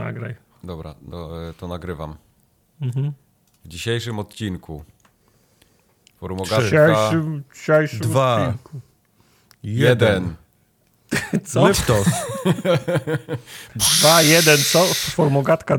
nagraj. Dobra, to nagrywam. W dzisiejszym odcinku Forumogatka Dzisiejszym 2 odcinku. 1 Co? Leptos 2-1, co? Formogatka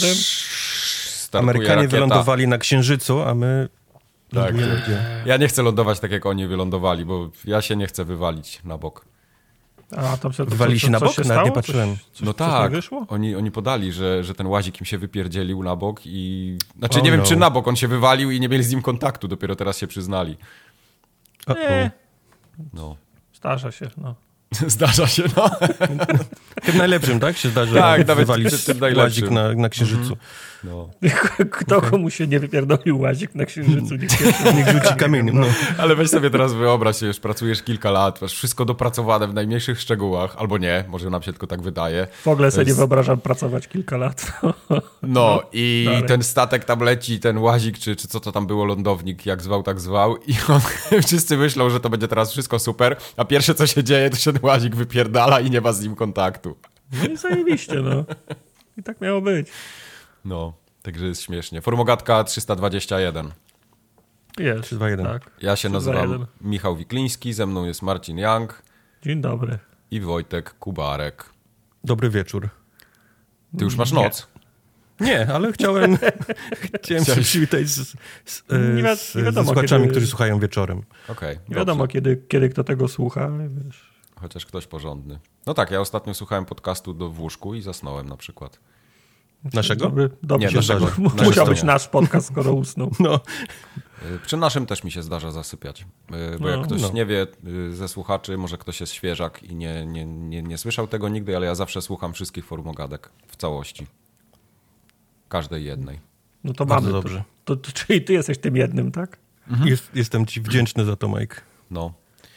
2-1? Amerykanie rakieta. wylądowali na Księżycu, a my Tak. lądujemy gdzie? Ja nie chcę lądować tak, jak oni wylądowali, bo ja się nie chcę wywalić na bok. A tam Wywali się na bok? Nawet nie patrzyłem. No Coś tak, nie wyszło? oni podali, że ten łazik im się wypierdzielił na bok i... Znaczy Oh nie wiem, no. czy na bok on się wywalił i nie mieli z nim kontaktu, dopiero teraz się przyznali. Nie, No. zdarza się, no. Zdarza się, no. Tym najlepszym, tak? Się zdarza Tak, nawet wywalić tym najlepszym. łazik na Księżycu. No. Kto komu się nie wypierdolił łazik na Księżycu? Niech rzuci kamieniem, no. Ale weź sobie teraz wyobraź, już pracujesz kilka lat, masz wszystko dopracowane w najmniejszych szczegółach, albo nie, może nam się tylko tak wydaje. W ogóle To sobie nie jest- wyobrażam pracować kilka lat. No i dalej. ten statek tam leci, ten łazik, czy co to tam było, lądownik, jak zwał, tak zwał i wszyscy myślą, że to będzie teraz wszystko super, a pierwsze co się dzieje, to się ten łazik wypierdala i nie ma z nim kontaktu. No i zajebiście, no. I tak miało być. No, także jest śmiesznie. Formogatka 321. Jest. 3, 2, 1. Tak. Ja się 3, 2, nazywam 1. Michał Wikliński, ze mną jest Marcin Young Dzień dobry. i Wojtek Kubarek. Dobry wieczór. Ty już masz noc. Nie, ale chciałem się przywitać Nie wi- z nie wiadomo, słuchaczami, kiedy- którzy słuchają wieczorem. Okej, Nie wiadomo, kiedy kto tego słucha. Wiesz. chociaż ktoś porządny. No tak, ja ostatnio słuchałem podcastu w łóżku i zasnąłem na przykład. Naszego? Dobrze Nie, się naszego. zdarza. Naszego Musiał nie. być nasz podcast, skoro usnął. No, Przy naszym też mi się zdarza zasypiać, bo jak ktoś no. nie wie ze słuchaczy, może ktoś jest świeżak i nie słyszał tego nigdy, ale ja zawsze słucham wszystkich forumogadek w całości. Każdej jednej. No to Bardzo mamy. dobrze. Czyli ty jesteś tym jednym, tak? Jestem ci wdzięczny za to, Mike. No.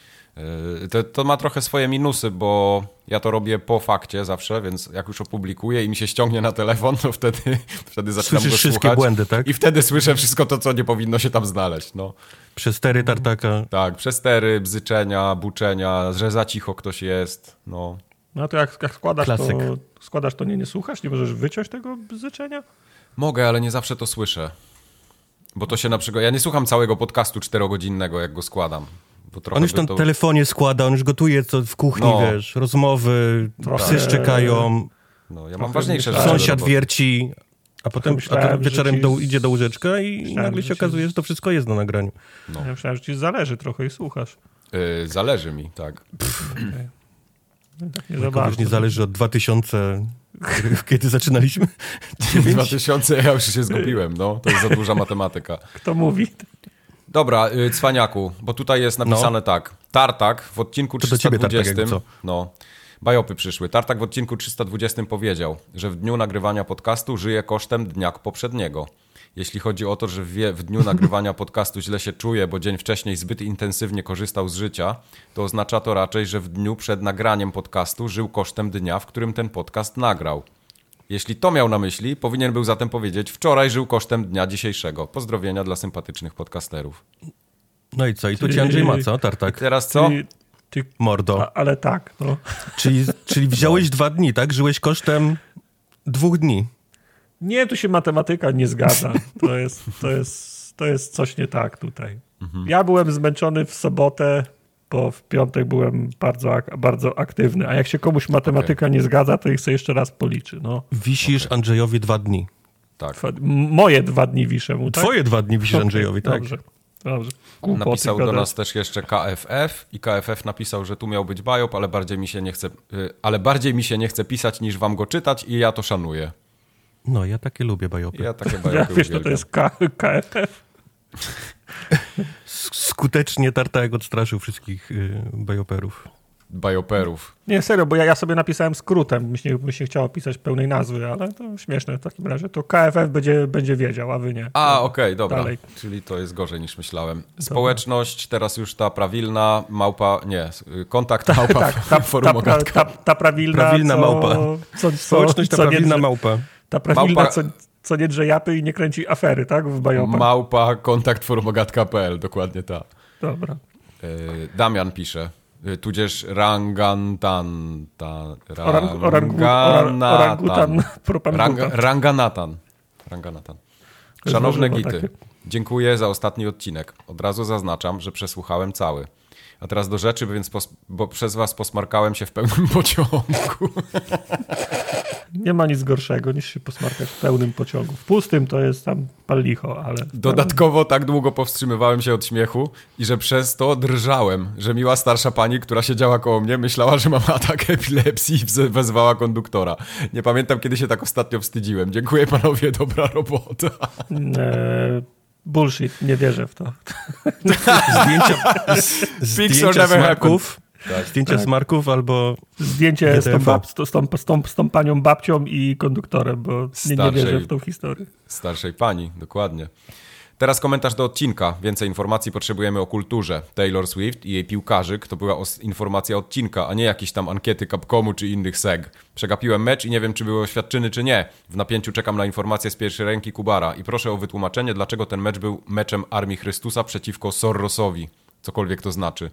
To ma trochę swoje minusy, bo ja to robię po fakcie zawsze, więc jak już opublikuję i mi się ściągnie na telefon, to wtedy zaczynam Słyszysz go wszystkie słuchać. błędy, tak? I wtedy słyszę wszystko to, co nie powinno się tam znaleźć. No. Przestery tartaka. Tak, przestery, bzyczenia, buczenia, że za cicho ktoś jest. No. No to jak Klasyk. składasz, to nie słuchasz? Nie możesz wyciąć tego bzyczenia? Mogę, ale nie zawsze to słyszę. Bo to się na przykład... Ja nie słucham całego podcastu 4-godzinnego, jak go składam. Bo trochę On już by tam to... w telefonie składa, on już gotuje co w kuchni, No. wiesz, rozmowy, Trochę- psy szczekają, No, ja mam trochę ważniejsze myślałem, rzeczy do sąsiad roboty. wierci, a potem myślałem, że wieczorem ci- idzie do łóżeczka i myślałem, nagle że się ci- okazuje, że to wszystko jest na nagraniu. No. Ja myślałem, że ci zależy trochę i słuchasz. Zależy mi, tak. Tak nie za Komuś bardzo. nie zależy od 2000, kiedy zaczynaliśmy. 2000, ja już się zgubiłem, no. To jest za duża matematyka. Kto mówi? Dobra, cwaniaku, bo tutaj jest napisane tak. Tartak w odcinku To do ciebie, Tartak, 320... jakby co? No, bajopy przyszły. Tartak w odcinku 320 powiedział, że w dniu nagrywania podcastu żyje kosztem dnia poprzedniego. Jeśli chodzi o to, że w dniu nagrywania podcastu źle się czuje, bo dzień wcześniej zbyt intensywnie korzystał z życia, to oznacza to raczej, że w dniu przed nagraniem podcastu żył kosztem dnia, w którym ten podcast nagrał. Jeśli to miał na myśli, powinien był zatem powiedzieć: wczoraj żył kosztem dnia dzisiejszego. Pozdrowienia dla sympatycznych podcasterów. No i co? I tu ci Andrzej ma, co? Tartak. Teraz co? Ty, Mordo. ale tak, no. Czyli wziąłeś 2 dni, tak? Żyłeś kosztem 2 dni. Nie, tu się matematyka nie zgadza. To jest coś nie tak tutaj. Ja byłem zmęczony w sobotę, bo w piątek byłem bardzo aktywny. A jak się komuś matematyka nie zgadza, to ich sobie jeszcze raz policzy. No. Wisisz Andrzejowi 2 dni. Tak. Moje 2 dni wiszę mu, tak? Twoje 2 dni wisisz Andrzejowi, tak? Dobrze. Głupoty Napisał do gadać. nas też jeszcze KFF i KFF napisał, że tu miał być bajop, ale bardziej mi się nie chce pisać niż wam go czytać i ja to szanuję. No, ja takie lubię bajopy. Ja takie Ja, bajopy wiesz, to jest KFF. Skutecznie Tartak odstraszył wszystkich bajoperów. Bajoperów. Nie, serio, bo ja sobie napisałem skrótem. Mi się chciało pisać pełnej nazwy, ale to śmieszne w takim razie. To KFF będzie wiedział, a wy nie. Okej, dobra. Dalej. Czyli to jest gorzej niż myślałem. Społeczność, teraz już ta prawilna małpa, nie, kontakt małpa forumogatka. Ta prawilna małpa. Społeczność ta prawilna małpa. Ta prawilna, Małpa- co nie drze japy i nie kręci afery, tak? W bajopach. Małpa kontakt forumogatka.pl, dokładnie tak. Dobra. Damian pisze: tudzież Ranganatan. Orangutan propangutan. Ranganatan. Szanowne gity, takie. dziękuję za ostatni odcinek. Od razu zaznaczam, że przesłuchałem cały. A teraz do rzeczy, bo przez was posmarkałem się w pełnym pociągu. Nie ma nic gorszego niż się posmarkać w pełnym pociągu. W pustym to jest tam pal licho, ale... Dodatkowo tak długo powstrzymywałem się od śmiechu i że przez to drżałem, że miła starsza pani, która siedziała koło mnie, myślała, że mam atak epilepsji i wezwała konduktora. Nie pamiętam, kiedy się tak ostatnio wstydziłem. Dziękuję panowie, dobra robota. Bullshit, nie wierzę w to. Zdjęcia smarków. Tak. Zdjęcia smarków albo... Zdjęcie z tą panią babcią i konduktorem, bo nie wierzę w tą historię. Starszej pani, dokładnie. Teraz komentarz do odcinka. Więcej informacji potrzebujemy o kulturze Taylor Swift i jej piłkarzyk. To była informacja odcinka, a nie jakieś tam ankiety Capcomu czy innych seg. Przegapiłem mecz i nie wiem, czy były oświadczyny, czy nie. W napięciu czekam na informacje z pierwszej ręki Kubara i proszę o wytłumaczenie, dlaczego ten mecz był meczem Armii Chrystusa przeciwko Sorosowi. Cokolwiek to znaczy.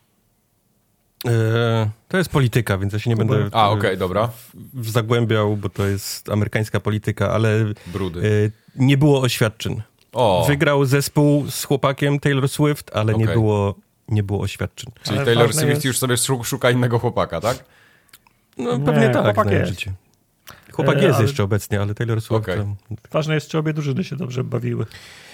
To jest polityka, więc ja się nie będę dobra. zagłębiał, bo to jest amerykańska polityka, ale nie było oświadczyn. Wygrał zespół z chłopakiem Taylor Swift, ale nie było oświadczyn. Czyli ale Taylor Swift już sobie szuka innego chłopaka, tak? No pewnie tak. Chłopak jest. Życie. Chłopak jest jeszcze obecnie, ale Taylor Swift... Ważne jest, czy obie drużyny się dobrze bawiły.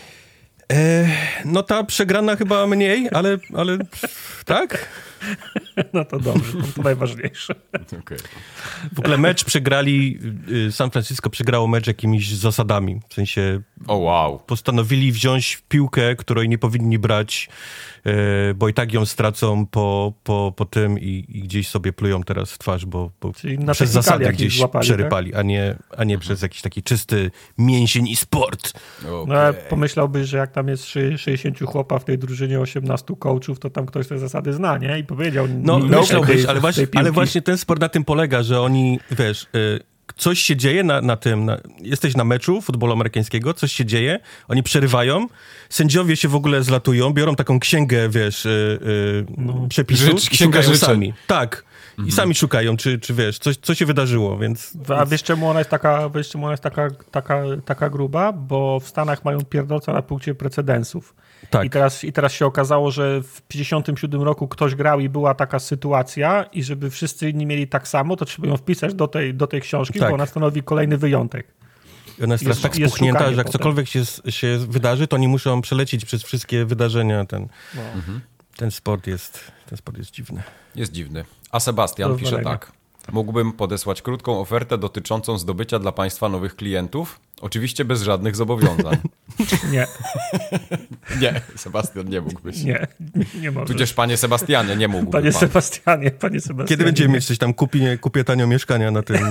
No ta przegrana chyba mniej, ale tak? No to dobrze, to najważniejsze. Okay. W ogóle mecz przegrali, San Francisco przegrało mecz jakimiś zasadami. W sensie postanowili wziąć piłkę, której nie powinni brać, bo i tak ją stracą po tym i gdzieś sobie plują teraz w twarz, bo przez zasady gdzieś złapali, przerypali, tak? a nie przez jakiś taki czysty mięsień i sport. Okay. No pomyślałbyś, że jak tam jest 60 chłopa w tej drużynie, 18 coachów, to tam ktoś te zasady zna, nie? I powiedział... myślałbyś, ale właśnie ten sport na tym polega, że oni, wiesz... Coś się dzieje na tym, jesteś na meczu futbolu amerykańskiego, coś się dzieje, oni przerywają, sędziowie się w ogóle zlatują, biorą taką księgę, wiesz, przepisów i szukają sami. Tak. I sami szukają, czy wiesz, co się wydarzyło, więc... A wiesz, czemu ona jest taka gruba? Bo w Stanach mają pierdolca na punkcie precedensów. Tak. I teraz się okazało, że w 57 roku ktoś grał i była taka sytuacja i żeby wszyscy inni mieli tak samo, to trzeba ją wpisać do tej książki, bo ona stanowi kolejny wyjątek. I ona jest teraz tak spuchnięta, że jak cokolwiek się wydarzy, to oni muszą przelecieć przez wszystkie wydarzenia. Ten sport jest dziwny. Jest dziwny. A Sebastian pisze tak. Mógłbym podesłać krótką ofertę dotyczącą zdobycia dla państwa nowych klientów? Oczywiście bez żadnych zobowiązań. Nie. Nie, Sebastian nie mógłbyś. Nie możesz. Tudzież panie Sebastianie nie mógłby Panie Sebastianie. Kiedy będziemy mieć coś tam, kupię tanio mieszkania na tym...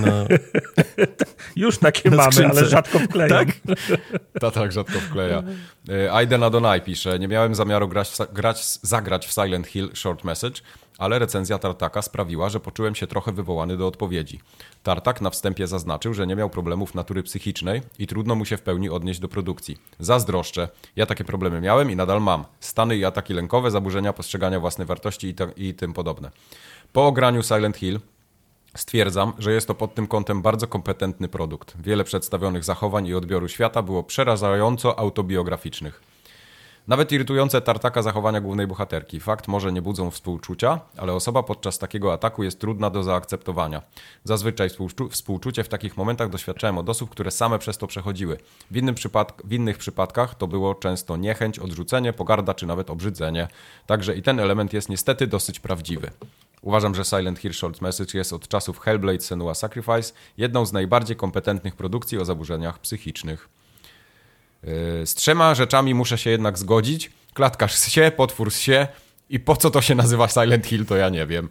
Już takie mamy, skrzynce. Ale rzadko wklejam. Tak? Tak, rzadko wkleja. Aiden Adonai pisze, nie miałem zamiaru zagrać w Silent Hill Short Message, ale recenzja Tartaka sprawiła, że poczułem się trochę wywołany do odpowiedzi. Tartak na wstępie zaznaczył, że nie miał problemów natury psychicznej i trudno mu się w pełni odnieść do produkcji. Zazdroszczę. Ja takie problemy miałem i nadal mam. Stany i ataki lękowe, zaburzenia postrzegania własnej wartości i tym podobne. Po ograniu Silent Hill stwierdzam, że jest to pod tym kątem bardzo kompetentny produkt. Wiele przedstawionych zachowań i odbioru świata było przerażająco autobiograficznych. Nawet irytujące Tartaka zachowania głównej bohaterki. Fakt może nie budzą współczucia, ale osoba podczas takiego ataku jest trudna do zaakceptowania. Zazwyczaj współczucie w takich momentach doświadczałem od osób, które same przez to przechodziły. W innych przypadkach to było często niechęć, odrzucenie, pogarda czy nawet obrzydzenie. Także i ten element jest niestety dosyć prawdziwy. Uważam, że Silent Hill Short Message jest od czasów Hellblade Senua's Sacrifice jedną z najbardziej kompetentnych produkcji o zaburzeniach psychicznych. Z 3 rzeczami muszę się jednak zgodzić. Klatka się, potwór się i po co to się nazywa Silent Hill, to ja nie wiem.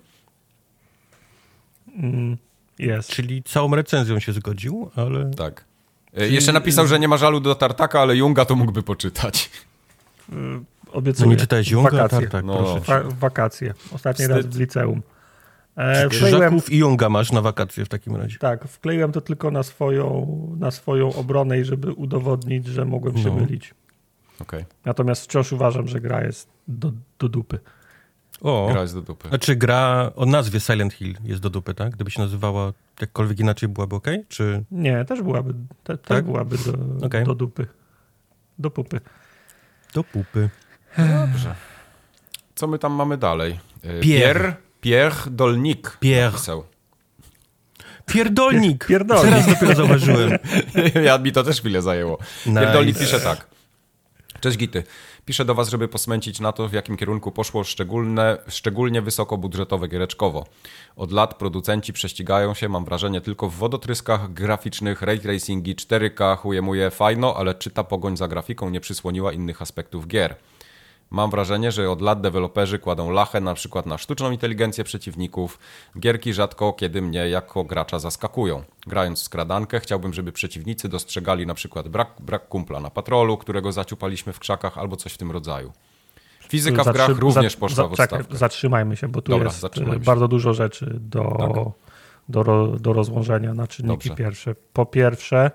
Czyli całą recenzją się zgodził, ale... Tak. Jeszcze napisał, że nie ma żalu do Tartaka, ale Junga to mógłby poczytać. Obiecuję. No nie czytałeś Junga? Wakacje. Tartak, proszę. Wakacje. Ostatni raz w liceum. Krzyżaków i Junga masz na wakacje w takim razie. Tak, wkleiłem to tylko na swoją obronę i żeby udowodnić, że mogłem się mylić. Okay. Natomiast wciąż uważam, że gra jest do dupy. Gra jest do dupy. Znaczy gra o nazwie Silent Hill jest do dupy, tak? Gdyby się nazywała jakkolwiek inaczej, byłaby okej? Czy... Nie, też byłaby, też byłaby do dupy. Do pupy. Do pupy. Dobrze. Co my tam mamy dalej? Pierre Dolnik napisał. Pierdolnik! Pierdolnik. Teraz dopiero zauważyłem. Mi to też chwilę zajęło. Nice. Pierdolnik pisze tak. Cześć Gity. Piszę do was, żeby posmęcić na to, w jakim kierunku poszło szczególnie wysokobudżetowe giereczkowo. Od lat producenci prześcigają się, mam wrażenie, tylko w wodotryskach graficznych, ray tracingi, 4K, chujemuje fajno, ale czy ta pogoń za grafiką nie przysłoniła innych aspektów gier? Mam wrażenie, że od lat deweloperzy kładą lachę na przykład na sztuczną inteligencję przeciwników. Gierki rzadko kiedy mnie jako gracza zaskakują. Grając w skradankę chciałbym, żeby przeciwnicy dostrzegali na przykład brak kumpla na patrolu, którego zaciupaliśmy w krzakach albo coś w tym rodzaju. Fizyka w grach również poszła w odstawkę. Zatrzymajmy się, bo tu jest bardzo dużo rzeczy do rozłożenia na czynniki pierwsze. Po pierwsze...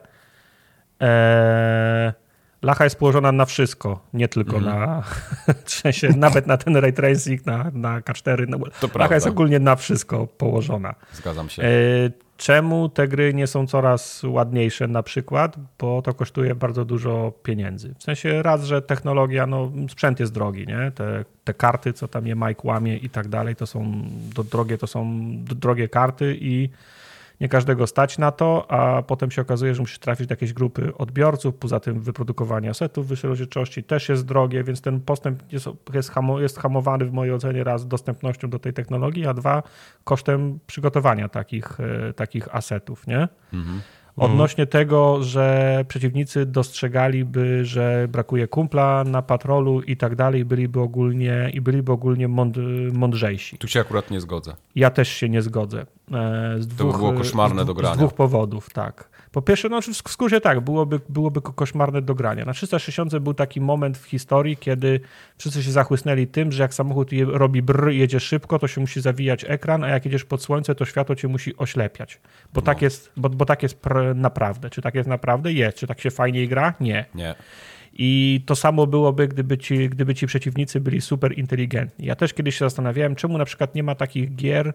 Lacha jest położona na wszystko, nie tylko na, w sensie nawet na ten ray tracing, na K4. Lacha jest ogólnie na wszystko położona. Zgadzam się. Czemu te gry nie są coraz ładniejsze na przykład? Bo to kosztuje bardzo dużo pieniędzy. W sensie raz, że technologia, sprzęt jest drogi, nie? Te karty, co tam je Mike łamie i tak dalej, to są drogie karty i nie każdego stać na to, a potem się okazuje, że musisz trafić do jakiejś grupy odbiorców. Poza tym wyprodukowanie asetów wyższej rozdzielczości też jest drogie, więc ten postęp jest hamowany w mojej ocenie raz dostępnością do tej technologii, a dwa kosztem przygotowania takich asetów, nie? Odnośnie tego, że przeciwnicy dostrzegaliby, że brakuje kumpla na patrolu i tak dalej, byliby ogólnie mądrzejsi. Tu się akurat nie zgodzę. Ja też się nie zgodzę. To by było koszmarne do grania. Z dwóch powodów, tak. Po pierwsze, w skrócie tak, byłoby koszmarne do grania. Na 360 był taki moment w historii, kiedy wszyscy się zachłysnęli tym, że jak samochód robi brr, jedzie szybko, to się musi zawijać ekran, a jak jedziesz pod słońce, to światło cię musi oślepiać. Bo tak jest naprawdę. Czy tak jest naprawdę? Jest. Czy tak się fajniej gra? Nie. I to samo byłoby, gdyby ci przeciwnicy byli super inteligentni. Ja też kiedyś się zastanawiałem, czemu na przykład nie ma takich gier,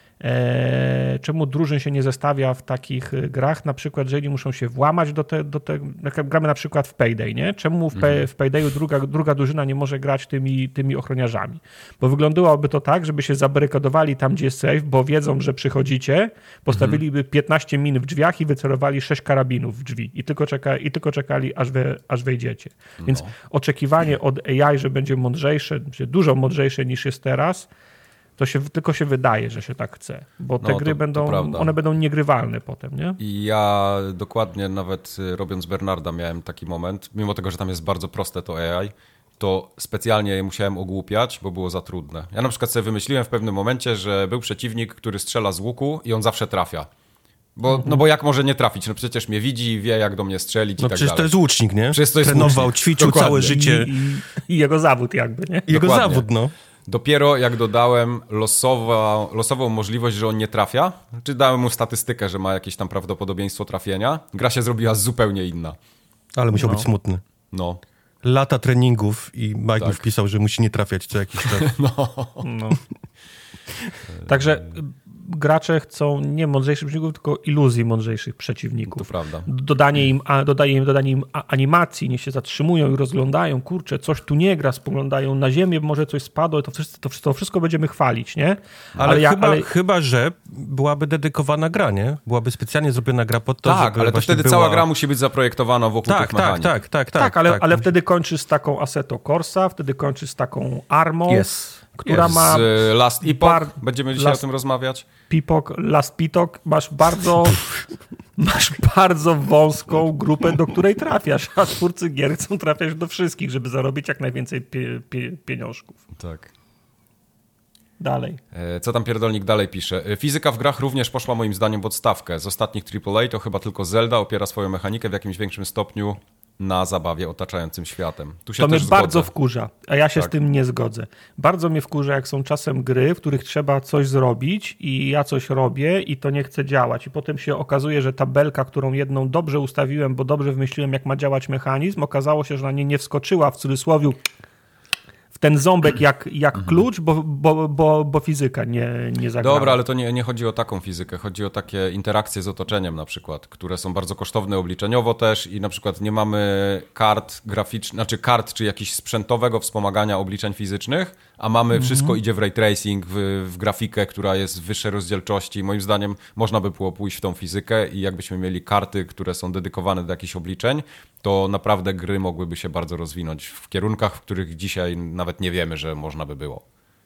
czemu drużyn się nie zestawia w takich grach, na przykład, że oni muszą się włamać do gramy na przykład w Payday, nie? Czemu w Paydayu druga drużyna nie może grać tymi ochroniarzami? Bo wyglądałoby to tak, żeby się zabarykadowali tam, gdzie jest safe, bo wiedzą, że przychodzicie, postawiliby 15 min w drzwiach i wycelowali 6 karabinów w drzwi i tylko czekali, aż wejdziecie. Więc oczekiwanie od AI, że będzie mądrzejsze, dużo mądrzejsze niż jest teraz, to tylko się wydaje, że się tak chce, bo te gry będą niegrywalne potem, nie? I ja dokładnie nawet robiąc Bernarda miałem taki moment, mimo tego, że tam jest bardzo proste to AI, to specjalnie je musiałem ogłupiać, bo było za trudne. Ja na przykład sobie wymyśliłem w pewnym momencie, że był przeciwnik, który strzela z łuku i on zawsze trafia. Bo jak może nie trafić? No przecież mnie widzi i wie, jak do mnie strzelić i tak dalej. Przecież to jest łucznik, nie? Przecież to jest Trenował, łucznik. ćwiczył Dokładnie. całe życie. I jego zawód jakby, nie? Jego zawód, no. Dopiero jak dodałem losową możliwość, że on nie trafia, czy dałem mu statystykę, że ma jakieś tam prawdopodobieństwo trafienia, gra się zrobiła zupełnie inna. Ale musiał być smutny. No. Lata treningów i Mike wpisał, że musi nie trafiać co jakiś czas. No. Także gracze chcą nie mądrzejszych przeciwników, tylko iluzji mądrzejszych przeciwników. To prawda. Dodanie im animacji, niech się zatrzymują i rozglądają, kurczę, coś tu nie gra, spoglądają na ziemię, może coś spadło, to wszystko będziemy chwalić, nie? Chyba, że byłaby dedykowana gra, nie? Byłaby specjalnie zrobiona gra pod to, tak, ale to wtedy cała gra musi być zaprojektowana wokół tych mechanik. Tak, ale wtedy kończysz z taką Assetto Corsa, wtedy kończysz z taką Armą, która ma... Z Last Epoch, będziemy dzisiaj o tym rozmawiać. Last Pitok, masz bardzo wąską grupę, do której trafiasz, a twórcy gier chcą trafiać do wszystkich, żeby zarobić jak najwięcej pieniążków. Tak. Dalej. Co tam pierdolnik dalej pisze? Fizyka w grach również poszła moim zdaniem w odstawkę. Z ostatnich AAA to chyba tylko Zelda opiera swoją mechanikę w jakimś większym stopniu na zabawie otaczającym światem. Tu się to też mnie bardzo wkurza, a ja się z tym nie zgodzę. Bardzo mnie wkurza, jak są czasem gry, w których trzeba coś zrobić i ja coś robię i to nie chce działać. I potem się okazuje, że tabelka, którą jedną dobrze ustawiłem, bo dobrze wymyśliłem, jak ma działać mechanizm, okazało się, że na nie nie wskoczyła w cudzysłowie ten ząbek jak klucz, bo fizyka nie zagrała. Dobra, ale to nie chodzi o taką fizykę, chodzi o takie interakcje z otoczeniem na przykład, które są bardzo kosztowne obliczeniowo też i na przykład nie mamy kart graficznych, znaczy kart czy jakichś sprzętowego wspomagania obliczeń fizycznych, a mamy wszystko idzie w ray tracing, w grafikę, która jest w wyższej rozdzielczości. Moim zdaniem można by było pójść w tą fizykę i jakbyśmy mieli karty, które są dedykowane do jakichś obliczeń, to naprawdę gry mogłyby się bardzo rozwinąć w kierunkach, w których dzisiaj nawet nie wiemy, że można by było.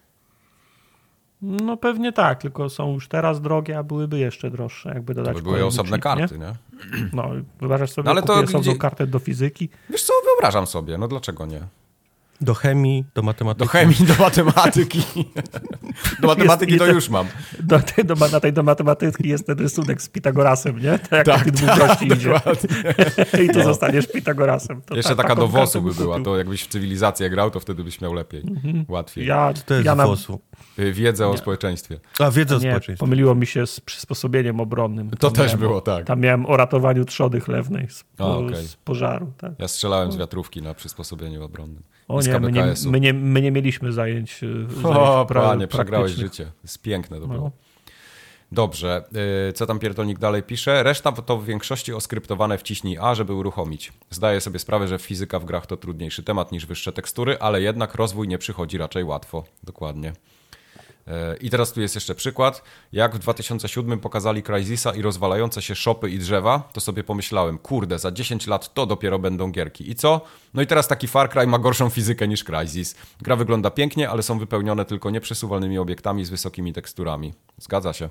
No pewnie tak, tylko są już teraz drogie, a byłyby jeszcze droższe, jakby dodać. To by były osobne karty, nie? No, wyobrażasz sobie, ale to osobną kartę do fizyki? Wiesz co, wyobrażam sobie, no dlaczego nie? Do chemii, do matematyki. Do chemii, do matematyki. Do matematyki to już mam. Do matematyki jest ten rysunek z Pitagorasem, nie? Tak, jak długości idzie. I to zostaniesz Pitagorasem. To jeszcze taka do WOS-u by była. To jakbyś w cywilizację grał, to wtedy byś miał lepiej. Łatwiej. To jest WOS-u. Wiedzę o społeczeństwie. A, wiedzę o społeczeństwie. Pomyliło mi się z przysposobieniem obronnym. To też było, tak. Tam miałem o ratowaniu trzody chlewnej z pożaru. Tak. Ja strzelałem z wiatrówki na przysposobieniu obronnym. O nie, my nie mieliśmy zajęć. Panie, przegrałeś życie. Jest piękne to było. Dobrze, co tam Pierdolnik dalej pisze? Reszta to w większości oskryptowane wciśnij A, żeby uruchomić. Zdaję sobie sprawę, że fizyka w grach to trudniejszy temat niż wyższe tekstury, ale jednak rozwój nie przychodzi raczej łatwo. Dokładnie. I teraz tu jest jeszcze przykład. Jak w 2007 pokazali Crysisa i rozwalające się szopy i drzewa, to sobie pomyślałem, kurde, za 10 lat to dopiero będą gierki. I co? No i teraz taki Far Cry ma gorszą fizykę niż Crysis. Gra wygląda pięknie, ale są wypełnione tylko nieprzesuwalnymi obiektami z wysokimi teksturami. Zgadza się.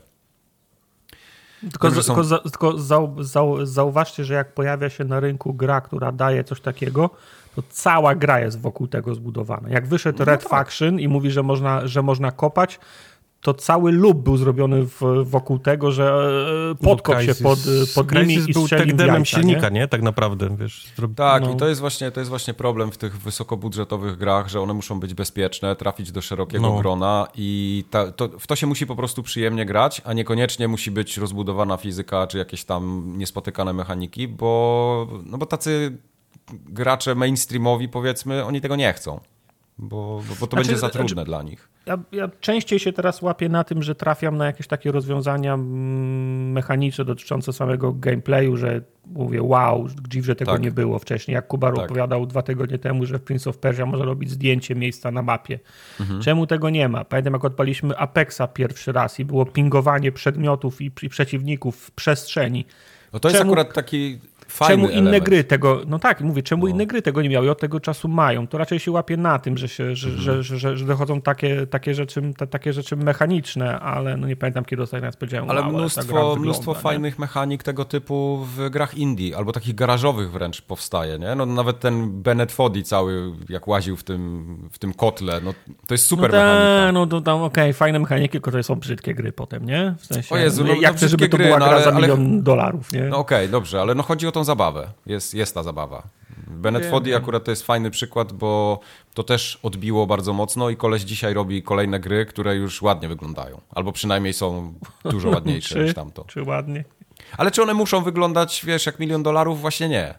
Tylko zauważcie, że jak pojawia się na rynku gra, która daje coś takiego, to cała gra jest wokół tego zbudowana. Jak wyszedł Red Faction i mówi, że można kopać, to cały loop był zrobiony wokół tego, że podkop się pod nimi i był strzelił tech silnika, nie? Tak naprawdę, wiesz. Tak, i to jest właśnie problem w tych wysokobudżetowych grach, że one muszą być bezpieczne, trafić do szerokiego grona i w to się musi po prostu przyjemnie grać, a niekoniecznie musi być rozbudowana fizyka czy jakieś tam niespotykane mechaniki, bo tacy gracze mainstreamowi, powiedzmy, oni tego nie chcą, bo to będzie za trudne dla nich. Ja częściej się teraz łapię na tym, że trafiam na jakieś takie rozwiązania mechaniczne dotyczące samego gameplayu, że mówię, wow, dziw, że tego nie było wcześniej. Jak Kubar opowiadał 2 tygodnie temu, że w Prince of Persia można robić zdjęcie miejsca na mapie. Czemu tego nie ma? Pamiętam, jak odpaliśmy Apexa pierwszy raz i było pingowanie przedmiotów i przeciwników w przestrzeni. No to jest akurat taki fajny czemu inne element. gry tego, czemu inne gry tego nie miały i od tego czasu mają? To raczej się łapie na tym, że dochodzą takie rzeczy mechaniczne, ale no nie pamiętam, kiedy ostatnio raz powiedziałem. Ale mnóstwo fajnych mechanik tego typu w grach indie, albo takich garażowych wręcz powstaje, nie? No nawet ten Bennett Foddy cały, jak łaził w tym kotle, no to jest super mechanika. Fajne mechaniki, tylko to są brzydkie gry potem, nie? W sensie, o Jezu, jak chcę, żeby to była gra za $1 milion, nie? No okej, dobrze, ale no chodzi o tą zabawę. Jest ta zabawa. Bennett Foddy akurat to jest fajny przykład, bo to też odbiło bardzo mocno i koleś dzisiaj robi kolejne gry, które już ładnie wyglądają. Albo przynajmniej są dużo ładniejsze niż tamto. Czy ładnie. Ale czy one muszą wyglądać, wiesz, jak $1 milion? Właśnie nie.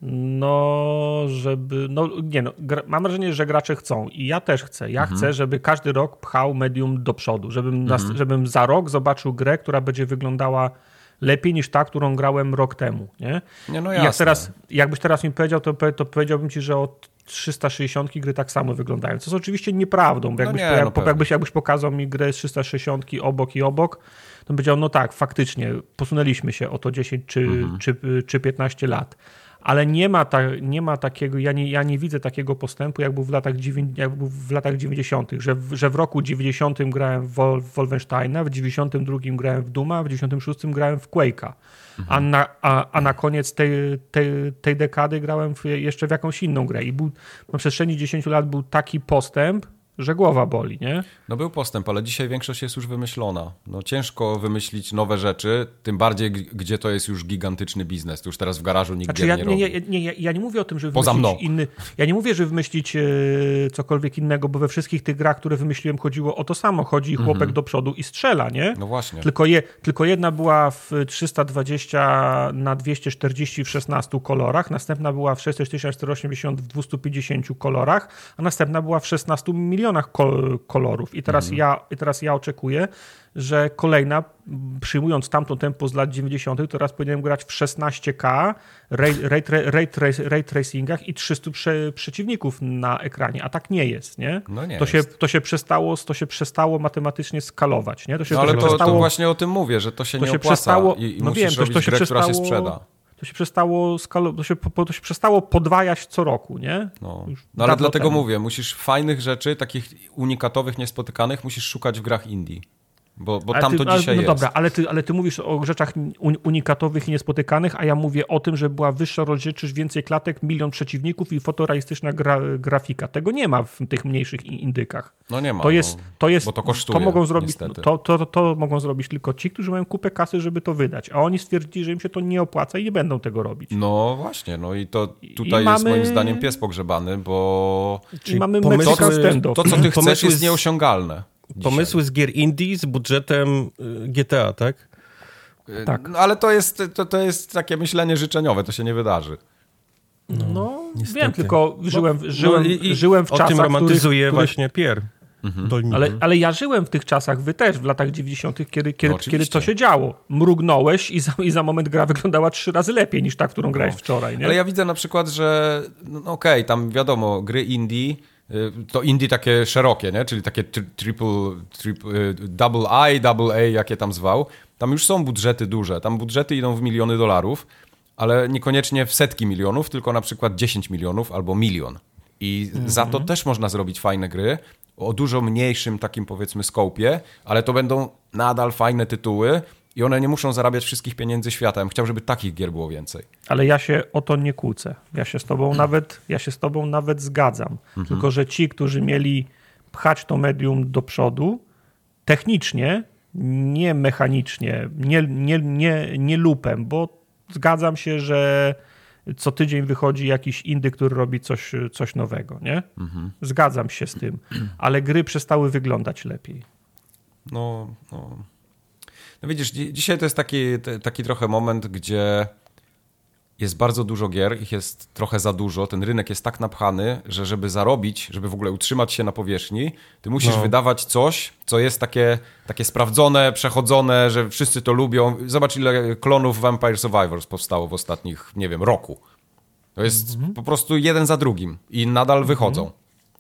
Mam wrażenie, że gracze chcą i ja też chcę. Ja chcę, żeby każdy rok pchał medium do przodu, żebym za rok zobaczył grę, która będzie wyglądała lepiej niż ta, którą grałem rok temu. Nie? No jasne. Jakbyś teraz mi powiedział, to powiedziałbym ci, że od 360 gry tak samo wyglądają. Co jest oczywiście nieprawdą, bo jakbyś pokazał mi grę z 360 obok i obok, to bym powiedział, no tak, faktycznie posunęliśmy się o to 10 czy 15 lat. Ale nie ma takiego, ja nie widzę takiego postępu, jak był w latach 90., że w roku 90 grałem w Wolfensteina, w 92 grałem w Dooma, w 96 grałem w Quake'a, a na koniec tej dekady grałem jeszcze w jakąś inną grę. I na przestrzeni 10 lat był taki postęp, że głowa boli, nie? No był postęp, ale dzisiaj większość jest już wymyślona. No ciężko wymyślić nowe rzeczy, tym bardziej, gdzie to jest już gigantyczny biznes. To już teraz w garażu nikt gier nie robi. Ja nie mówię o tym, że poza wymyślić inny... Ja nie mówię, że wymyślić cokolwiek innego, bo we wszystkich tych grach, które wymyśliłem, chodziło o to samo. Chodzi chłopek do przodu i strzela, nie? No właśnie. Tylko jedna była w 320 na 240 w 16 kolorach, następna była w 6480 w 250 kolorach, a następna była w 16 milionach kolorów. I teraz ja oczekuję, że kolejna, przyjmując tamto tempo z lat 90., to teraz powinienem grać w 16K, ray tracingach i 300 przeciwników na ekranie, a tak nie jest, nie? No nie to się przestało matematycznie skalować, nie? To właśnie o tym mówię, że to się nie opłaca i musisz robić grę, która się sprzeda. To się przestało podwajać co roku, nie? No ale dlatego mówię, musisz fajnych rzeczy, takich unikatowych, niespotykanych, musisz szukać w grach indie. Bo tam to dzisiaj jest. No dobra, ale ty mówisz o rzeczach unikatowych i niespotykanych, a ja mówię o tym, że była wyższa rozdzielczość, więcej klatek, 1 000 000 przeciwników i fotorealistyczna grafika. Tego nie ma w tych mniejszych indykach. No nie ma, bo to kosztuje, to mogą zrobić, niestety. To mogą zrobić tylko ci, którzy mają kupę kasy, żeby to wydać. A oni stwierdzili, że im się to nie opłaca i nie będą tego robić. No właśnie, no i to tutaj jest moim zdaniem pies pogrzebany, bo mamy to, co ty chcesz, jest nieosiągalne. Pomysły z gier indie z budżetem GTA, tak? Tak. No, ale to jest takie myślenie życzeniowe, to się nie wydarzy. No wiem, tylko żyłem w czasach, o tym romantyzuje właśnie Pierre. Ale ja żyłem w tych czasach, wy też, w latach 90., kiedy to się działo. Mrugnąłeś i za moment gra wyglądała 3 razy lepiej niż ta, którą grałeś wczoraj. Nie? Ale ja widzę na przykład, że okej, tam wiadomo, gry indie, to indie takie szerokie, nie? Czyli takie double A, jakie tam zwał. Tam już są budżety duże, tam budżety idą w miliony dolarów, ale niekoniecznie w setki milionów, tylko na przykład 10 milionów albo 1 milion. I za to też można zrobić fajne gry o dużo mniejszym takim powiedzmy skopie, ale to będą nadal fajne tytuły i one nie muszą zarabiać wszystkich pieniędzy świata. Ja bym chciał, żeby takich gier było więcej. Ale ja się o to nie kłócę. Ja się z tobą nawet zgadzam. Tylko że ci, którzy mieli pchać to medium do przodu, technicznie, nie mechanicznie, nie lupem, bo zgadzam się, że co tydzień wychodzi jakiś indy, który robi coś nowego, nie? Zgadzam się z tym, ale gry przestały wyglądać lepiej. No widzisz, dzisiaj to jest taki trochę moment, gdzie jest bardzo dużo gier, ich jest trochę za dużo, ten rynek jest tak napchany, że żeby zarobić, żeby w ogóle utrzymać się na powierzchni, ty musisz wydawać coś, co jest takie sprawdzone, przechodzone, że wszyscy to lubią. Zobacz, ile klonów Vampire Survivors powstało w ostatnich, nie wiem, roku. To jest po prostu jeden za drugim i nadal wychodzą.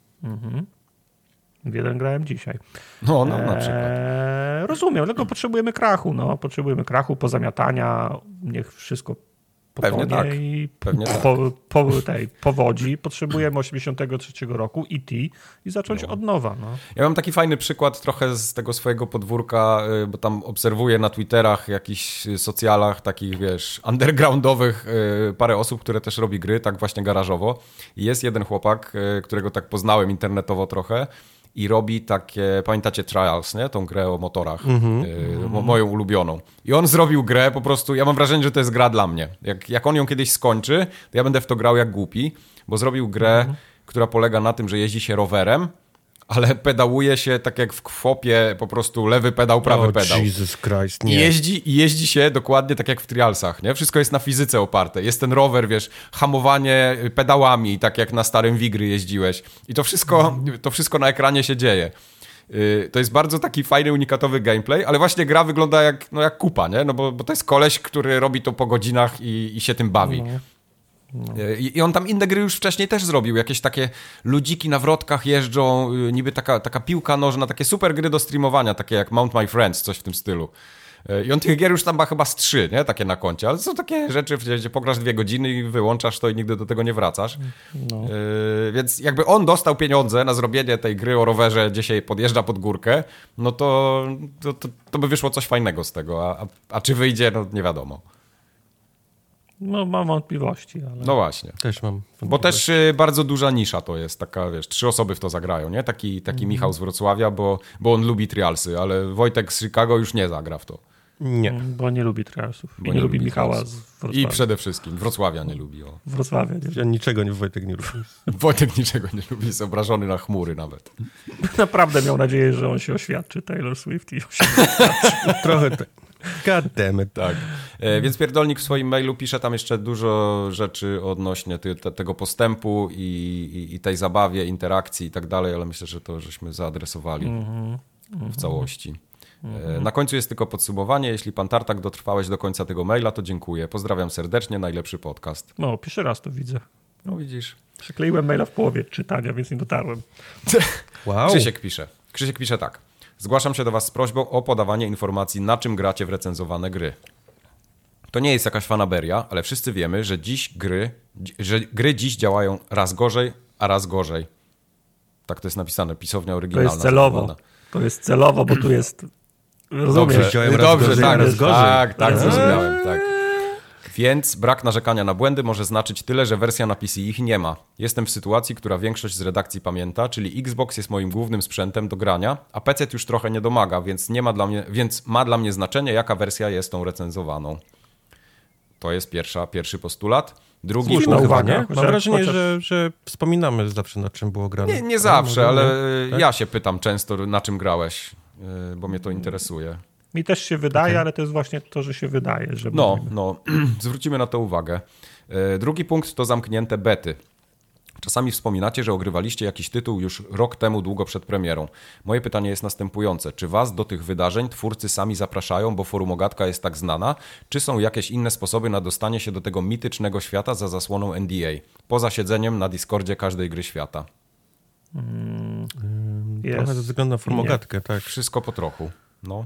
W jeden grałem dzisiaj. No na przykład. Rozumiem, tylko potrzebujemy krachu. Potrzebujemy krachu, pozamiatania, niech wszystko pewnie tak. I pewnie tak. Powodzi. Potrzebujemy 83 roku E.T. i zacząć od nowa. No. Ja mam taki fajny przykład trochę z tego swojego podwórka, bo tam obserwuję na Twitterach, jakichś socjalach takich, wiesz, undergroundowych parę osób, które też robi gry, tak właśnie garażowo. I jest jeden chłopak, którego tak poznałem internetowo trochę i robi takie, pamiętacie Trials, nie? Tą grę o motorach, moją ulubioną. I on zrobił grę po prostu, ja mam wrażenie, że to jest gra dla mnie. Jak on ją kiedyś skończy, to ja będę w to grał jak głupi, bo zrobił grę, która polega na tym, że jeździ się rowerem, ale pedałuje się tak jak w kwopie, po prostu lewy pedał, prawy pedał. Jesus Christ, nie. Jeździ się dokładnie tak jak w Trialsach, nie? Wszystko jest na fizyce oparte. Jest ten rower, wiesz, hamowanie pedałami, tak jak na starym Wigry jeździłeś. I to wszystko na ekranie się dzieje. To jest bardzo taki fajny, unikatowy gameplay, ale właśnie gra wygląda jak kupa, nie? No bo to jest koleś, który robi to po godzinach i się tym bawi. I on tam inne gry już wcześniej też zrobił. Jakieś takie ludziki na wrotkach jeżdżą, niby taka piłka nożna, takie super gry do streamowania, takie jak Mount My Friends, coś w tym stylu. I on tych gier już tam ma chyba z 3, nie? Takie na koncie, ale to są takie rzeczy, gdzie pograsz 2 godziny i wyłączasz to i nigdy do tego nie wracasz. Więc jakby on dostał pieniądze na zrobienie tej gry o rowerze, gdzie się podjeżdża pod górkę, no to by wyszło coś fajnego z tego, a czy wyjdzie, no nie wiadomo. No, mam wątpliwości, ale... No właśnie. Też mam wątpliwości. Bo też bardzo duża nisza to jest, taka, 3 osoby w to zagrają, nie? Taki Michał z Wrocławia, bo on lubi trialsy, ale Wojtek z Chicago już nie zagra w to. Nie. Bo nie lubi trialsów. I nie lubi Michała z Wrocławia. I przede wszystkim Wrocławia nie lubi. Wrocławia nie. Ja niczego Wojtek nie lubi. Wojtek niczego nie lubi, jest obrażony na chmury nawet. Naprawdę miał nadzieję, że on się oświadczy, Taylor Swift. I Trochę tak. God damn it. Tak. Więc Pierdolnik w swoim mailu pisze tam jeszcze dużo rzeczy odnośnie tego postępu i tej zabawie, interakcji i tak dalej, ale myślę, że to żeśmy zaadresowali w całości. Na końcu jest tylko podsumowanie. Jeśli pan Tartak dotrwałeś do końca tego maila, to dziękuję. Pozdrawiam serdecznie, najlepszy podcast. No, pierwszy raz to widzę. No widzisz. Przykleiłem maila w połowie czytania, więc nie dotarłem. Wow. Krzysiek pisze tak. Zgłaszam się do was z prośbą o podawanie informacji, na czym gracie w recenzowane gry. To nie jest jakaś fanaberia, ale wszyscy wiemy, że gry dziś działają raz gorzej, a raz gorzej. Tak to jest napisane, pisownia oryginalna. To jest celowo, bo tu jest... Rozumiesz? Dobrze, tak, zrozumiałem, tak. Więc brak narzekania na błędy może znaczyć tyle, że wersja na PC ich nie ma. Jestem w sytuacji, która większość z redakcji pamięta, czyli Xbox jest moim głównym sprzętem do grania, a PC już trochę nie domaga, więc ma dla mnie znaczenie, jaka wersja jest tą recenzowaną. To jest pierwszy postulat. Drugi Słuszna uwaga. Mam wrażenie, że wspominamy zawsze, na czym było grane. Nie zawsze, ale tak? Ja się pytam często, na czym grałeś, bo mnie to interesuje. Mi też się wydaje, ale to jest właśnie to, że się wydaje. Że zwrócimy na to uwagę. Drugi punkt to zamknięte bety. Czasami wspominacie, że ogrywaliście jakiś tytuł już rok temu, długo przed premierą. Moje pytanie jest następujące. Czy was do tych wydarzeń twórcy sami zapraszają, bo Forumogatka jest tak znana? Czy są jakieś inne sposoby na dostanie się do tego mitycznego świata za zasłoną NDA? Poza siedzeniem na Discordzie każdej gry świata. Trochę ze względu na Forumogatkę, tak. Wszystko po trochu. No.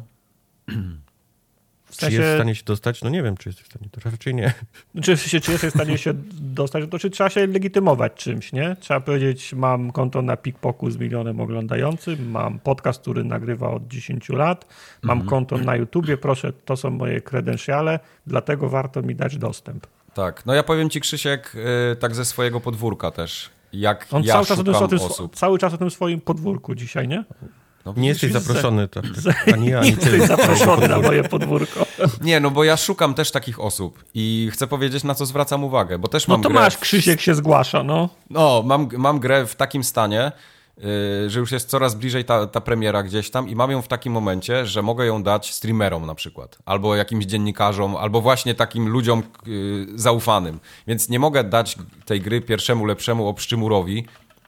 W sensie... Czy jest w stanie się dostać? No nie wiem, czy jesteś w stanie. To raczej nie. Czy jesteś w stanie się dostać? To czy trzeba się legitymować czymś, nie? Trzeba powiedzieć, mam konto na PikPoku z 1 milionem oglądającym, mam podcast, który nagrywa od 10 lat, mam konto na YouTubie, proszę, to są moje kredensiale, dlatego warto mi dać dostęp. Tak, no ja powiem ci, Krzysiek, tak ze swojego podwórka też, jak on ja szukam osób. Cały czas o tym swoim podwórku dzisiaj, nie? No, nie jesteś zaproszony, tak. Ani ja, nie jesteś zaproszony na moje podwórko. Nie, no bo ja szukam też takich osób i chcę powiedzieć, na co zwracam uwagę, bo też mam grę... No to masz, Krzysiek się zgłasza, no. No, mam grę w takim stanie, że już jest coraz bliżej ta premiera gdzieś tam i mam ją w takim momencie, że mogę ją dać streamerom na przykład, albo jakimś dziennikarzom, albo właśnie takim ludziom zaufanym. Więc nie mogę dać tej gry pierwszemu, lepszemu obszczymurowi,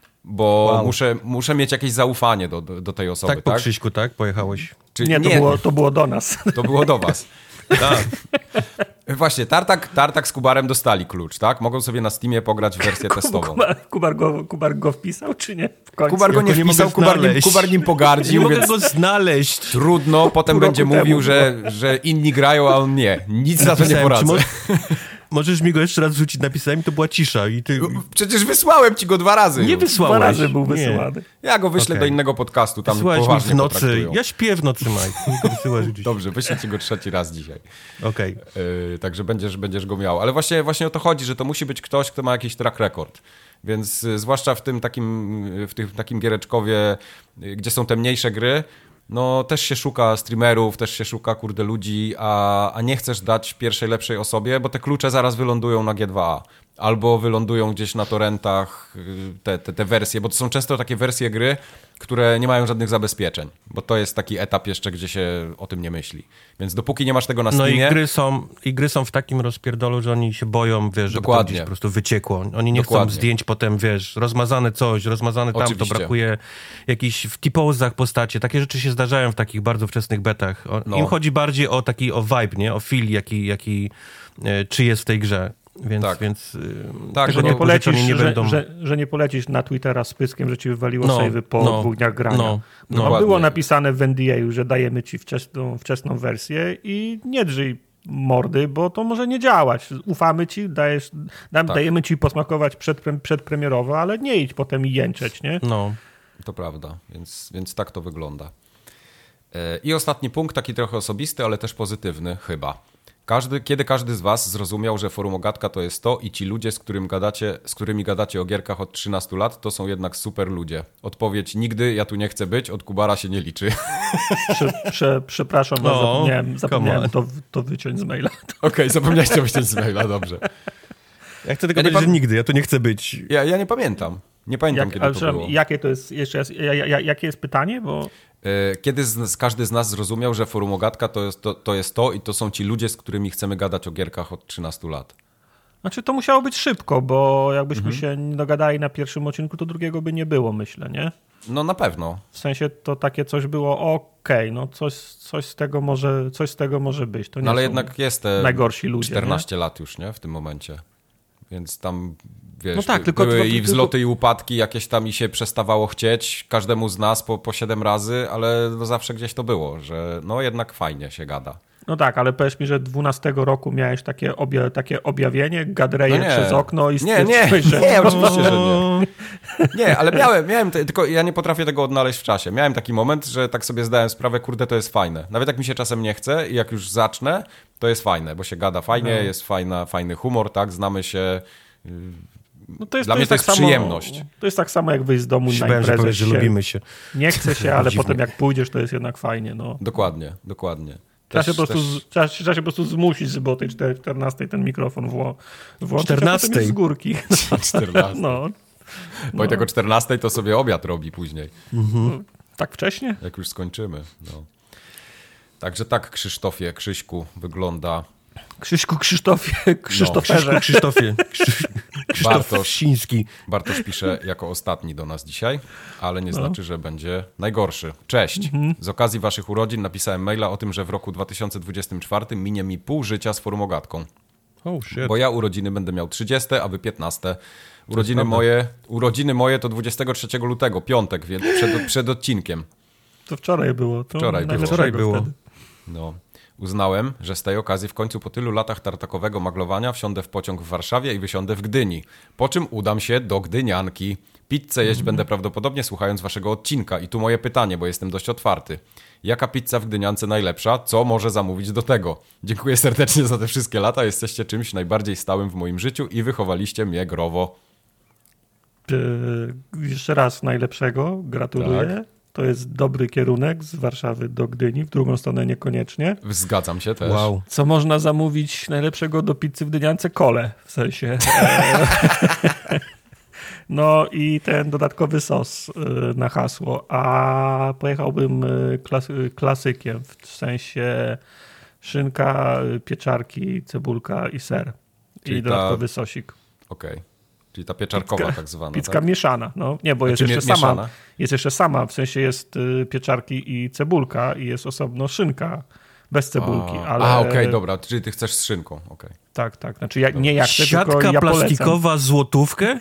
bo muszę mieć jakieś zaufanie do tej osoby. Tak, po Krzyśku, tak? Pojechałeś? To było do nas. To było do was. Tak. Właśnie, Tartak z Kubarem dostali klucz, tak? Mogą sobie na Steamie pograć w wersję testową. Kubar go wpisał, czy nie? Kubar go nie wpisał, Kubar nim pogardził. Nie mogę go znaleźć. Trudno, potem będzie mówił, że inni grają, a on nie. Nic na to nie poradzę. Możesz mi go jeszcze raz rzucić, napisałem, to była cisza. Przecież wysłałem ci go 2 razy. Nie wysłałeś. 2 razy był wysyłany. Ja go wyślę do innego podcastu, tam poważnie w nocy. Potraktują. Ja śpię w nocy, Mike. Nie go wysyłasz gdzieś. Dobrze, wyślę ci go 3. raz dzisiaj. Okej. Także będziesz go miał. Ale właśnie o to chodzi, że to musi być ktoś, kto ma jakiś track record. Więc zwłaszcza w tym takim giereczkowie, gdzie są te mniejsze gry, no też się szuka streamerów, też się szuka ludzi, a nie chcesz dać pierwszej lepszej osobie, bo te klucze zaraz wylądują na G2A. Albo wylądują gdzieś na torrentach te wersje, bo to są często takie wersje gry, które nie mają żadnych zabezpieczeń, bo to jest taki etap jeszcze, gdzie się o tym nie myśli. Więc dopóki nie masz tego na Steamie... No i gry są w takim rozpierdolu, że oni się boją, wiesz, żeby to gdzieś po prostu wyciekło. Oni nie chcą zdjęć potem, wiesz, rozmazane coś, rozmazane tam, Oczywiście. to brakuje jakichś w T-pozach postacie. Takie rzeczy się zdarzają w takich bardzo wczesnych betach. Im chodzi bardziej o vibe, nie? O feel, jaki czy jest w tej grze. Więc że nie polecisz na Twittera z pyskiem, że ci wywaliło save'y po 2 dniach grania. Było napisane w NDA, że dajemy ci wczesną wersję i nie drzyj mordy, bo to może nie działać. Ufamy ci, dajemy ci posmakować przedpremierowo, ale nie idź potem i jęczeć, nie? No, to prawda, więc tak to wygląda. I ostatni punkt, taki trochę osobisty, ale też pozytywny chyba. Kiedy każdy z was zrozumiał, że Forum Ogatka to jest to i ci ludzie, z którymi gadacie o gierkach od 13 lat, to są jednak super ludzie? Odpowiedź: nigdy, ja tu nie chcę być, od Kubara się nie liczy. Przepraszam, zapomniałem to wyciąć z maila. Okej, zapomniałeś to wyciąć z maila, dobrze. Ja chcę tylko powiedzieć, że nigdy, ja tu nie chcę być. Ja nie pamiętam. Nie pamiętam, kiedy to było. Jakie to jest, jeszcze raz, jakie jest pytanie? Bo... Kiedy każdy z nas zrozumiał, że Forum Ogatka to jest to i to są ci ludzie, z którymi chcemy gadać o gierkach od 13 lat? Znaczy to musiało być szybko, bo jakbyśmy się nie dogadali na pierwszym odcinku, to drugiego by nie było, myślę, nie? No na pewno. W sensie to takie coś było, no coś z tego może być. To nie ale jednak jest najgorsi ludzie, 14 lat już, nie? W tym momencie. Więc tam, wiesz, no tak, były i wzloty i upadki, jakieś tam i się przestawało chcieć każdemu z nas po 7 razy, ale no zawsze gdzieś to było, że no jednak fajnie się gada. No tak, ale powiedz mi, że 12 roku miałeś takie objawienie, gadreje przez okno i stwierdziłeś, że... Nie, oczywiście, że nie. Nie, ale miałem tylko ja nie potrafię tego odnaleźć w czasie. Miałem taki moment, że tak sobie zdałem sprawę, kurde, to jest fajne. Nawet jak mi się czasem nie chce i jak już zacznę, to jest fajne, bo się gada fajnie, jest fajny humor, tak, znamy się... No Dla mnie to jest przyjemność. To jest tak samo, jak wyjść z domu na imprezę. że lubimy się. Nie chce się, ale potem jak pójdziesz, to jest jednak fajnie. No. Dokładnie. Trzeba się po prostu zmusić, żeby o tej 14 ten mikrofon włączyć, 14 z górki. 14. No. Wojtek o 14 to sobie obiad robi później. Tak wcześnie? Jak już skończymy. No. Także tak, Krzyśku wygląda... Krzysztofie. Krzysztof Siński. Bartosz pisze jako ostatni do nas dzisiaj, ale nie znaczy, że będzie najgorszy. Cześć. Z okazji waszych urodzin napisałem maila o tym, że w roku 2024 minie mi pół życia z Forum Ogatką. Oh, shit. Bo ja urodziny będę miał 30, a wy 15. Urodziny moje to 23 lutego, piątek, więc przed odcinkiem. To wczoraj było. Wczoraj było. Wtedy. No. Uznałem, że z tej okazji w końcu po tylu latach tartakowego maglowania wsiądę w pociąg w Warszawie i wysiądę w Gdyni. Po czym udam się do Gdynianki. Pizzę jeść będę prawdopodobnie słuchając waszego odcinka. I tu moje pytanie, bo jestem dość otwarty. Jaka pizza w Gdyniance najlepsza? Co może zamówić do tego? Dziękuję serdecznie za te wszystkie lata. Jesteście czymś najbardziej stałym w moim życiu i wychowaliście mnie growo. Jeszcze raz najlepszego. Gratuluję. Tak. To jest dobry kierunek z Warszawy do Gdyni, w drugą stronę niekoniecznie. Zgadzam się też. Wow. Co można zamówić najlepszego do pizzy w Gdyniance? Kole, w sensie. No i ten dodatkowy sos na hasło. A pojechałbym klasykiem, w sensie szynka, pieczarki, cebulka i ser. Czyli i dodatkowy sosik. Okej. Czyli ta pieczarkowa tak zwana. Pizza mieszana. No, nie, bo jest jeszcze sama. Jest jeszcze sama, w sensie jest pieczarki i cebulka i jest osobno szynka bez cebulki. Okej, dobra, czyli ty chcesz z szynką. Okay. Tak. Znaczy nie ja chcę, siatka tylko ja plastikowa polecam. złotówkę?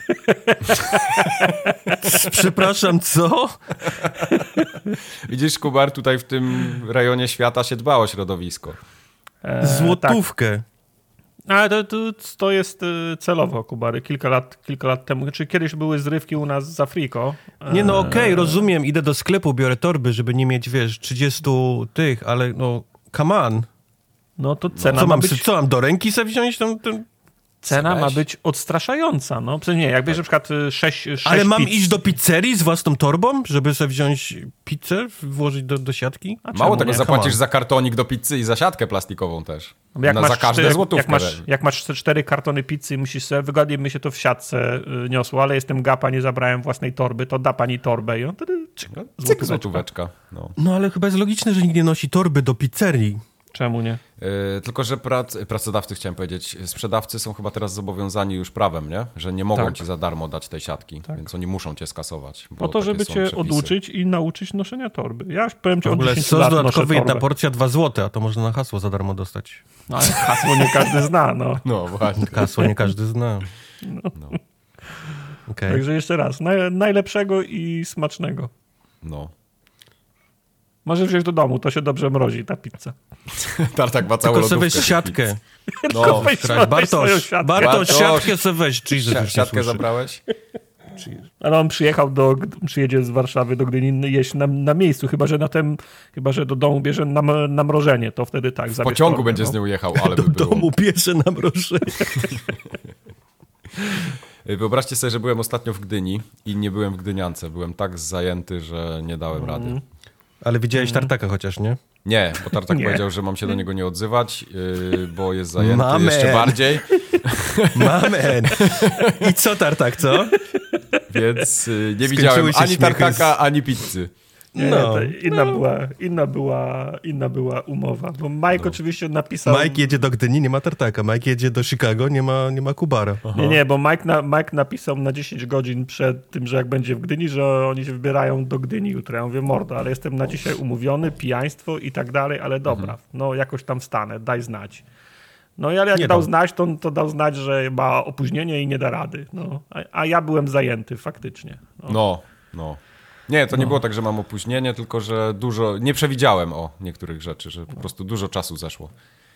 Przepraszam, co? Widzisz, Kubar, tutaj w tym rejonie świata się dba o środowisko. Złotówkę. Tak. Ale to jest celowo, Kubary. Kilka lat temu. Znaczy kiedyś były zrywki u nas z Afriko. Nie, no okej, rozumiem. Idę do sklepu, biorę torby, żeby nie mieć, 30 tych, ale no, come on. No to cena ma być... Co mam do ręki sobie wziąć? Cena ma być odstraszająca. No, nie, jak bierzesz na przykład 6 ale mam iść do pizzerii z własną torbą, żeby sobie wziąć pizzę, włożyć do siatki? Mało tego, zapłacisz za kartonik do pizzy i za siatkę plastikową też. Za każde złotówkę. Jak masz 4 kartony pizzy i musisz sobie, wygodnie by się to w siatce niosło, ale jestem gapa, nie zabrałem własnej torby, to da pani torbę i on wtedy złotóweczka. No ale chyba jest logiczne, że nikt nie nosi torby do pizzerii. Czemu nie? Tylko, że pracodawcy, chciałem powiedzieć, sprzedawcy są chyba teraz zobowiązani już prawem, nie? Że nie mogą ci za darmo dać tej siatki, więc oni muszą cię skasować. Po to, żeby cię oduczyć i nauczyć noszenia torby. Ja powiem ci, w ogóle sos dodatkowy, jedna porcja 2 zł, a to można na hasło za darmo dostać. No, ale hasło nie każdy zna, no. No właśnie. Hasło nie każdy zna. No. Okay. Także jeszcze raz, najlepszego i smacznego. No. Możesz wziąć do domu, to się dobrze mrozi, ta pizza. Tartak ma całą lodówkę. Tylko sobie weź siatkę. No, Bartosz, siatkę sobie weź. Siatkę zabrałeś? Ale on przyjedzie z Warszawy do Gdyni jeść na miejscu, chyba że do domu bierze na mrożenie, to wtedy tak. W pociągu będzie z nią jechał, ale do domu bierze na mrożenie. Wyobraźcie sobie, że byłem ostatnio w Gdyni i nie byłem w Gdyniance. Byłem tak zajęty, że nie dałem rady. Ale widziałeś Tartaka chociaż, nie? Nie, bo Tartak powiedział, że mam się do niego nie odzywać, bo jest zajęty jeszcze bardziej. Mamen! I co Tartak, co? Więc nie widziałem ani Tartaka, ani pizzy. Inna była umowa, bo Mike oczywiście napisał... Mike jedzie do Gdyni, nie ma Tartaka. Mike jedzie do Chicago, nie ma Kubara. Nie, bo Mike napisał na 10 godzin przed tym, że jak będzie w Gdyni, że oni się wybierają do Gdyni jutro. Ja mówię, mordo, ale jestem na dzisiaj umówiony, pijaństwo i tak dalej, ale dobra, no jakoś tam stanę, daj znać. No i ale jak dał znać, to dał znać, że ma opóźnienie i nie da rady. No, a ja byłem zajęty faktycznie. No. Nie, to nie było tak, że mam opóźnienie, tylko że nie przewidziałem niektórych rzeczy, że po prostu dużo czasu zeszło.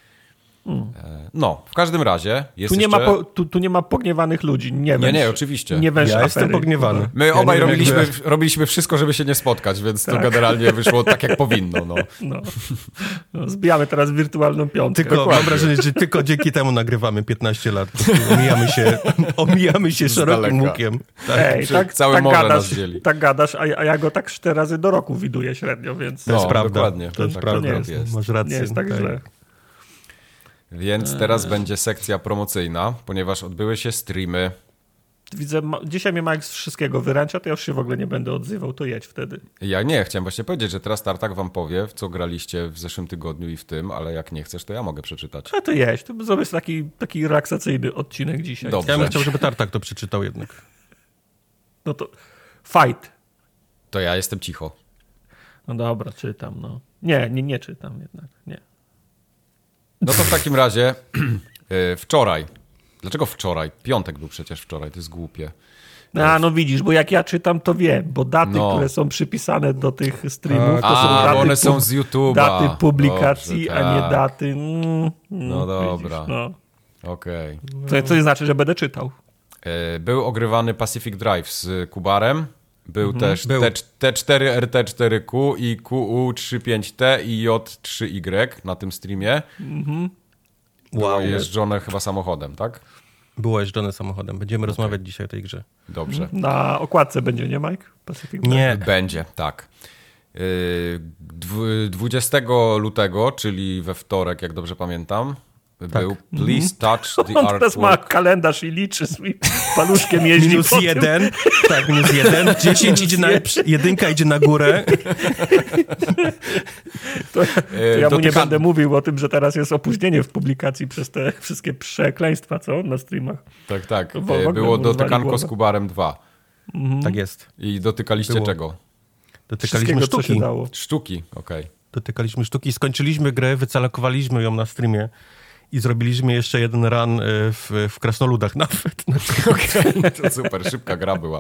No, w każdym razie jest tu nie ma pogniewanych ludzi. Nie, oczywiście. Nie węż ja jestem pogniewany. My obaj robiliśmy wszystko, żeby się nie spotkać, więc to generalnie wyszło tak, jak powinno. No, zbijamy teraz wirtualną piątkę. Mam wrażenie, że tylko dzięki temu nagrywamy 15 lat. Omijamy się szerokim łukiem. Całe morze nas dzieli. Tak gadasz, a ja go tak 4 razy do roku widuję średnio, więc... To jest prawda. Dokładnie. To jest prawda. Masz rację. Nie jest tak źle. Więc teraz będzie sekcja promocyjna, ponieważ odbyły się streamy. Widzę, dzisiaj mnie Mike z wszystkiego wyręcza, to ja już się w ogóle nie będę odzywał, to jedź wtedy. Ja nie, chciałem właśnie powiedzieć, że teraz Tartak wam powie, w co graliście w zeszłym tygodniu i w tym, ale jak nie chcesz, to ja mogę przeczytać. A to jedź, to zrobię taki relaksacyjny odcinek dzisiaj. Dobrze. Ja bym chciał, żeby Tartak to przeczytał jednak. No to fight. To ja jestem cicho. No dobra, czytam, no. Nie czytam jednak, nie. No to w takim razie wczoraj. Dlaczego wczoraj? Piątek był przecież wczoraj, to jest głupie. No widzisz, bo jak ja czytam, to wiem, bo daty, które są przypisane do tych streamów, to są daty, bo one są z YouTube'a. Daty publikacji, Dobrze, a nie daty... No dobra. No. Okej. Co nie znaczy, że będę czytał. Był ogrywany Pacific Drive z Kubarem. Był też T4, RT4Q i QU35T i J3Y na tym streamie. Było jeżdżone chyba samochodem, tak? Było jeżdżone samochodem. Będziemy rozmawiać dzisiaj o tej grze. Dobrze. Na okładce będzie, nie Mike? Pacific Drive? Nie. Będzie, tak. 20 lutego, czyli we wtorek, jak dobrze pamiętam, był Please touch the artwork. On teraz ma kalendarz i liczy swoim paluszkiem jeździ. -1. Tak, -1. 10 idzie jedynka idzie na górę. To ja mu nie będę mówił o tym, że teraz jest opóźnienie w publikacji przez te wszystkie przekleństwa, co? Na streamach. Tak. Było dotykanko z Kubarem 2. Tak jest. I dotykaliście czego? Dotykaliśmy sztuki. Sztuki, okej. Dotykaliśmy sztuki. Skończyliśmy grę, wycalakowaliśmy ją na streamie. I zrobiliśmy jeszcze jeden run w Krasnoludach nawet. Okej, to super, szybka gra była.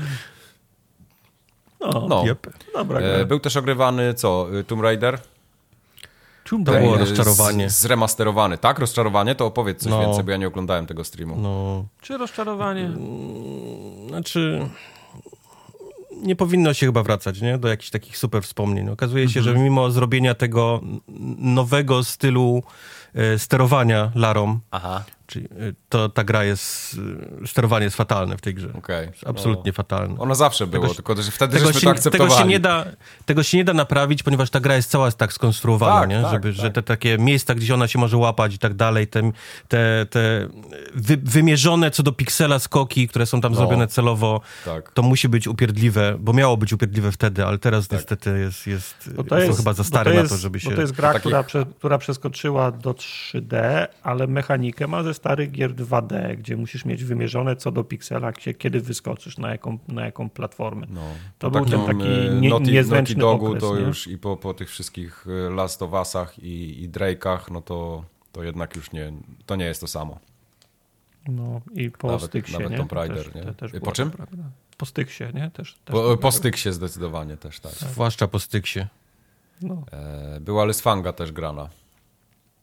Yep. Dobra gra. Był też ogrywany, Tomb Raider? To było rozczarowanie. Zremasterowany, tak? Rozczarowanie? To opowiedz coś więcej, bo ja nie oglądałem tego streamu. Czy rozczarowanie? Znaczy... Nie powinno się chyba wracać, nie? Do jakichś takich super wspomnień. Okazuje się, że mimo zrobienia tego nowego stylu sterowania Larą, czyli to ta gra jest, sterowanie jest fatalne w tej grze. Absolutnie fatalne. Ono zawsze było, tylko że wtedy żeśmy to akceptowali. Tego się nie da naprawić, ponieważ ta gra jest cała tak skonstruowana, nie? Że te takie miejsca, gdzie ona się może łapać i tak dalej, te wymierzone co do piksela skoki, które są tam zrobione celowo, to musi być upierdliwe, bo miało być upierdliwe wtedy, ale teraz niestety jest chyba za stary na to, żeby się... Bo to jest gra, która przeskoczyła do 3D, ale mechanikę ma ze starych gier 2D, gdzie musisz mieć wymierzone co do piksela, kiedy wyskoczysz, na jaką platformę. To był ten taki niezręczny okres. To już i po tych wszystkich Last of Usach i Drake'ach, to jednak już nie jest to samo. No i po Styksie, nawet nie? Tomb Raider, nie? Też po czym? Po Styksie, nie? Po Styksie zdecydowanie też, tak. Zwłaszcza po Styksie. Była Lysfanga też grana.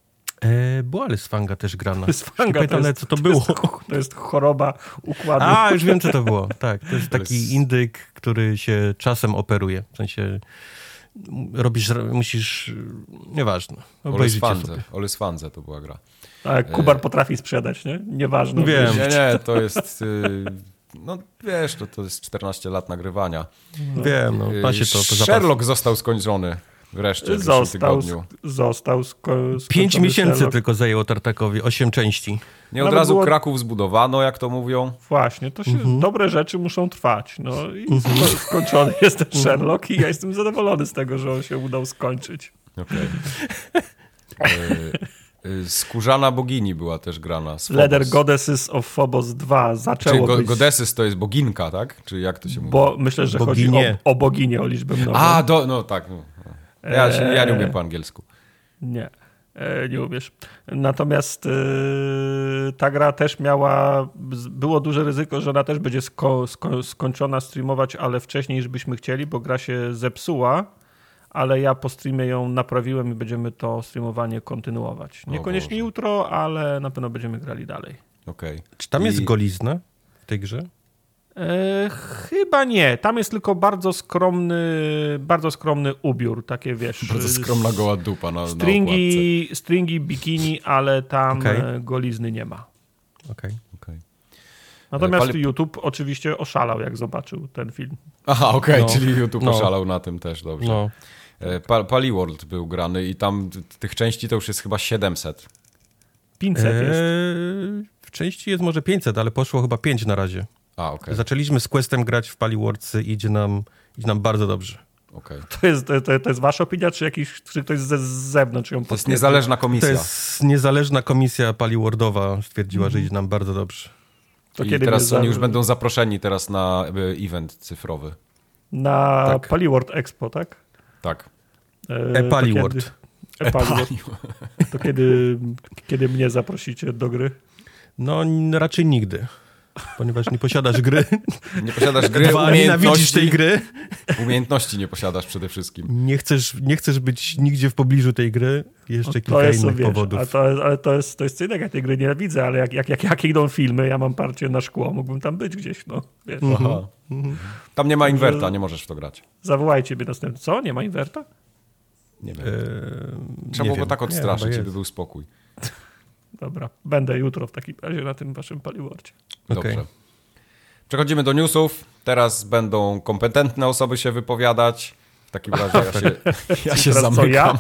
Była Lysfanga też grana. Lysfanga pamiętam, co to było. To jest choroba układu. A, już wiem, co to było. Tak, to jest taki indyk, który się czasem operuje. W sensie musisz... Nieważne. O Lysfandze to była gra. Tak, Kubar potrafi sprzedać, nie? Nieważne. Wiem. Nie, to jest... No wiesz, to jest 14 lat nagrywania. Wiem, no. Ma się to Sherlock został skończony wreszcie w zeszłym tygodniu. Został skończony 5 miesięcy Sherlock. tylko zajęło Tartakowi, 8 części. Nie od razu Kraków zbudowano, jak to mówią. Właśnie, to się dobre rzeczy muszą trwać. No i skończony jest ten Sherlock i ja jestem zadowolony z tego, że on się udał skończyć. Okej. Skórzana bogini była też grana. Leather Goddesses of Phobos 2 zaczęło Czyli być... Goddesses to jest boginka, tak? Czy jak to się mówi? Bo myślę, że chodzi o boginię, o liczbę mnogą. No tak. Ja nie umiem po angielsku. Nie umiesz. Natomiast ta gra też było duże ryzyko, że ona też będzie skończona streamować, ale wcześniej niż byśmy chcieli, bo gra się zepsuła, ale ja po streamie ją naprawiłem i będziemy to streamowanie kontynuować. Niekoniecznie jutro, ale na pewno będziemy grali dalej. Okay. Czy tam jest golizna w tej grze? Chyba nie. Tam jest tylko bardzo skromny ubiór, takie wiesz. Bardzo skromna goła dupa na stringi, bikini, ale tam golizny nie ma. Okay. Natomiast YouTube oczywiście oszalał, jak zobaczył ten film. Aha, czyli YouTube oszalał na tym też, dobrze. No. Paliworld był grany i tam tych części to już jest chyba 700. 500 jest. W części jest może 500, ale poszło chyba 5 na razie. Zaczęliśmy z Questem grać w Paliworldsy i idzie nam bardzo dobrze. To jest wasza opinia, czy ktoś z zewnątrz ją To jest niezależna komisja. To jest niezależna komisja Paliworldowa stwierdziła, że idzie nam bardzo dobrze. I teraz oni już będą zaproszeni teraz na event cyfrowy. Na Paliworld Expo, tak? Tak. Paliworld. To kiedy mnie zaprosicie do gry? No raczej nigdy. Ponieważ nie posiadasz gry. Nie posiadasz gry, nienawidzisz tej gry. Umiejętności nie posiadasz przede wszystkim. Nie chcesz być nigdzie w pobliżu tej gry. Jeszcze kilka innych powodów. Ale to jest co innego, ja tej gry nienawidzę, ale jak idą filmy, ja mam parcie na szkło, mógłbym tam być gdzieś, no. Wiesz. Tam nie ma inwerta, nie możesz w to grać. Zawołajcie mnie następnie. Co? Nie ma inwerta? Nie wiem. Trzeba było go tak odstraszyć, żeby był spokój. Dobra, będę jutro w takim razie na tym waszym Paliwordzie. Dobrze. Przechodzimy do newsów. Teraz będą kompetentne osoby się wypowiadać. W takim razie ja się zamykam.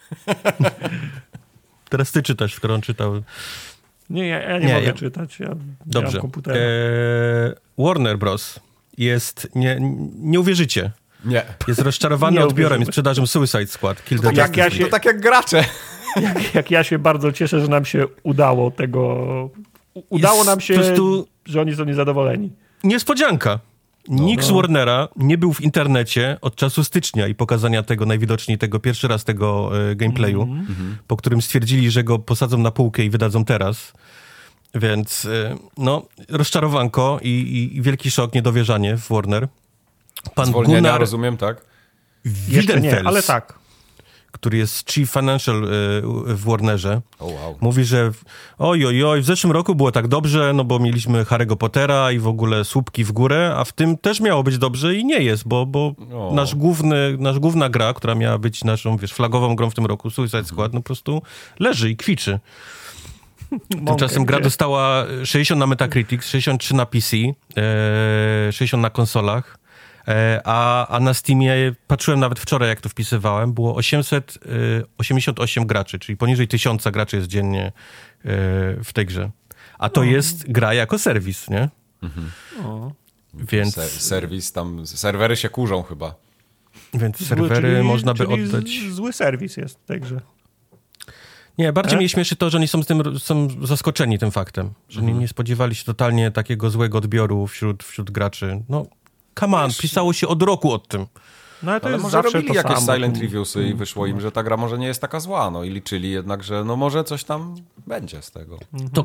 Teraz ty czytasz, skoro on czytał. Nie, ja nie mogę czytać. Dobrze. Mam komputer. Warner Bros. jest... Nie uwierzycie. Nie. Jest rozczarowany odbiorem i sprzedażą Suicide Squad. To tak jak gracze. Jak ja się bardzo cieszę, że nam się udało tego... Udało nam się, że oni są niezadowoleni. Niespodzianka. Nikt z Warnera nie był w internecie od czasu stycznia i pokazania tego najwidoczniej pierwszy raz tego gameplayu, po którym stwierdzili, że go posadzą na półkę i wydadzą teraz. Więc rozczarowanko i wielki szok, niedowierzanie w Warner. Pan zwolnienia, Gunnar, rozumiem, tak? Wiedenfels, ale tak. Który jest Chief Financial w Warnerze, mówi, że w zeszłym roku było tak dobrze, no bo mieliśmy Harry'ego Pottera i w ogóle słupki w górę, a w tym też miało być dobrze i nie jest, bo nasz główna gra, która miała być naszą, flagową grą w tym roku, Suicide Squad, no po prostu leży i kwiczy. Tymczasem gra dostała 60 na Metacritic, 63 na PC, 60 na konsolach. A na Steamie, patrzyłem nawet wczoraj, jak to wpisywałem, było 888 graczy, czyli poniżej 1000 graczy jest dziennie w tej grze. A to jest gra jako serwis, nie? Więc... Serwis, tam serwery się kurzą chyba. Więc serwery można by oddać... Zły serwis jest w tej grze. Nie, bardziej mnie śmieszy to, że oni są zaskoczeni tym faktem, że nie spodziewali się totalnie takiego złego odbioru wśród graczy. No, come on, pisało się od roku o tym. No, ale to ale jest może zawsze robili to jakieś samo. silent reviewsy i wyszło im, że ta gra może nie jest taka zła, no i liczyli jednak, że może coś tam będzie z tego.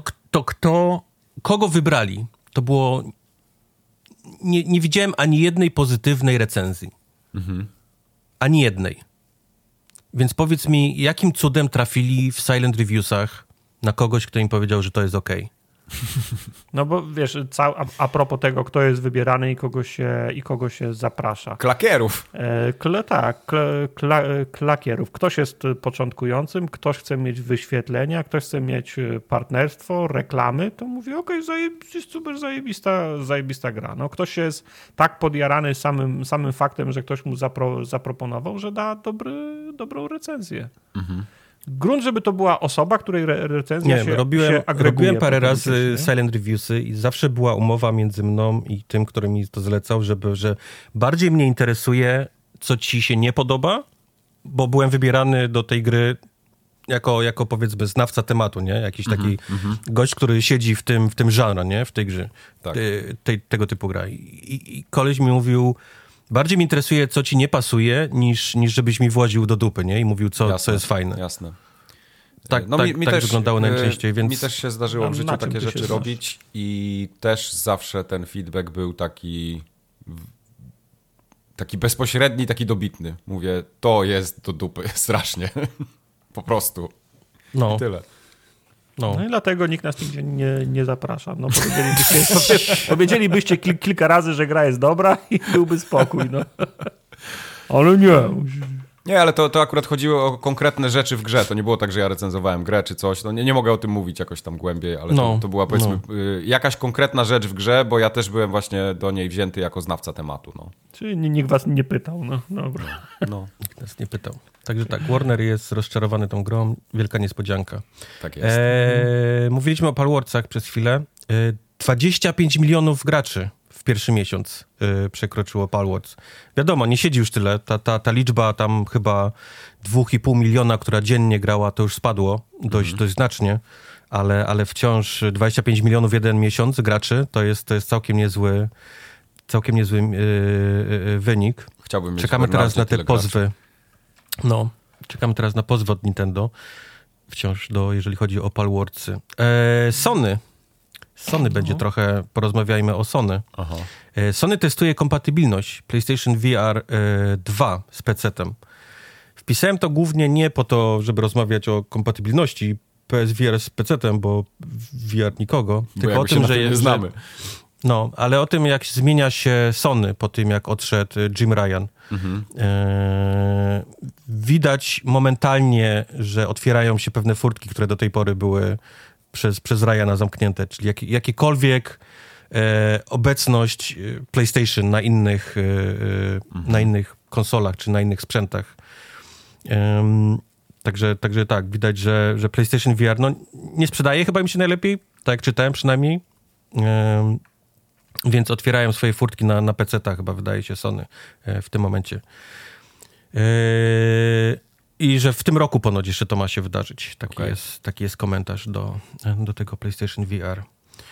Kogo wybrali? To było... Nie widziałem ani jednej pozytywnej recenzji. Ani jednej. Więc powiedz mi, jakim cudem trafili w Silent Reviewsach na kogoś, kto im powiedział, że to jest okej? No bo wiesz, a propos tego, kto jest wybierany i kogo się zaprasza. Klakierów. Klakierów. Ktoś jest początkującym, ktoś chce mieć wyświetlenia, ktoś chce mieć partnerstwo, reklamy, to mówi, jest super zajebista gra. No, ktoś jest tak podjarany samym faktem, że ktoś mu zaproponował, że da dobrą recenzję. Mhm. Grunt, żeby to była osoba, której recenzja się agreguje. Robiłem parę razy Silent Reviewsy i zawsze była umowa między mną i tym, który mi to zlecał, że bardziej mnie interesuje, co ci się nie podoba, bo byłem wybierany do tej gry jako powiedzmy znawca tematu, nie? Jakiś taki gość, który siedzi w tym genre, nie? W tej grze. Tak. Tego typu gra. I koleś mi mówił, bardziej mi interesuje, co ci nie pasuje, niż żebyś mi właził do dupy, nie? I mówił, co jest fajne. Jasne. Tak też wyglądało najczęściej, więc... Mi też się zdarzyło w życiu takie rzeczy robić i też zawsze ten feedback był taki bezpośredni, taki dobitny. Mówię, to jest do dupy, strasznie. Po prostu. No. I tyle. No i dlatego nikt nas nigdzie nie zaprasza. No, powiedzielibyście kilka razy, że gra jest dobra i byłby spokój. No. Ale nie. Nie, ale to akurat chodziło o konkretne rzeczy w grze. To nie było tak, że ja recenzowałem grę czy coś. No nie mogę o tym mówić jakoś tam głębiej, ale to była powiedzmy jakaś konkretna rzecz w grze, bo ja też byłem właśnie do niej wzięty jako znawca tematu. No. Czyli nikt was nie pytał. No, dobra. No. Nikt nas nie pytał. Także tak, Warner jest rozczarowany tą grą. Wielka niespodzianka. Tak jest. Mówiliśmy o Palworldsach przez chwilę. 25 milionów graczy w pierwszy miesiąc przekroczyło Palworlds. Wiadomo, nie siedzi już tyle. Ta liczba tam chyba 2,5 miliona, która dziennie grała, to już spadło dość znacznie, ale wciąż 25 milionów w jeden miesiąc graczy to jest całkiem niezły wynik. Chciałbym mieć Czekamy teraz na te pozwy. No, czekamy teraz na pozwy od Nintendo. Wciąż jeżeli chodzi o Palworldsy. Sony będzie trochę, porozmawiajmy o Sony. Aha. Sony testuje kompatybilność PlayStation VR 2 z PC-tem. Wpisałem to głównie nie po to, żeby rozmawiać o kompatybilności PSVR z PC-tem, bo VR nikogo, tylko o tym, że nie znamy. No, ale o tym, jak zmienia się Sony po tym, jak odszedł Jim Ryan. Widać momentalnie, że otwierają się pewne furtki, które do tej pory były przez Ryana zamknięte, czyli jakiekolwiek obecność PlayStation na innych konsolach, czy na innych sprzętach. Także tak, widać, że PlayStation VR nie sprzedaje chyba im się najlepiej, tak jak czytałem przynajmniej, więc otwierają swoje furtki na PC-tach, chyba wydaje się Sony w tym momencie. I że w tym roku ponoć jeszcze to ma się wydarzyć. Taki jest komentarz do tego PlayStation VR.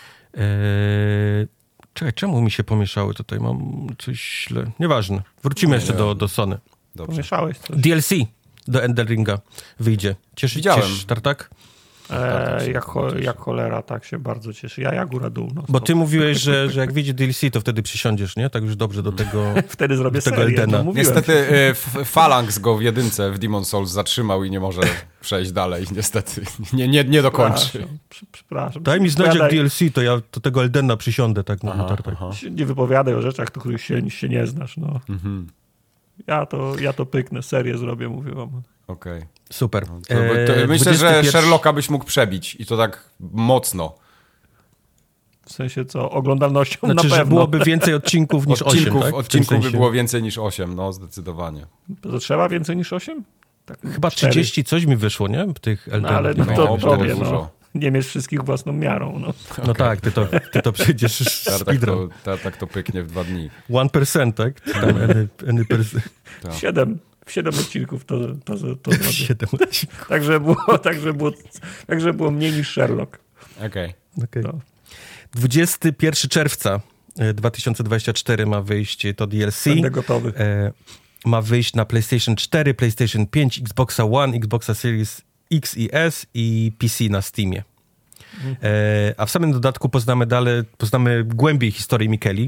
Czekaj, czemu mi się pomieszały tutaj? Mam coś źle. Nieważne. Wrócimy jeszcze do Sony. Dobrze. Pomieszałeś coś. DLC do Elden Ringa wyjdzie. Cieszysz, Tartak? Jak cholera, tak się bardzo cieszy. Ja góra dół. No, bo ty mówiłeś, że jak wyjdzie DLC, to wtedy przysiądziesz, nie? Tak już dobrze do tego wtedy zrobię tego serię, Eldena. No, niestety Phalanx go w jedynce w Demon's Souls zatrzymał i nie może przejść dalej. Niestety. Nie dokończy. Przepraszam. Daj mi znać jak DLC, to ja do tego Eldena przysiądę, tak mówił Tartak. Nie wypowiadaj o rzeczach, których się nie znasz. No. Ja to pyknę, serię zrobię, mówię wam. Okej. Super. Myślę, że Sherlocka byś mógł przebić i to tak mocno. W sensie co? Oglądalnością na pewno. Że byłoby więcej odcinków niż 8, tak? Odcinków by było więcej niż 8, no zdecydowanie. To trzeba więcej niż 8? Tak, chyba 40 coś mi wyszło, nie? Tych Eldenów. Ale to tobie, nie mierz wszystkich własną miarą. No tak, ty to przejdziesz speedrun. Tak to pyknie w 2 dni. 1%, tak? Tam any percent. 7 odcinków to 7 odcinków. Także było mniej niż Sherlock. Okej. No. 21 czerwca 2024 ma wyjść to DLC. Będę gotowy. Ma wyjść na PlayStation 4, PlayStation 5, Xboxa One, Xboxa Series X i S i PC na Steamie. A w samym dodatku poznamy głębiej historię Mikeli,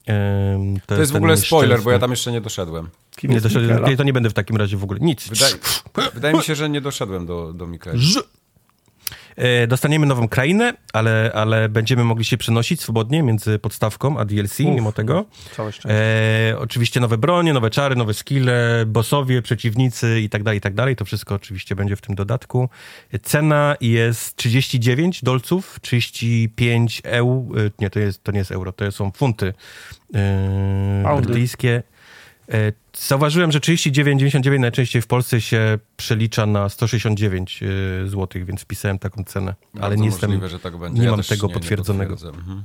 To jest w ogóle spoiler, bo ja tam jeszcze nie doszedłem. Nie doszedłem, to nie będę w takim razie w ogóle nic. Wydaje mi się, że nie doszedłem do Mikaela. Dostaniemy nową krainę, ale będziemy mogli się przenosić swobodnie między podstawką a DLC, mimo tego. Całe szczęście. Oczywiście nowe bronie, nowe czary, nowe skille, bossowie, przeciwnicy i tak dalej. To wszystko oczywiście będzie w tym dodatku. Cena jest $39, 35 euro. Nie, to nie jest euro, to są funty brytyjskie. Zauważyłem, że 39,99 najczęściej w Polsce się przelicza na 169 zł, więc wpisałem taką cenę. Bardzo ale nie możliwe, że tak będzie. Nie mam tego potwierdzonego.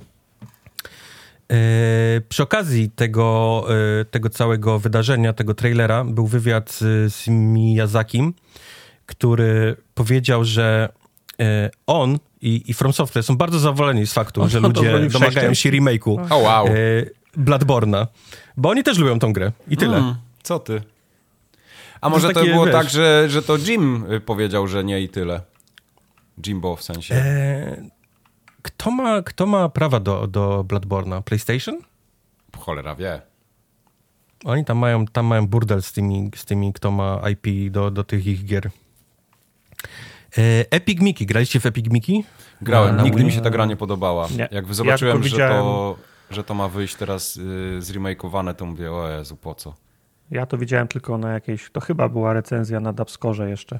Przy okazji tego całego wydarzenia, tego trailera, był wywiad z Miyazakim, który powiedział, że on i From Software są bardzo zadowoleni z faktu, że ludzie domagają się remake'u Bloodborne'a, bo oni też lubią tą grę i tyle. Co ty? A może to było tak, że to Jim powiedział, że nie i tyle? Jimbo w sensie. Kto ma prawa do Bloodborne'a? PlayStation? Cholera wie. Oni tam mają burdel z tymi kto ma IP do tych ich gier. Epic Mickey. Graliście w Epic Mickey? Grałem. Nigdy mi się ta gra nie podobała. Nie. Jak zobaczyłem, że to ma wyjść teraz zremakeowane, to mówię, o Jezu, po co? Ja to widziałem tylko na jakiejś, to chyba była recenzja na Dubscore jeszcze.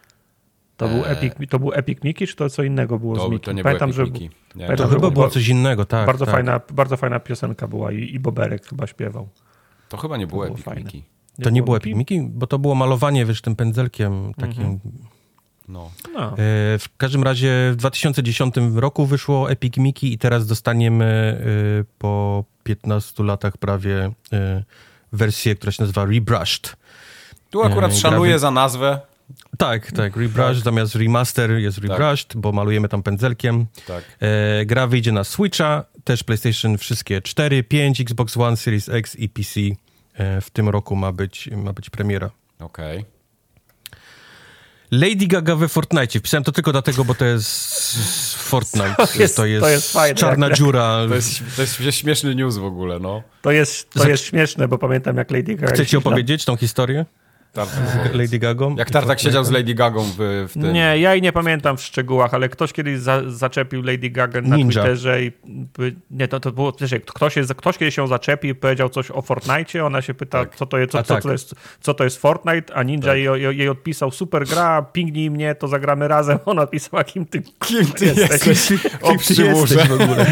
To był Epic Mickey, czy to co innego było z Mickey? To nie pamiętam, był Epic Mickey. To chyba było coś innego, tak. Bardzo fajna piosenka była i Boberek chyba śpiewał. To chyba nie było Epic Mickey. To nie było Epic Mickey? Bo to było malowanie, tym pędzelkiem takim... No. W każdym razie w 2010 roku wyszło Epic Mickey i teraz dostaniemy po 15 latach prawie wersję, która się nazywa Rebrushed. Tu akurat szanuję za nazwę. Tak, Rebrushed zamiast remaster jest Rebrushed, bo malujemy tam pędzelkiem. Tak. Gra wyjdzie na Switcha, też PlayStation wszystkie 4, 5, Xbox One, Series X i PC. W tym roku ma być premiera. Okej. Lady Gaga we Fortnite. Wpisałem to tylko dlatego, bo to jest Fortnite. To jest fajne, czarna dziura. To jest śmieszny news w ogóle, no. To jest śmieszne, bo pamiętam jak Lady Gaga... Chcecie opowiedzieć tą historię? Lady Gagą? Jak Tartak siedział z Lady Gagą w tym... Nie, ja jej nie pamiętam w szczegółach, ale ktoś kiedyś zaczepił Lady Gagę na Twitterze i... Nie, to było... Ktoś kiedyś ją zaczepił i powiedział coś o Fortnite, ona się pyta, co to jest Fortnite, a Ninja jej odpisał, super gra, pingnij mnie, to zagramy razem. Ona odpisała, kim ty jesteś? O przyłóżę. w ogóle.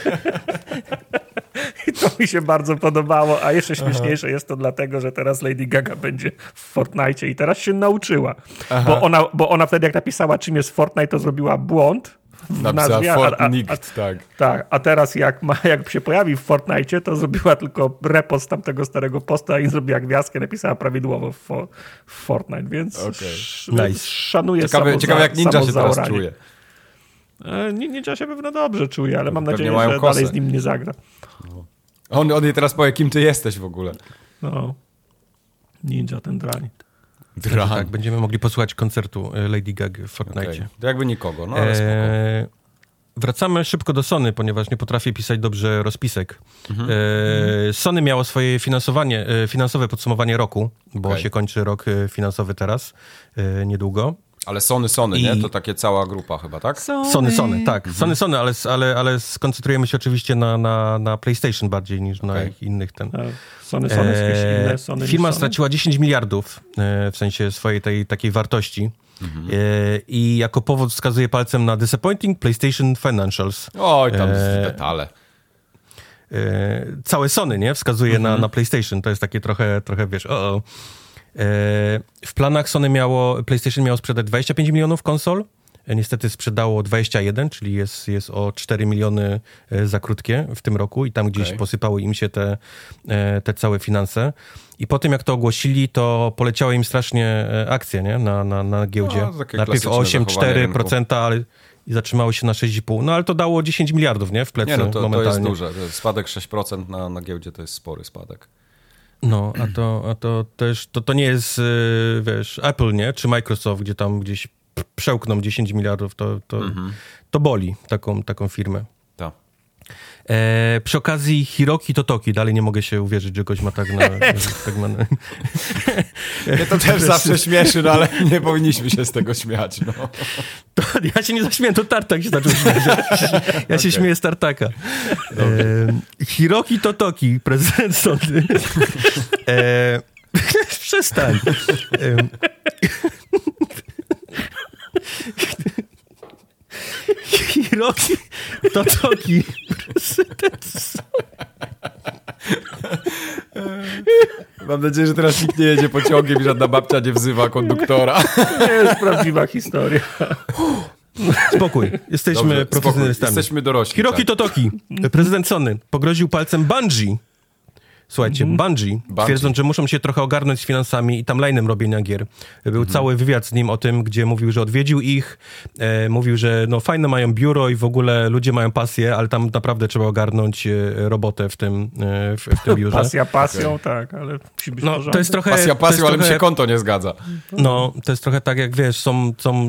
I to mi się bardzo podobało, a jeszcze śmieszniejsze jest to dlatego, że teraz Lady Gaga będzie w Fortnite i teraz się nauczyła. Bo ona wtedy jak napisała, czym jest Fortnite, to zrobiła błąd w nazwie. Tak, a teraz jak się pojawi w Fortnite, to zrobiła tylko repost tamtego starego posta i zrobiła gwiazdkę, napisała prawidłowo w Fortnite, więc szanuję Ciekawe jak Ninja się teraz czuje. Ninja się pewno dobrze czuje, ale mam nadzieję, że dalej z nim nie zagra. No. On jej teraz powie, kim ty jesteś w ogóle. No. Ninja, ten drań. Tak, będziemy mogli posłuchać koncertu Lady Gaga w Fortnite. Okay. To jakby nikogo, no ale spoko. Wracamy szybko do Sony, ponieważ nie potrafię pisać dobrze rozpisek. Sony miało swoje finansowe podsumowanie roku, bo się kończy rok finansowy teraz, niedługo. Ale Sony, nie? To takie cała grupa chyba, tak? Sony, tak. Sony, ale skoncentrujemy się oczywiście na PlayStation bardziej niż na innych. Sony jakieś inne. Firma straciła 10 miliardów w sensie swojej tej takiej wartości. I jako powód wskazuje palcem na disappointing PlayStation financials. Oj, tam detale. Całe Sony, nie? Wskazuje na PlayStation. To jest takie trochę wiesz, w planach PlayStation miało sprzedać 25 milionów konsol. Niestety sprzedało 21, czyli jest o 4 miliony za krótkie w tym roku i tam gdzieś posypały im się te całe finanse. I po tym jak to ogłosili, to poleciały im strasznie akcje, nie? Na giełdzie. Najpierw 8-4%, ale i zatrzymały się na 6,5%. No ale to dało 10 miliardów, nie? W plecy momentalnie. To jest duże. Spadek 6% na giełdzie to jest spory spadek. No, a to też, to nie jest, wiesz, Apple, nie? Czy Microsoft, gdzie tam gdzieś przełkną 10 miliardów, to boli taką firmę. Tak. Przy okazji Hiroki Totoki. Dalej nie mogę się uwierzyć, że gość ma tak na... Mnie to też zawsze śmieszy, no ale nie powinniśmy się z tego śmiać. No. Ja się nie zaśmiałem, to Tartak się zaczął śmiać. Ja się śmieję z Tartaka. Hiroki Totoki, prezydent Sądy. Przestań. Hiroki Totoki, prezydent Sądy. Mam nadzieję, że teraz nikt nie jedzie pociągiem i żadna babcia nie wzywa konduktora. To jest prawdziwa historia. Spokój, jesteśmy profesjonalistami. Jesteśmy dorośli. Hiroki Totoki, prezydent Sony, pogroził palcem Bungie. Słuchajcie, Bungie, twierdząc, że muszą się trochę ogarnąć z finansami i timeline'em robienia gier. Był cały wywiad z nim o tym, gdzie mówił, że odwiedził ich, mówił, że no fajne mają biuro i w ogóle ludzie mają pasję, ale tam naprawdę trzeba ogarnąć robotę w tym biurze. Pasja pasją, tak, ale musi być no, to jest trochę... Pasja pasją, ale mi się konto nie zgadza. No, to jest trochę tak, jak wiesz, są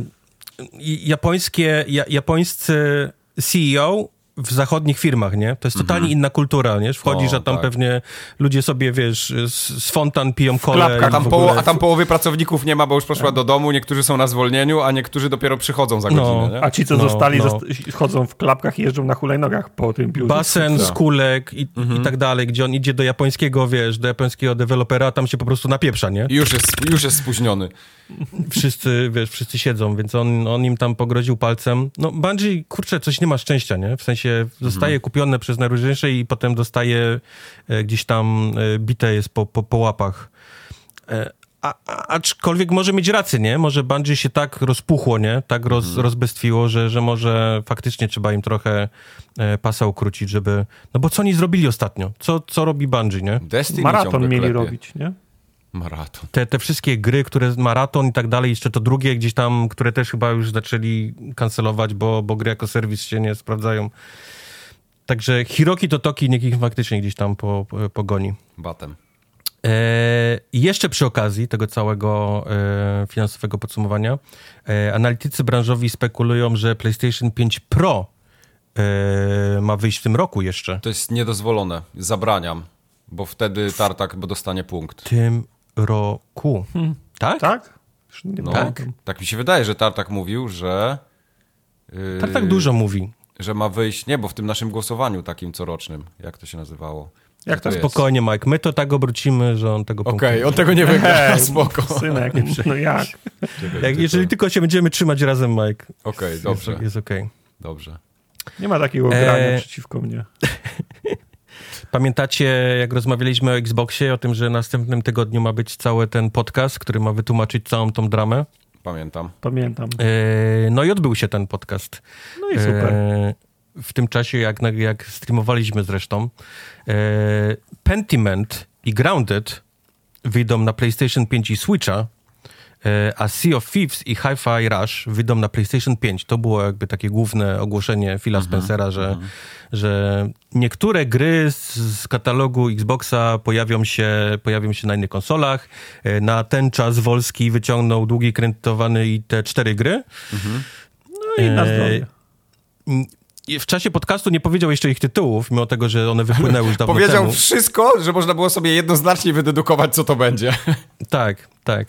japońscy CEO w zachodnich firmach, nie? To jest totalnie inna kultura, nie? Wchodzisz, a tam pewnie ludzie sobie, wiesz, z fontan piją kolę. A tam połowy pracowników nie ma, bo już poszła do domu, niektórzy są na zwolnieniu, a niektórzy dopiero przychodzą za godzinę, nie? A ci, co zostali, chodzą w klapkach i jeżdżą na hulajnogach po tym biurze. Basen z kulek i tak dalej, gdzie on idzie do japońskiego, wiesz, do japońskiego dewelopera, tam się po prostu napieprza, nie? I już jest spóźniony. Wszyscy siedzą, więc on im tam pogroził palcem. No Bungie, kurczę, coś nie ma szczęścia, nie? W sensie zostaje kupione przez najróżniejsze i potem dostaje gdzieś tam bite jest po łapach. Aczkolwiek może mieć rację, nie? Może Bungie się tak rozpuchło, nie? Tak rozbestwiło, że może faktycznie trzeba im trochę pasa ukrócić, żeby... No bo co oni zrobili ostatnio? Co robi Bungie, nie? Destiny Maraton mieli robić, nie? Maraton. Te wszystkie gry, które maraton i tak dalej, jeszcze to drugie gdzieś tam, które też chyba już zaczęli kancelować, bo gry jako serwis się nie sprawdzają. Także Hiroki Totoki niech ich faktycznie gdzieś tam pogoni. Batem. Jeszcze przy okazji tego całego finansowego podsumowania, analitycy branżowi spekulują, że PlayStation 5 Pro ma wyjść w tym roku jeszcze. To jest niedozwolone. Zabraniam, bo wtedy Tartak dostanie punkt. W tym roku. Tak? Tak? No, tak mi się wydaje, że Tartak mówił, że... Tartak dużo mówi. Że ma wyjść, nie, bo w tym naszym głosowaniu takim corocznym, jak to się nazywało? Jak to spokojnie, Mike, my to tak obrócimy, że on tego punktu... Okej, on tego nie wygra, spoko. Synek, no jak? Jeżeli tylko się będziemy trzymać razem, Mike. Okej, dobrze. Jest okej. Dobrze. Nie ma takiego grania przeciwko mnie. Pamiętacie, jak rozmawialiśmy o Xboxie, o tym, że następnym tygodniu ma być cały ten podcast, który ma wytłumaczyć całą tą dramę? Pamiętam. No i odbył się ten podcast. No i super. W tym czasie, jak streamowaliśmy zresztą, Pentiment i Grounded wyjdą na PlayStation 5 i Switcha, a Sea of Thieves i Hi-Fi Rush wyjdą na PlayStation 5. To było jakby takie główne ogłoszenie Phila Spencera, że niektóre gry z katalogu Xboxa pojawią się na innych konsolach. Na ten czas Wolski wyciągnął długi kredytowany i te 4 gry. No i na zdrowie. W czasie podcastu nie powiedział jeszcze ich tytułów, mimo tego, że one wypłynęły już dawno Powiedział temu. wszystko, że można było sobie jednoznacznie wydedukować, co to będzie. Tak.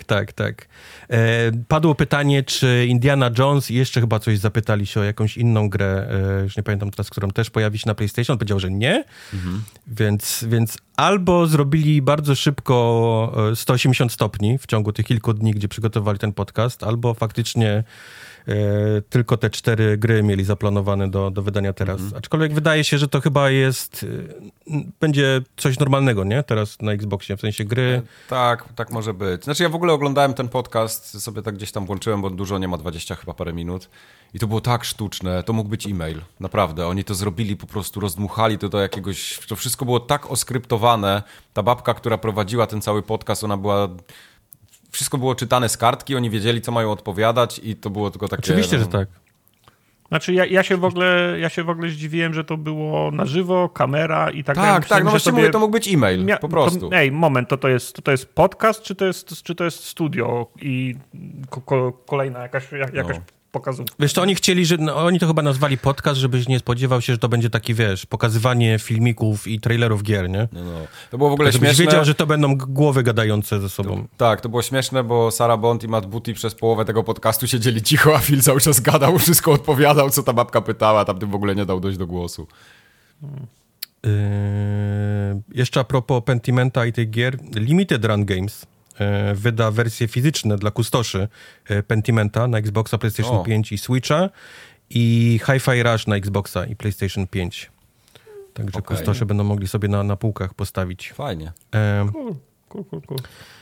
Padło pytanie, czy Indiana Jones i jeszcze chyba coś zapytali się o jakąś inną grę, już nie pamiętam teraz, którą też pojawi się na PlayStation. On powiedział, że nie, więc albo zrobili bardzo szybko 180 stopni w ciągu tych kilku dni, gdzie przygotowali ten podcast, albo faktycznie tylko te 4 gry mieli zaplanowane do wydania teraz. Aczkolwiek wydaje się, że to chyba będzie coś normalnego, nie? Teraz na Xboxie, w sensie gry. Tak może być. Znaczy ja w ogóle oglądałem ten podcast, sobie tak gdzieś tam włączyłem, bo dużo nie ma, 20 chyba parę minut. I to było tak sztuczne, to mógł być e-mail. Naprawdę, oni to zrobili, po prostu rozdmuchali to do jakiegoś... To wszystko było tak oskryptowane. Ta babka, która prowadziła ten cały podcast, ona była... Wszystko było czytane z kartki, oni wiedzieli, co mają odpowiadać i to było tylko takie... Oczywiście, że tak. Znaczy ja się w ogóle zdziwiłem, że to było na żywo, kamera i tak dalej. Tak, no właśnie mówię, to mógł być e-mail, po prostu. Moment, to jest podcast, czy to jest studio i kolejna jakaś pokazówkę. Wiesz to oni chcieli, że oni to chyba nazwali podcast, żebyś nie spodziewał się, że to będzie taki, wiesz, pokazywanie filmików i trailerów gier, nie? No. To było w ogóle śmieszne. Żebyś wiedział, że to będą głowy gadające ze sobą. Tak, to było śmieszne, bo Sarah Bond i Matt Booty przez połowę tego podcastu siedzieli cicho, a Phil cały czas gadał, wszystko odpowiadał, co ta babka pytała, tamtym w ogóle nie dał dojść do głosu. Jeszcze a propos Pentimenta i tych gier, Limited Run Games wyda wersje fizyczne dla kustoszy Pentimenta na Xboxa, PlayStation 5 i Switcha i Hi-Fi Rush na Xboxa i PlayStation 5. Także kustosze będą mogli sobie na półkach postawić. Fajnie. Cool.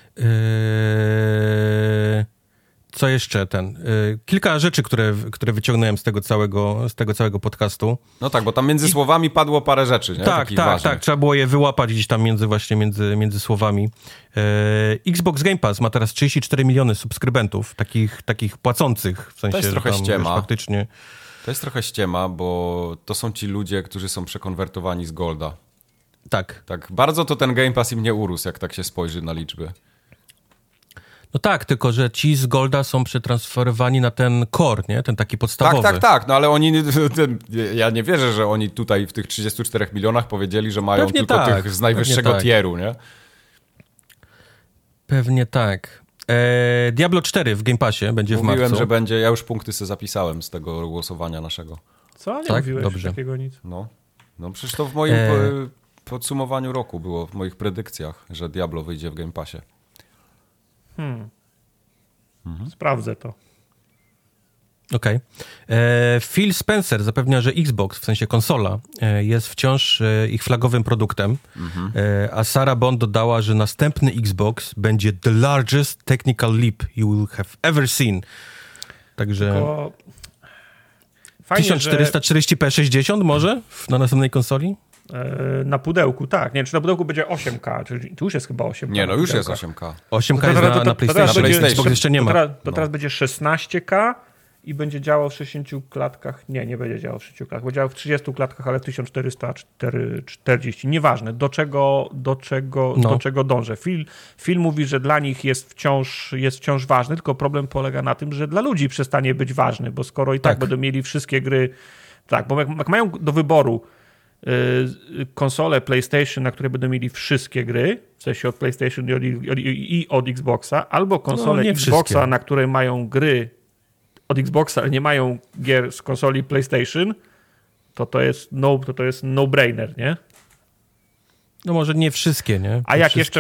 Co jeszcze? Kilka rzeczy, które wyciągnąłem z tego całego podcastu. No tak, bo tam między słowami padło parę rzeczy, nie? Tak. Trzeba było je wyłapać gdzieś tam między słowami. Xbox Game Pass ma teraz 34 miliony subskrybentów, takich płacących, w sensie, to jest trochę ściema. Faktycznie. To jest trochę ściema, bo to są ci ludzie, którzy są przekonwertowani z Golda. Tak. Tak, bardzo to ten Game Pass im nie urósł, jak tak się spojrzy na liczby. No tak, tylko że ci z Golda są przetransferowani na ten core, nie? Ten taki podstawowy. Tak, no ale oni, ja nie wierzę, że oni tutaj w tych 34 milionach powiedzieli, że mają pewnie tylko tych z najwyższego tieru, nie? Pewnie tak. Diablo 4 w Game Passie będzie w marcu. Mówiłem, że będzie, ja już punkty sobie zapisałem z tego głosowania naszego. Co? Nie tak? mówiłeś Dobrze. takiego nic? No przecież to w moim podsumowaniu roku było, w moich predykcjach, że Diablo wyjdzie w Game Passie. Sprawdzę to. Okej. Phil Spencer zapewnia, że Xbox, w sensie konsola, jest wciąż ich flagowym produktem, a Sarah Bond dodała, że następny Xbox będzie the largest technical leap you will have ever seen. Także fajnie, 1440p 60 może na następnej konsoli? Na pudełku, tak. Nie wiem, czy na pudełku będzie 8K, czyli tu już jest chyba 8K. Nie, no już jest 8K. 8K jest na PlayStation. Xbox jeszcze nie ma. To teraz będzie 16K i będzie działał w 60 klatkach. Nie będzie działał w 60 klatkach. Będzie działał w 30 klatkach, ale 1440. Nieważne, do czego dążę. Phil mówi, że dla nich jest wciąż ważny, tylko problem polega na tym, że dla ludzi przestanie być ważny, bo skoro i tak będą mieli wszystkie gry, tak, bo jak mają do wyboru konsole PlayStation, na które będą mieli wszystkie gry, w sensie od PlayStation i od Xboxa, albo konsole Xboxa, wszystkie, na które mają gry od Xboxa, ale nie mają gier z konsoli PlayStation, to jest no-brainer, nie? No może nie wszystkie, nie? A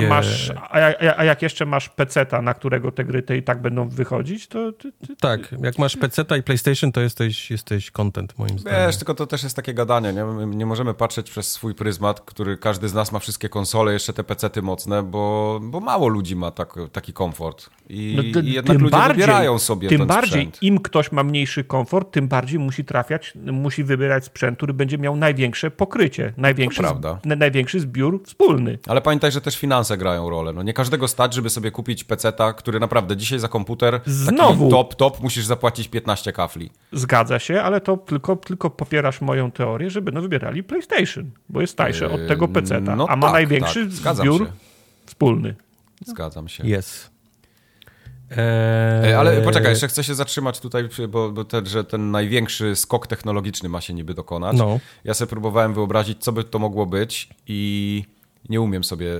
jak jeszcze masz PC-ta, na którego te gry i tak będą wychodzić, to... Tak, jak masz PC-ta i PlayStation, to jesteś content, moim zdaniem. Wiesz, tylko to też jest takie gadanie, nie? My nie możemy patrzeć przez swój pryzmat, który każdy z nas ma wszystkie konsole, jeszcze te PC-ty mocne, bo mało ludzi ma taki komfort. I jednak ludzie wybierają sobie ten sprzęt. Tym bardziej, im ktoś ma mniejszy komfort, tym bardziej musi wybierać sprzęt, który będzie miał największe pokrycie, największy zbiór wspólny. Ale pamiętaj, że też finanse grają rolę. No nie każdego stać, żeby sobie kupić peceta, który naprawdę dzisiaj za komputer taki top musisz zapłacić 15 kafli. Zgadza się, ale to tylko popierasz moją teorię, że będą wybierali PlayStation, bo jest tańsze od tego peceta, a ma największy zbiór wspólny. Zgadzam się. Jest. Ale poczekaj, jeszcze chcę się zatrzymać tutaj, bo że ten największy skok technologiczny ma się niby dokonać. No. Ja sobie próbowałem wyobrazić, co by to mogło być i nie umiem sobie...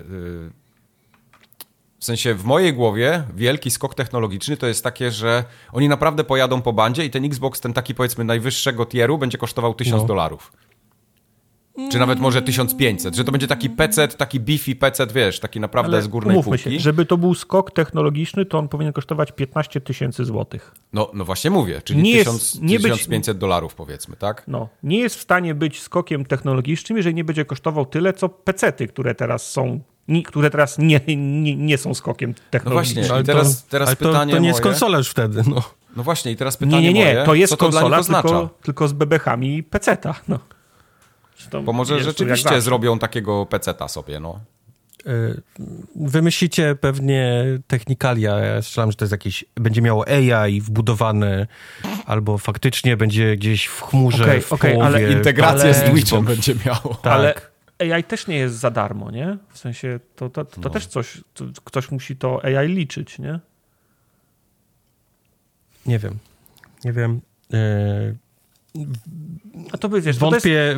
W sensie w mojej głowie wielki skok technologiczny to jest takie, że oni naprawdę pojadą po bandzie i ten Xbox, ten taki powiedzmy najwyższego tieru będzie kosztował $1000. Czy nawet może 1500, że to będzie taki PC, taki beefy PC, wiesz, taki naprawdę z górnej półki. Się, żeby to był skok technologiczny, to on powinien kosztować 15 000 złotych. No właśnie mówię, czyli $1500 powiedzmy, tak? No, nie jest w stanie być skokiem technologicznym, jeżeli nie będzie kosztował tyle, co PC-ty, które teraz są, które teraz nie są skokiem technologicznym. No właśnie, i teraz pytanie to nie jest konsola już wtedy, no. No właśnie, i teraz pytanie moje, to jest konsola, to tylko z bebechami PC-ta, no. Bo może rzeczywiście zrobią takiego peceta sobie, no. Wymyślicie pewnie technikalia. Ja strzelam, że to jest jakieś... Będzie miało AI wbudowane, albo faktycznie będzie gdzieś w chmurze, w połowie. Ale integrację z Twitchem będzie miało. Tak. Ale AI też nie jest za darmo, nie? W sensie to też ktoś musi to AI liczyć, nie? Nie wiem. nie wiem... A to by, wiesz, wątpię...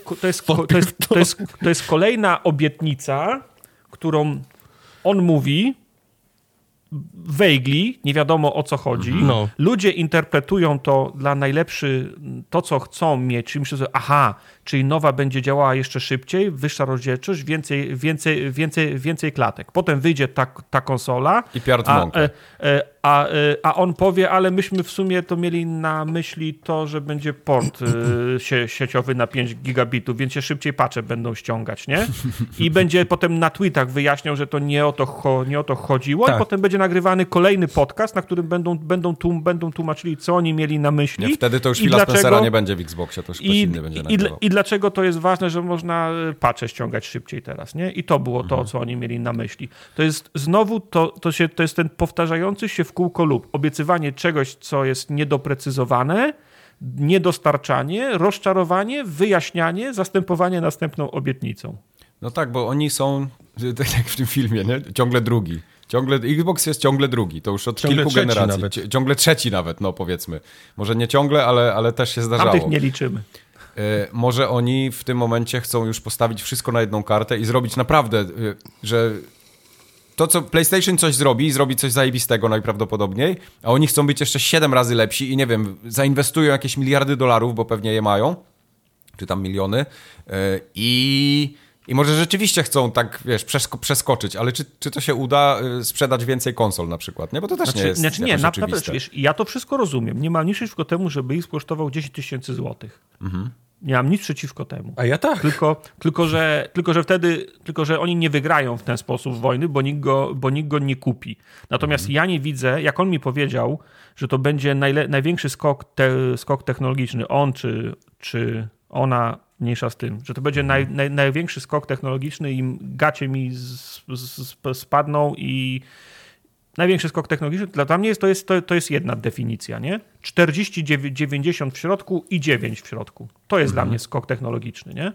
To jest kolejna obietnica, którą on mówi, vaguely, nie wiadomo o co chodzi. No. Ludzie interpretują to dla najlepszy, to co chcą mieć, czyli myślą sobie, aha, czyli nowa będzie działała jeszcze szybciej, wyższa rozdzielczość, więcej klatek. Potem wyjdzie ta konsola, i a on powie, ale myśmy w sumie to mieli na myśli to, że będzie port sieciowy na 5 gigabitów, więc się szybciej patche będą ściągać, nie? I będzie potem na tweetach wyjaśniał, że to nie o to chodziło, tak. I potem będzie nagrywany kolejny podcast, na którym będą tłumaczyli, co oni mieli na myśli. Nie, wtedy to już Phila Spencera nie będzie w Xboxie, to już ktoś inny będzie nagrywał. I dlaczego to jest ważne, że można patche ściągać szybciej teraz, nie? I to było to, co oni mieli na myśli. To jest znowu, to jest ten powtarzający się w kółko lub obiecywanie czegoś, co jest niedoprecyzowane, niedostarczanie, rozczarowanie, wyjaśnianie, zastępowanie następną obietnicą. No tak, bo oni są, tak jak w tym filmie, nie? Ciągle drugi. Xbox jest ciągle drugi, to już od kilku generacji. Ciągle trzeci nawet, no powiedzmy. Może nie ciągle, ale też się zdarzało. Tamtych nie liczymy. Może oni w tym momencie chcą już postawić wszystko na jedną kartę i zrobić naprawdę, że to, co PlayStation coś zrobi coś zajebistego najprawdopodobniej, a oni chcą być jeszcze 7 razy lepsi i nie wiem, zainwestują jakieś miliardy dolarów, bo pewnie je mają, czy tam miliony i może rzeczywiście chcą tak, wiesz, przeskoczyć, ale czy to się uda sprzedać więcej konsol na przykład, nie? Bo to też nie jest oczywiste. Wiesz, ja to wszystko rozumiem. Nie mam nic przeciwko temu, żeby X kosztował 10 000 złotych. Nie mam nic przeciwko temu. A ja tak. Tylko że oni nie wygrają w ten sposób wojny, bo nikt go nie kupi. Natomiast ja nie widzę, jak on mi powiedział, że to będzie największy skok technologiczny, on czy ona, mniejsza z tym, że to będzie największy skok technologiczny i gacie mi spadną i największy skok technologiczny, dla mnie to jest jedna definicja, nie? 40, 90 w środku i 9 w środku. To jest dla mnie skok technologiczny, nie?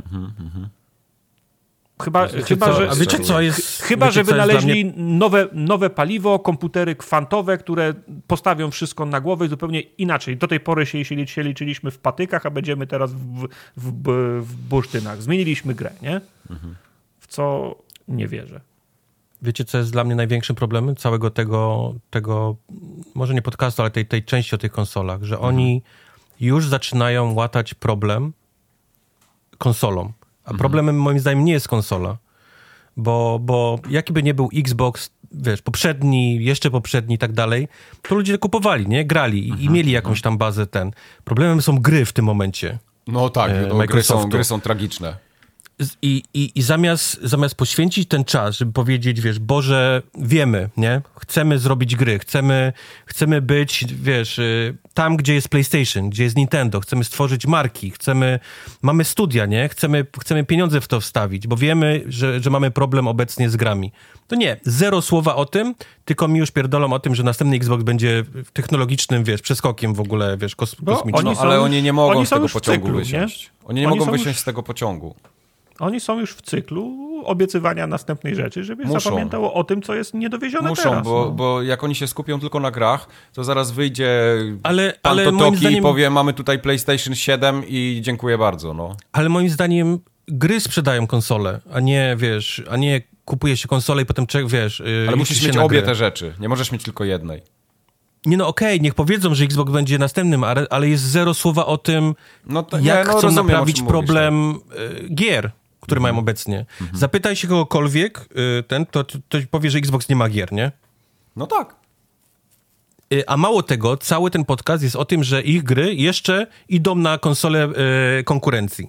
Chyba że wynaleźli nowe paliwo, komputery kwantowe, które postawią wszystko na głowę i zupełnie inaczej. Do tej pory się liczyliśmy w patykach, a będziemy teraz w bursztynach. Zmieniliśmy grę, nie? W co nie wierzę. Wiecie, co jest dla mnie największym problemem całego tego może nie podcastu, ale tej części o tych konsolach, że oni już zaczynają łatać problem konsolą. A problemem moim zdaniem nie jest konsola, bo jaki by nie był Xbox, wiesz, poprzedni, jeszcze poprzedni i tak dalej, to ludzie kupowali, nie? Grali i mieli jakąś tam bazę Problemem są gry w tym momencie. No tak, gry są tragiczne. I zamiast poświęcić ten czas, żeby powiedzieć, wiesz, Boże, wiemy, nie? Chcemy zrobić gry, chcemy być, wiesz, tam, gdzie jest PlayStation, gdzie jest Nintendo, chcemy stworzyć marki, mamy studia, nie? Chcemy pieniądze w to wstawić, bo wiemy, że mamy problem obecnie z grami. To nie, zero słowa o tym, tylko mi już pierdolą o tym, że następny Xbox będzie technologicznym, wiesz, przeskokiem w ogóle, wiesz, kosmicznym. Ale oni nie mogą z tego pociągu wysiąść. Oni nie mogą wysiąść z tego pociągu. Oni są już w cyklu obiecywania następnej rzeczy, żeby zapamiętało o tym, co jest niedowiezione teraz. Bo jak oni się skupią tylko na grach, to zaraz wyjdzie pan Totoki moim zdaniem... i powie, mamy tutaj PlayStation 7 i dziękuję bardzo. No. Ale moim zdaniem gry sprzedają konsole, a nie kupuje się konsolę i potem, wiesz... Ale musisz mieć obie te rzeczy, nie możesz mieć tylko jednej. Nie no okej, niech powiedzą, że Xbox będzie następnym, ale jest zero słowa o tym, jak chcą naprawić problem gier, które mają obecnie. Zapytaj się kogokolwiek, to powie, że Xbox nie ma gier, nie? No tak. A mało tego, cały ten podcast jest o tym, że ich gry jeszcze idą na konsolę konkurencji.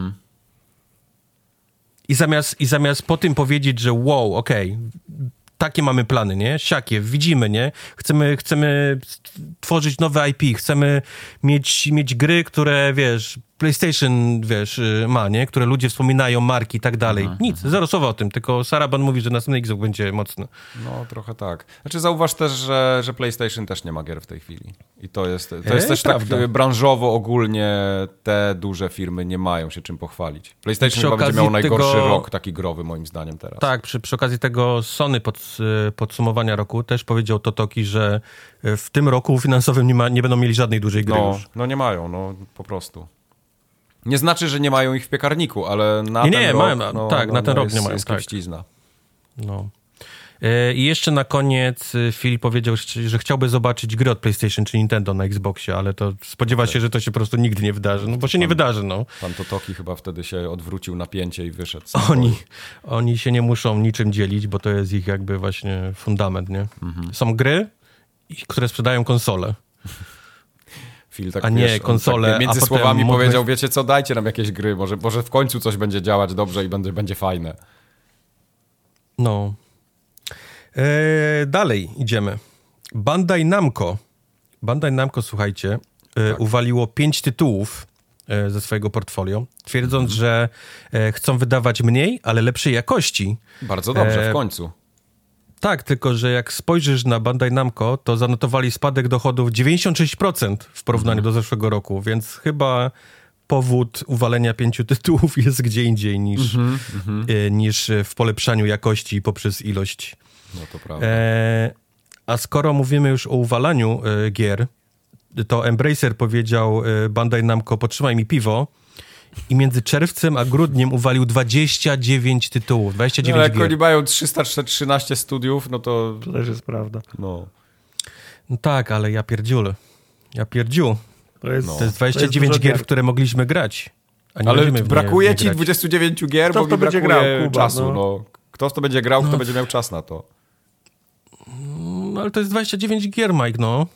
I zamiast po tym powiedzieć, że wow, okej, takie mamy plany, nie? Siakie, widzimy, nie? Chcemy tworzyć nowe IP, chcemy mieć gry, które, wiesz, PlayStation, wiesz, ma, nie? Które ludzie wspominają, marki i tak dalej. Nic, zero słowa o tym, tylko Saraban mówi, że następny Xbox będzie mocny. No, trochę tak. Znaczy zauważ też, że PlayStation też nie ma gier w tej chwili. I to jest też prawda. Tak branżowo ogólnie te duże firmy nie mają się czym pochwalić. PlayStation chyba będzie miał najgorszy rok taki growy moim zdaniem teraz. Tak, przy okazji tego Sony podsumowania roku też powiedział Totoki, że w tym roku finansowym nie będą mieli żadnej dużej gry już. No nie mają, no po prostu. Nie znaczy, że nie mają ich w piekarniku, ale na ten rok... Mają, na ten rok nie mają. Jest kiepścizna. No. I jeszcze na koniec Phil powiedział, że chciałby zobaczyć gry od PlayStation czy Nintendo na Xboxie, ale to spodziewa się, że to się po prostu nigdy nie wydarzy, no bo się nie wydarzy, no. Pan Totoki chyba wtedy się odwrócił napięcie i wyszedł. Oni się nie muszą niczym dzielić, bo to jest ich jakby właśnie fundament, nie? Są gry, które sprzedają konsole. Phil tak, a nie konsole, tak między słowami powiedział, wiecie co, dajcie nam jakieś gry, może w końcu coś będzie działać dobrze i będzie fajne. No. Dalej idziemy. Bandai Namco, słuchajcie, uwaliło 5 tytułów ze swojego portfolio, twierdząc, że chcą wydawać mniej, ale lepszej jakości. Bardzo dobrze, w końcu. Tak, tylko że jak spojrzysz na Bandai Namco, to zanotowali spadek dochodów 96% w porównaniu do zeszłego roku, więc chyba powód uwalenia 5 tytułów jest gdzie indziej niż w polepszaniu jakości poprzez ilość. No to prawda. A skoro mówimy już o uwalaniu gier, to Embracer powiedział Bandai Namco, potrzymaj mi piwo, i między czerwcem a grudniem uwalił 29 tytułów, 29 gier. Jak oni mają 313 studiów, no to... To też jest prawda. No tak, ale ja pierdziu. To jest 29 gier, w które mogliśmy grać. Ale brakuje ci 29 gier, bo mi brakuje grał, Kuba, czasu. No. Kto w to będzie grał, kto będzie miał czas na to. No ale to jest 29 gier, Mike, no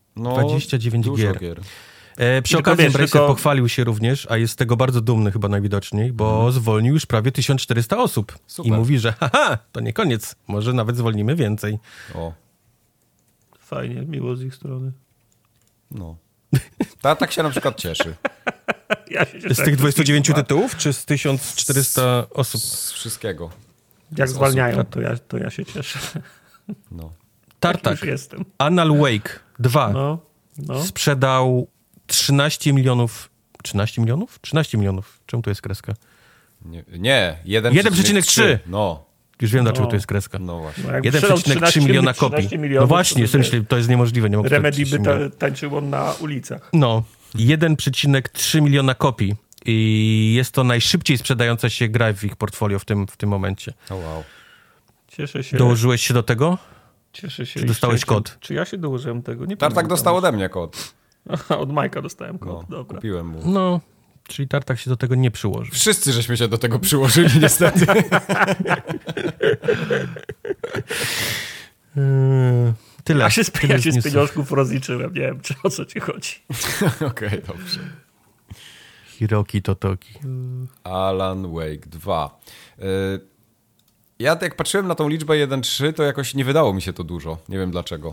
29 gier. Przy okazji Embracer pochwalił się również, a jest z tego bardzo dumny chyba najwidoczniej, bo zwolnił już prawie 1400 osób. Super. I mówi, że to nie koniec, może nawet zwolnimy więcej. O. Fajnie, miło z ich strony. No. Tak się na przykład cieszy. Ja się cieszę, z tych 29 tytułów, czy z 1400 osób? Z wszystkiego. Jak zwalniają, to ja się cieszę. No. Tartak, Anal Wake 2 sprzedał 13 milionów. 13 milionów? 13 milionów. Czemu tu jest kreska? Nie 1,3. No. Już wiem, dlaczego tu jest kreska. No właśnie. 1,3 miliona kopii. No właśnie, to jest niemożliwe. Nie Remedy by tańczyło na ulicach. No, 1,3 miliona kopii. I jest to najszybciej sprzedająca się gra w ich portfolio w tym momencie. Wow. Cieszę się. Dołożyłeś się do tego? Cieszę się. Czy dostałeś kod? Czy ja się dołożyłem tego? Nie Tartak dostał ode mnie kod. Od Majka dostałem kod, dobra. Kupiłem mu. No, czyli Tartak się do tego nie przyłożył. Wszyscy żeśmy się do tego przyłożyli, niestety. Tyle. Ja się z pieniążków rozliczyłem, nie wiem, o co ci chodzi. Okej, dobrze. Hiroki Totoki. Alan Wake 2. Ja jak patrzyłem na tą liczbę 1.3, to jakoś nie wydało mi się to dużo. Nie wiem dlaczego.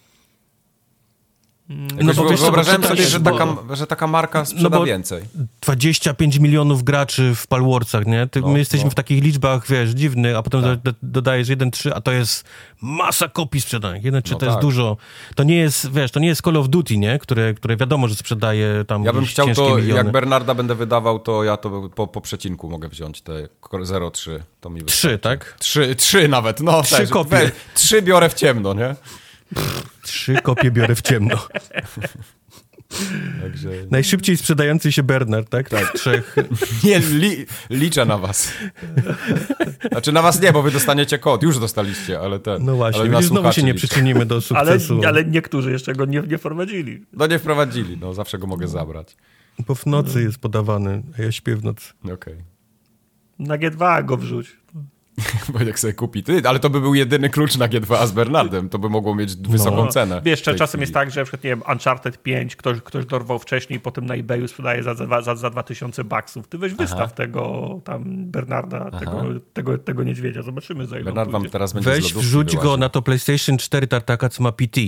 Wyobrażałem sobie, że taka marka sprzeda więcej. 25 milionów graczy w Palworldsach, nie? My jesteśmy w takich liczbach, dziwnych, a potem dodajesz 1.3, a to jest masa kopii sprzedanych. 1.3 to jest dużo. To nie jest, to nie jest Call of Duty, nie? Które wiadomo, że sprzedaje tam ja bym chciał to, miliony. Jak Bernarda będę wydawał, to ja to po przecinku mogę wziąć te 0.3. To mi 3, tak? 3 nawet, 3 kopie. 3 biorę w ciemno, nie? 3 kopie biorę w ciemno. Także... Najszybciej sprzedający się Bernard, tak? Tak. 3. Nie, liczę na was. Znaczy na was nie, bo wy dostaniecie kod. Już dostaliście, ale ten... No właśnie, znowu się nie przyczynimy do sukcesu. Ale niektórzy jeszcze go nie wprowadzili. No nie wprowadzili, zawsze go mogę zabrać. Bo w nocy jest podawany, a ja śpię w nocy. Okej. Na G2 go wrzuć. Bo jak sobie kupi. Ale to by był jedyny klucz na G2 z Bernardem. To by mogło mieć wysoką cenę. Wiesz, czasem jest tak, że na przykład, nie wiem, Uncharted 5 ktoś dorwał wcześniej, potem na eBayu sprzedaje za 2000 baksów. Ty weź wystaw tego tam Bernarda, tego niedźwiedzia. Zobaczymy za ile. Bernard wam teraz będzie weź wrzuć go na to PlayStation 4 Tartaka, co ma PT.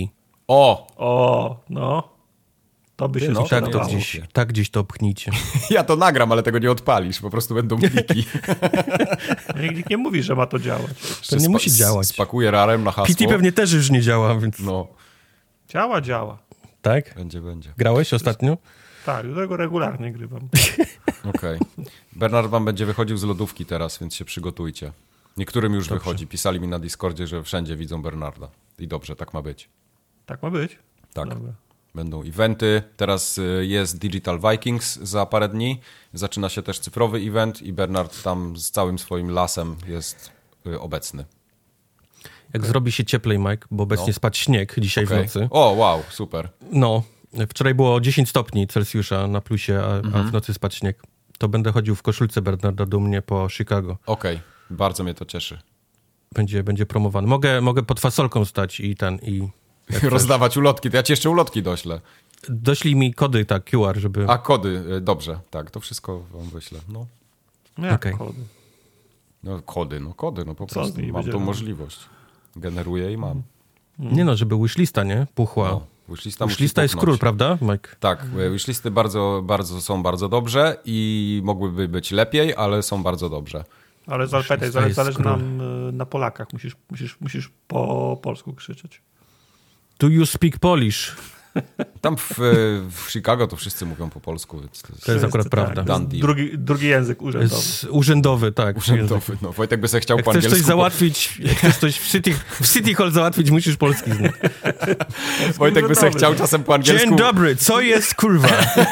To by się tak gdzieś to pchnijcie. Ja to nagram, ale tego nie odpalisz. Po prostu będą pliki. Nikt nie mówi, że ma to działać. To nie musi działać. Spakuję rarem na hasło. PT pewnie też już nie działa, więc... Działa. Tak? Będzie. Grałeś ostatnio? Tak, do tego regularnie grywam. Okej. Bernard wam będzie wychodził z lodówki teraz, więc się przygotujcie. Niektórym już wychodzi. Pisali mi na Discordzie, że wszędzie widzą Bernarda. I dobrze, tak ma być. Tak ma być? Tak. Dobra. Będą eventy. Teraz jest Digital Vikings za parę dni. Zaczyna się też cyfrowy event i Bernard tam z całym swoim lasem jest obecny. Jak zrobi się cieplej, Mike, bo obecnie spadł śnieg dzisiaj w nocy. O, wow, super. No, wczoraj było 10 stopni Celsjusza na plusie, a w nocy spadł śnieg. To będę chodził w koszulce Bernarda dumnie po Chicago. Okej, bardzo mnie to cieszy. Będzie promowany. Mogę pod fasolką stać i rozdawać ulotki. To ja ci jeszcze ulotki doślę. Doślij mi kody, tak, QR, żeby... A, kody, dobrze. Tak, to wszystko wam wyślę. No. Okej. Kody? Kody, po prostu mam tą możliwość. Generuję i mam. Nie no, żeby wishlista, nie? Puchła. No, wishlista jest król, prawda, Mike? Tak, wishlisty są bardzo dobrze i mogłyby być lepiej, ale są bardzo dobrze. Ale zależy nam na Polakach. Musisz po polsku krzyczeć. Do you speak Polish? Tam w Chicago to wszyscy mówią po polsku. Więc to jest akurat prawda. Drugi język urzędowy. Urzędowy, tak. Urzędowy. No, Wojtek by sobie chciał jak po angielsku. Chcesz coś załatwić, jak chcesz coś w City Hall załatwić, musisz polski znać. Wojtek by sobie chciał czasem po angielsku... Dzień dobry, co jest kurwa?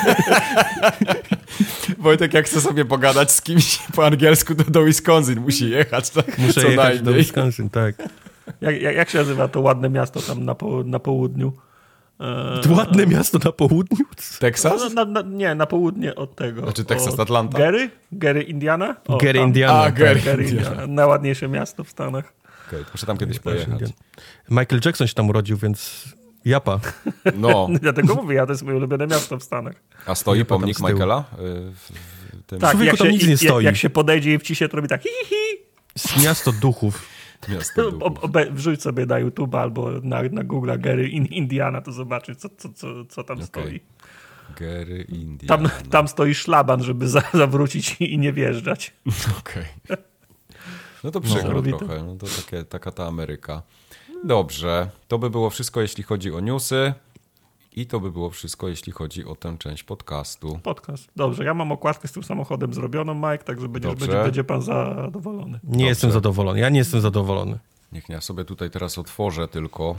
Wojtek jak chce sobie pogadać z kimś po angielsku, to do Wisconsin musi jechać. Tak? Muszę jechać do Wisconsin, tak. Jak się nazywa to ładne miasto tam na południu? Ładne miasto na południu? Teksas? Nie, na południe od tego. Znaczy Teksas, Atlanta? Gary, Indiana? Gary, Indiana. Gary, Indiana. Najładniejsze miasto w Stanach. Okej, muszę tam kiedyś pojechać. Michael Jackson się tam urodził, więc japa. No. Dlatego mówię, to jest moje ulubione miasto w Stanach. A stoi pomnik Michaela? Tak, nic nie stoi. Jak się podejdzie i wciśnie, to robi tak Miasto duchów. Wrzuć sobie na YouTube albo na Google Gary Indiana, to zobaczysz, co tam stoi. Gary Indiana. Tam stoi szlaban, żeby zawrócić i nie wjeżdżać. Okej. No to przykro trochę. No to taka ta Ameryka. Dobrze. To by było wszystko, jeśli chodzi o newsy. I to by było wszystko, jeśli chodzi o tę część podcastu. Dobrze, ja mam okładkę z tym samochodem zrobioną, Mike, także będzie pan zadowolony. Nie jestem zadowolony. Ja nie jestem zadowolony. Niech ja sobie tutaj teraz otworzę tylko.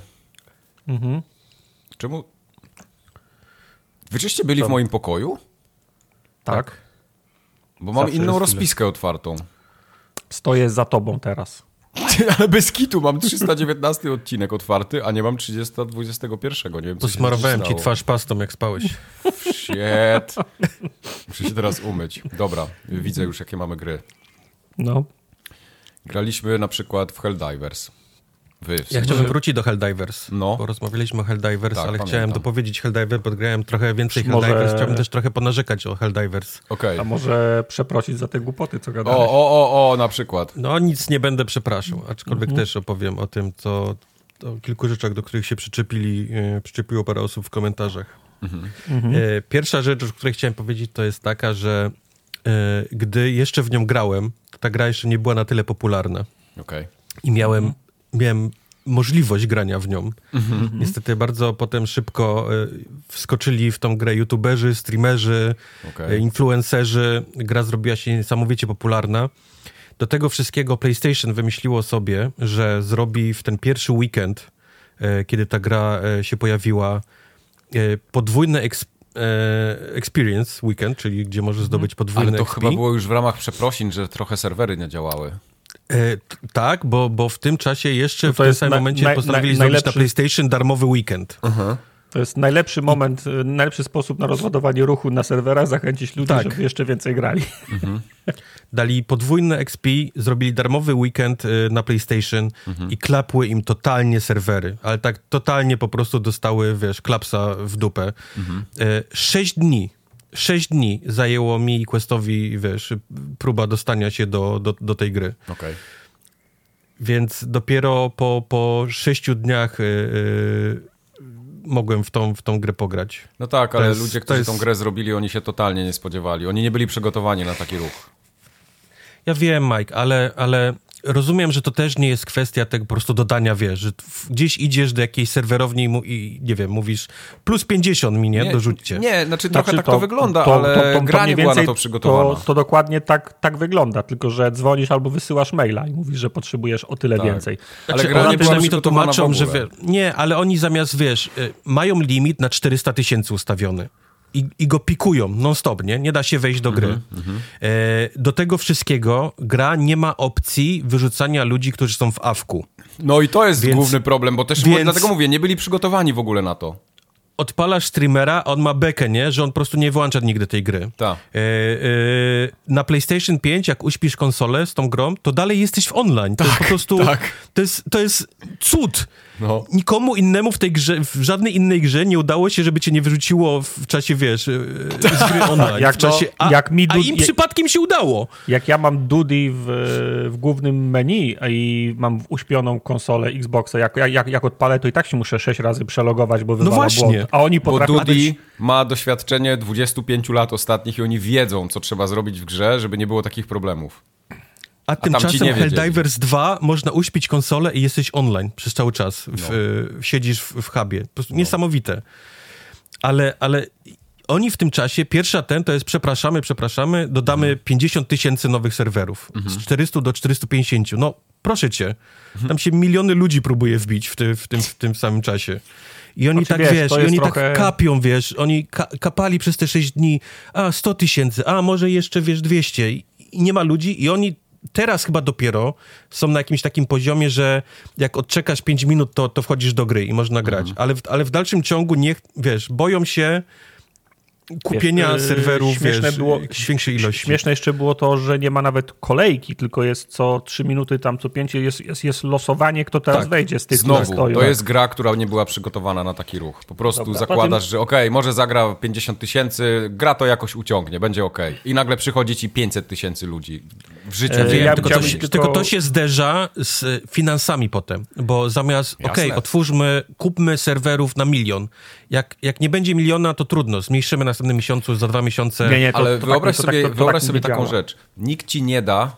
Czemu? Wy żeście byli w moim pokoju? Tak. Bo mam inną rozpiskę otwartą. Stoję za tobą teraz. Ale bez kitu, mam 319 odcinek otwarty, a nie mam 321. Nie wiem, co posmarowałem ci twarz pastą, jak spałeś. Shit. Muszę się teraz umyć. Dobra, widzę już, jakie mamy gry. No. Graliśmy na przykład w Helldivers. Ja chciałbym wrócić do Helldivers, bo rozmawialiśmy o Helldivers, tak, ale chciałem dopowiedzieć Helldivers, bo grałem trochę więcej Helldivers, chciałbym też trochę ponarzekać o Helldivers. Okay. A może przeprosić za te głupoty, co gadałeś? O, na przykład. No nic nie będę przepraszał, aczkolwiek też opowiem o tym, o kilku rzeczach, do których się przyczepiło parę osób w komentarzach. Pierwsza rzecz, o której chciałem powiedzieć, to jest taka, że gdy jeszcze w nią grałem, to ta gra jeszcze nie była na tyle popularna. Okay. I miałem możliwość grania w nią. Niestety bardzo potem szybko wskoczyli w tą grę youtuberzy, streamerzy, influencerzy. Gra zrobiła się niesamowicie popularna. Do tego wszystkiego PlayStation wymyśliło sobie, że zrobi w ten pierwszy weekend, kiedy ta gra się pojawiła, podwójny experience weekend, czyli gdzie możesz zdobyć podwójny Ale to XP. chyba było już w ramach przeprosin, że trochę serwery nie działały. Tak, bo w tym czasie jeszcze w tym samym momencie postanowili zrobić na PlayStation darmowy weekend. To jest najlepszy moment, najlepszy sposób na rozładowanie ruchu na serwerach, zachęcić ludzi, żeby jeszcze więcej grali. Dali podwójne XP, zrobili darmowy weekend na PlayStation i klapły im totalnie serwery, ale tak totalnie po prostu dostały, klapsa w dupę. 6 dni zajęło mi i Questowi, próba dostania się do tej gry. Okay. Więc dopiero po 6 dniach mogłem w tą grę pograć. No tak, ale ludzie, którzy tą grę zrobili, oni się totalnie nie spodziewali. Oni nie byli przygotowani na taki ruch. Ja wiem, Mike, ale rozumiem, że to też nie jest kwestia tego po prostu dodania, wiesz, że gdzieś idziesz do jakiejś serwerowni i nie wiem, mówisz plus 50 mi, nie? Dorzućcie. Nie, trochę tak to wygląda, ale gra nie była na to przygotowana. To dokładnie tak wygląda, tylko że dzwonisz albo wysyłasz maila i mówisz, że potrzebujesz o tyle więcej. Ale gra nie była przygotowana to tłumaczą, że nie, ale oni zamiast, wiesz, mają limit na 400 000 ustawiony. I go pikują non-stop, nie? Nie da się wejść do gry. Do tego wszystkiego gra nie ma opcji wyrzucania ludzi, którzy są w AFK-u. No i to jest główny problem, bo też dlatego mówię, nie byli przygotowani w ogóle na to. Odpalasz streamera, on ma bekę, nie? Że on po prostu nie włącza nigdy tej gry. Tak. Na PlayStation 5, jak uśpisz konsolę z tą grą, to dalej jesteś w online. To jest po prostu... To jest cud. No. Nikomu innemu w tej grze, w żadnej innej grze nie udało się, żeby cię nie wyrzuciło w czasie, wiesz, z gry online. A im przypadkiem się udało. Jak ja mam Duty w głównym menu i mam uśpioną konsolę Xboxa, jak odpalę, to i tak się muszę 6 razy przelogować, bo wywala błąd. A oni potrafią... Bo Duty ma doświadczenie 25 lat ostatnich i oni wiedzą, co trzeba zrobić w grze, żeby nie było takich problemów. A tymczasem Helldivers 2 można uśpić konsolę i jesteś online przez cały czas. Siedzisz w hubie. Po prostu niesamowite. Ale oni w tym czasie, pierwszy attempt to jest przepraszamy, dodamy 50 000 nowych serwerów. Z 400 do 450. No, proszę cię. Tam się miliony ludzi próbuje wbić w tym samym czasie. I oni tak, wiesz, i oni tak kapią, wiesz, oni kapali przez te 6 dni, 100 000, może jeszcze, wiesz, 200. I nie ma ludzi i oni teraz chyba dopiero są na jakimś takim poziomie, że jak odczekasz 5 minut, to wchodzisz do gry i można grać. Ale w dalszym ciągu boją się kupienia serwerów, większej ilości. Śmieszne jeszcze było to, że nie ma nawet kolejki, tylko jest co 3 minuty, tam co 5 jest losowanie, kto teraz wejdzie z tych, które stoją. To jest gra, która nie była przygotowana na taki ruch. Po prostu zakładasz, że może zagra 50 000, gra to jakoś uciągnie, będzie i nagle przychodzi ci 500 000 ludzi w życiu. Tylko to się zderza z finansami potem, bo zamiast, kupmy serwerów na 1 000 000. Jak nie będzie 1 000 000, to trudno, zmniejszymy na następnym miesiącu, za 2 miesiące. Ale wyobraź sobie taką rzecz. Nikt ci nie da,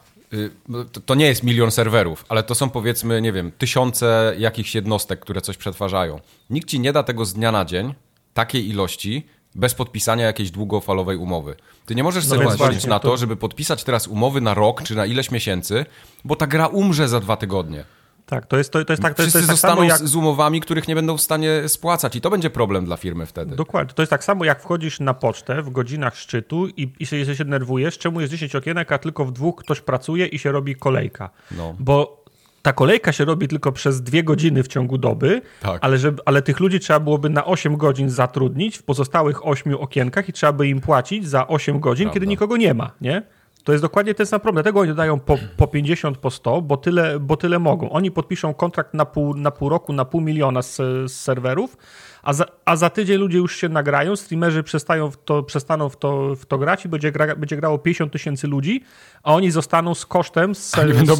to nie jest 1 000 000 serwerów, ale to są powiedzmy, nie wiem, 1000 jakichś jednostek, które coś przetwarzają. Nikt ci nie da tego z dnia na dzień, takiej ilości, bez podpisania jakiejś długofalowej umowy. Ty nie możesz sobie pozwolić na to, żeby podpisać teraz umowy na rok, czy na ileś miesięcy, bo ta gra umrze za 2 tygodnie. Tak, to jest tak. Wszyscy zostaną z umowami, których nie będą w stanie spłacać i to będzie problem dla firmy wtedy. Dokładnie. To jest tak samo, jak wchodzisz na pocztę w godzinach szczytu i się denerwujesz, czemu jest 10 okienek, a tylko w 2 ktoś pracuje i się robi kolejka. Bo ta kolejka się robi tylko przez 2 godziny w ciągu doby, ale tych ludzi trzeba byłoby na 8 godzin zatrudnić w pozostałych 8 okienkach i trzeba by im płacić za 8 godzin, kiedy nikogo nie ma, nie? To jest dokładnie ten sam problem. Dlatego oni dają po 50, po 100, bo tyle mogą. Oni podpiszą kontrakt na pół roku, na 500 000 z serwerów, a za tydzień ludzie już się nagrają, streamerzy przestaną w to grać i będzie grało 50 000 ludzi, a oni zostaną z kosztem z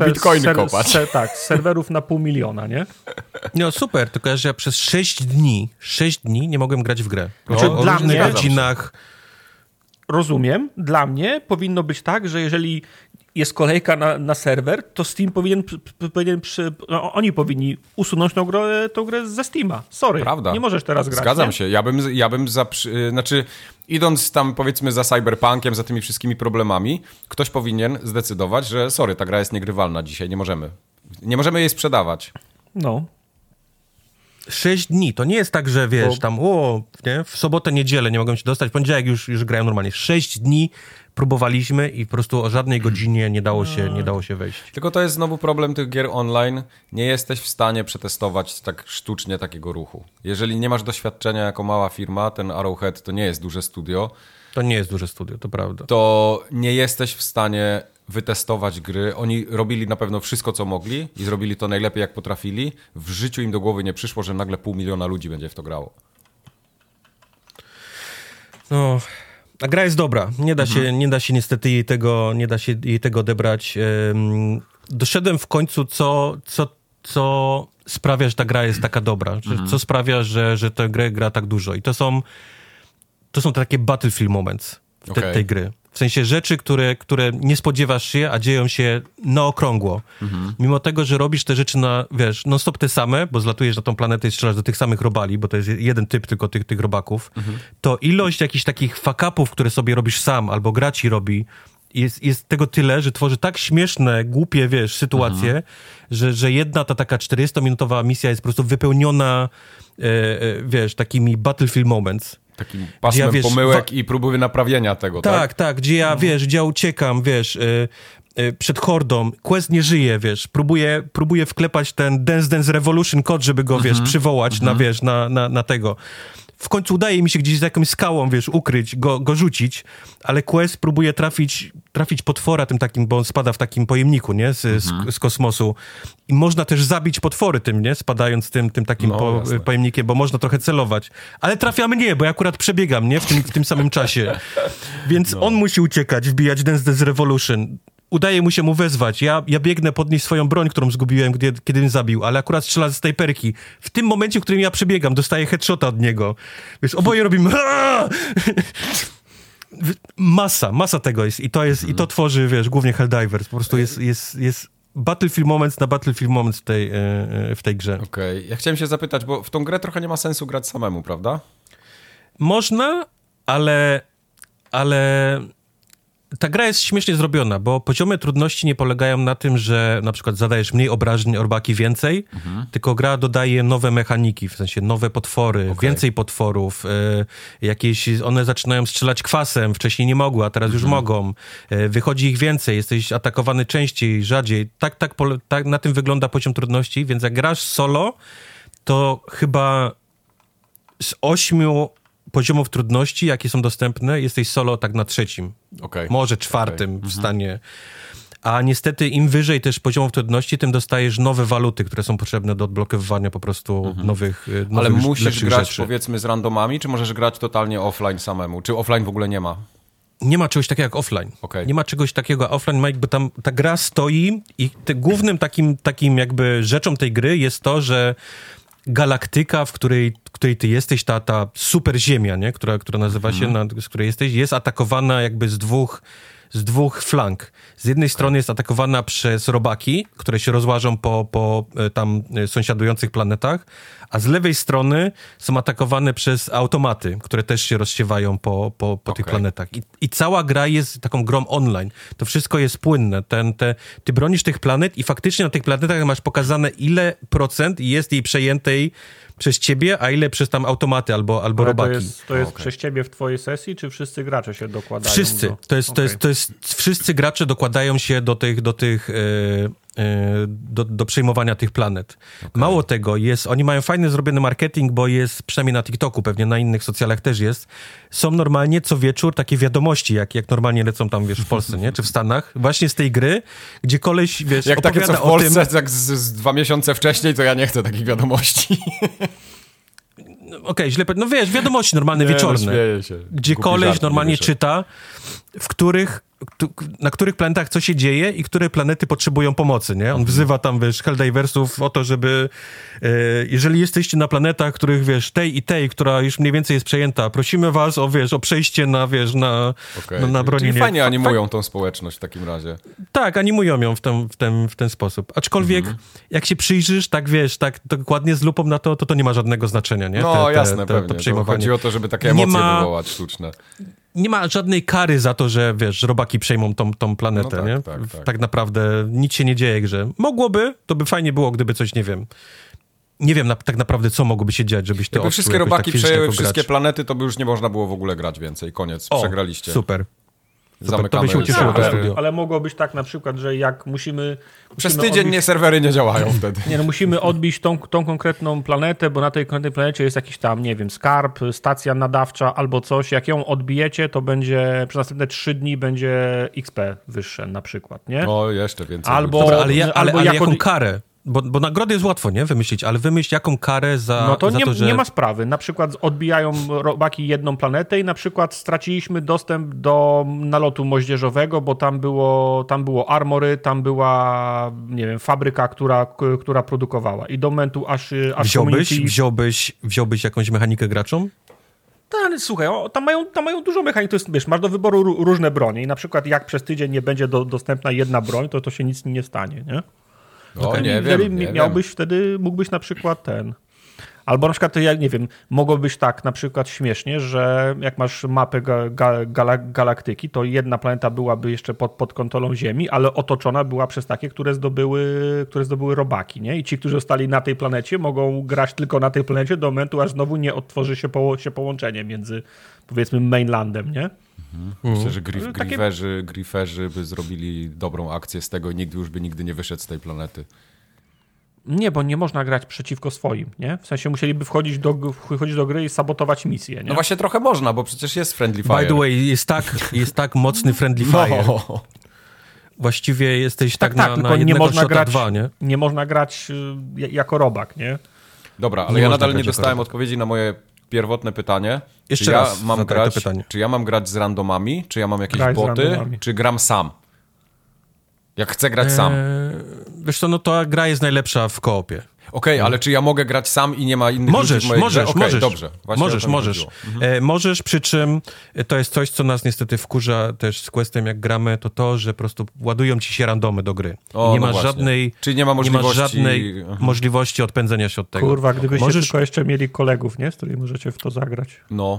serwerów na 500 000, nie? No super, tylko że ja przez 6 dni nie mogłem grać w grę. Dla mnie godzinach... Rozumiem. Dla mnie powinno być tak, że jeżeli jest kolejka na serwer, to Steam oni powinni usunąć tą grę ze Steama. Sorry, prawda. Nie możesz teraz grać. Zgadzam się. Ja bym idąc tam powiedzmy za Cyberpunkiem, za tymi wszystkimi problemami, ktoś powinien zdecydować, że sorry, ta gra jest niegrywalna dzisiaj, nie możemy jej sprzedawać. 6 dni. To nie jest tak, że wiesz, w sobotę, niedzielę nie mogą się dostać, w poniedziałek już grają normalnie. 6 dni próbowaliśmy i po prostu o żadnej godzinie nie dało się wejść. Tylko to jest znowu problem tych gier online. Nie jesteś w stanie przetestować tak sztucznie takiego ruchu. Jeżeli nie masz doświadczenia jako mała firma, ten Arrowhead to nie jest duże studio. To nie jest duże studio, to prawda. To nie jesteś w stanie wytestować gry. Oni robili na pewno wszystko, co mogli i zrobili to najlepiej, jak potrafili. W życiu im do głowy nie przyszło, że nagle 500 000 ludzi będzie w to grało. A gra jest dobra. Nie da się niestety jej tego odebrać. Doszedłem w końcu, co sprawia, że ta gra jest taka dobra. Co sprawia, że tę grę gra tak dużo. I to są takie battlefield moments tej gry. W sensie rzeczy, które nie spodziewasz się, a dzieją się na okrągło. Mimo tego, że robisz te rzeczy non-stop te same, bo zlatujesz na tą planetę i strzelasz do tych samych robali, bo to jest jeden typ tylko tych robaków, to ilość jakichś takich fuck-upów, które sobie robisz sam, albo gra ci robi, jest tego tyle, że tworzy tak śmieszne, głupie, sytuacje, że jedna ta taka 40-minutowa misja jest po prostu wypełniona, takimi battlefield moments. Takim pasmem pomyłek i próby naprawienia tego, tak? Tak, gdzie ja uciekam, przed hordą, Quest nie żyje, próbuje wklepać ten Dance Revolution kod, żeby go, przywołać na tego. W końcu udaje mi się gdzieś za jakąś skałą, ukryć, go rzucić, ale Quest próbuje trafić potwora tym takim, bo on spada w takim pojemniku, nie? Z kosmosu. I można też zabić potwory tym, nie? Spadając tym takim pojemnikiem, bo można trochę celować. Ale trafia mnie, bo ja akurat przebiegam, nie? W tym samym czasie. Więc on musi uciekać, wbijać Dance Revolution. Udaje mu się wezwać. Ja biegnę podnieść swoją broń, którą zgubiłem, kiedy mnie zabił, ale akurat strzela ze snajperki. W tym momencie, w którym ja przebiegam, dostaję headshota od niego. Oboje robimy masa tego jest i to tworzy, głównie Helldivers. Po prostu jest Battlefield Moments na Battlefield Moments w tej grze. Okej. Ja chciałem się zapytać, bo w tą grę trochę nie ma sensu grać samemu, prawda? Można, ale ta gra jest śmiesznie zrobiona, bo poziomy trudności nie polegają na tym, że na przykład zadajesz mniej obrażeń, robaki więcej, tylko gra dodaje nowe mechaniki, w sensie nowe potwory, więcej potworów, one zaczynają strzelać kwasem, wcześniej nie mogły, a teraz już mogą. Wychodzi ich więcej, jesteś atakowany częściej, rzadziej. Tak na tym wygląda poziom trudności, więc jak grasz solo, to chyba z 8 poziomów trudności, jakie są dostępne, jesteś solo tak na 3. Może 4 w stanie. A niestety im wyżej też poziomów trudności, tym dostajesz nowe waluty, które są potrzebne do odblokowywania po prostu nowych Ale musisz grać rzeczy. Powiedzmy z randomami, czy możesz grać totalnie offline samemu? Czy offline w ogóle nie ma? Nie ma czegoś takiego jak offline. Nie ma czegoś takiego jak offline, Mike, bo tam ta gra stoi i głównym takim jakby rzeczą tej gry jest to, że galaktyka, w której ty jesteś, ta super ziemia, nie? Która nazywa się, z której jesteś, jest atakowana jakby z dwóch flank. Z jednej strony jest atakowana przez robaki, które się rozłażą po tam sąsiadujących planetach, a z lewej strony są atakowane przez automaty, które też się rozsiewają po tych planetach. I cała gra jest taką grą online. To wszystko jest płynne. Ty bronisz tych planet i faktycznie na tych planetach masz pokazane, ile procent jest jej przejętej przez ciebie, a ile przez tam automaty albo robaki. To jest przez ciebie w twojej sesji, czy wszyscy gracze się dokładają? Wszyscy. Wszyscy gracze dokładają się do przejmowania tych planet. Mało tego, oni mają fajny zrobiony marketing, bo jest, przynajmniej na TikToku, pewnie na innych socjalach też jest, są normalnie co wieczór takie wiadomości, jak normalnie lecą tam, w Polsce, nie? Czy w Stanach, właśnie z tej gry, gdzie koleś, jak takie co w Polsce, tak z 2 miesiące wcześniej, to ja nie chcę takich wiadomości. Źle powiedziałem. Wiadomości normalne, wieczorne. Gdzie koleś normalnie czyta, na których planetach co się dzieje i które planety potrzebują pomocy, nie? On wzywa tam, Helldiversów o to, żeby jeżeli jesteście na planetach, których, tej i tej, która już mniej więcej jest przejęta, prosimy was o przejście na bronienie. Czyli fajnie animują tą społeczność w takim razie. Tak, animują ją w ten sposób. Aczkolwiek, jak się przyjrzysz, tak dokładnie z lupą na to nie ma żadnego znaczenia, nie? Jasne, pewnie. To przejmowanie. Chodzi o to, żeby takie emocje wywołać sztuczne. Nie ma żadnej kary za to, że robaki przejmą tą planetę, nie? Tak naprawdę nic się nie dzieje grze. To by fajnie było, gdyby coś, nie wiem tak naprawdę, co mogłoby się dziać, żebyś to odczuł. Jakby wszystkie robaki przejęły wszystkie planety, to by już nie można było w ogóle grać więcej. Koniec, przegraliście. Super. Zamykamy. To by się ucieszyło to studio. Ale mogło być tak na przykład, że jak musimy przez tydzień serwery nie działają wtedy. Musimy odbić tą konkretną planetę, bo na tej konkretnej planecie jest jakiś tam, skarb, stacja nadawcza albo coś. Jak ją odbijecie, to będzie przez następne 3 dni będzie XP wyższe na przykład, nie? Jeszcze więcej. Ale jaką karę? Bo nagrody jest łatwo, nie? Wymyślić, ale wymyśl jaką karę za to, że... nie ma sprawy. Na przykład odbijają robaki jedną planetę i na przykład straciliśmy dostęp do nalotu moździerzowego, bo tam było armory, tam była, fabryka, która produkowała. I do momentu aż wziąłbyś jakąś mechanikę graczom? słuchaj, tam mają dużo mechanik, to jest, wiesz, masz do wyboru różne bronie i na przykład jak przez tydzień nie będzie dostępna jedna broń, to się nic nie stanie, nie? Nie wiem. Wtedy mógłbyś na przykład albo na przykład, ja nie wiem, mogłobyś tak na przykład śmiesznie, że jak masz mapę galaktyki, to jedna planeta byłaby jeszcze pod kontrolą Ziemi, ale otoczona była przez takie, które zdobyły robaki, nie? I ci, którzy zostali na tej planecie, mogą grać tylko na tej planecie do momentu, aż znowu nie odtworzy się połączenie między, powiedzmy, mainlandem, nie? Myślę, że Grifferzy by zrobili dobrą akcję z tego i nikt już by nigdy nie wyszedł z tej planety. Nie, bo nie można grać przeciwko swoim, nie? W sensie musieliby wchodzić do gry i sabotować misję, nie? No właśnie trochę można, bo przecież jest friendly fire. By the way, jest tak mocny friendly fire. No. Właściwie jesteś tak na jednego nie można grać, dwa, nie? Nie można grać jako robak, nie? Dobra, ale ja nadal nie dostałem odpowiedzi na moje pierwotne pytanie. Jeszcze raz Czy ja mam grać z randomami, czy ja mam jakieś boty, czy gram sam? Jak chcę grać sam. Wiesz co, no to gra jest najlepsza w koopie. Okej, ale czy ja mogę grać sam i nie ma innych ludzi w mojej grze? Okej, dobrze. Możesz. Możesz, przy czym to jest coś, co nas niestety wkurza też z Questem, jak gramy, to, że po prostu ładują ci się randomy do gry. Nie masz żadnej możliwości odpędzenia się od tego. Kurwa, gdybyście tylko jeszcze mieli kolegów, nie? Z którymi możecie w to zagrać. No.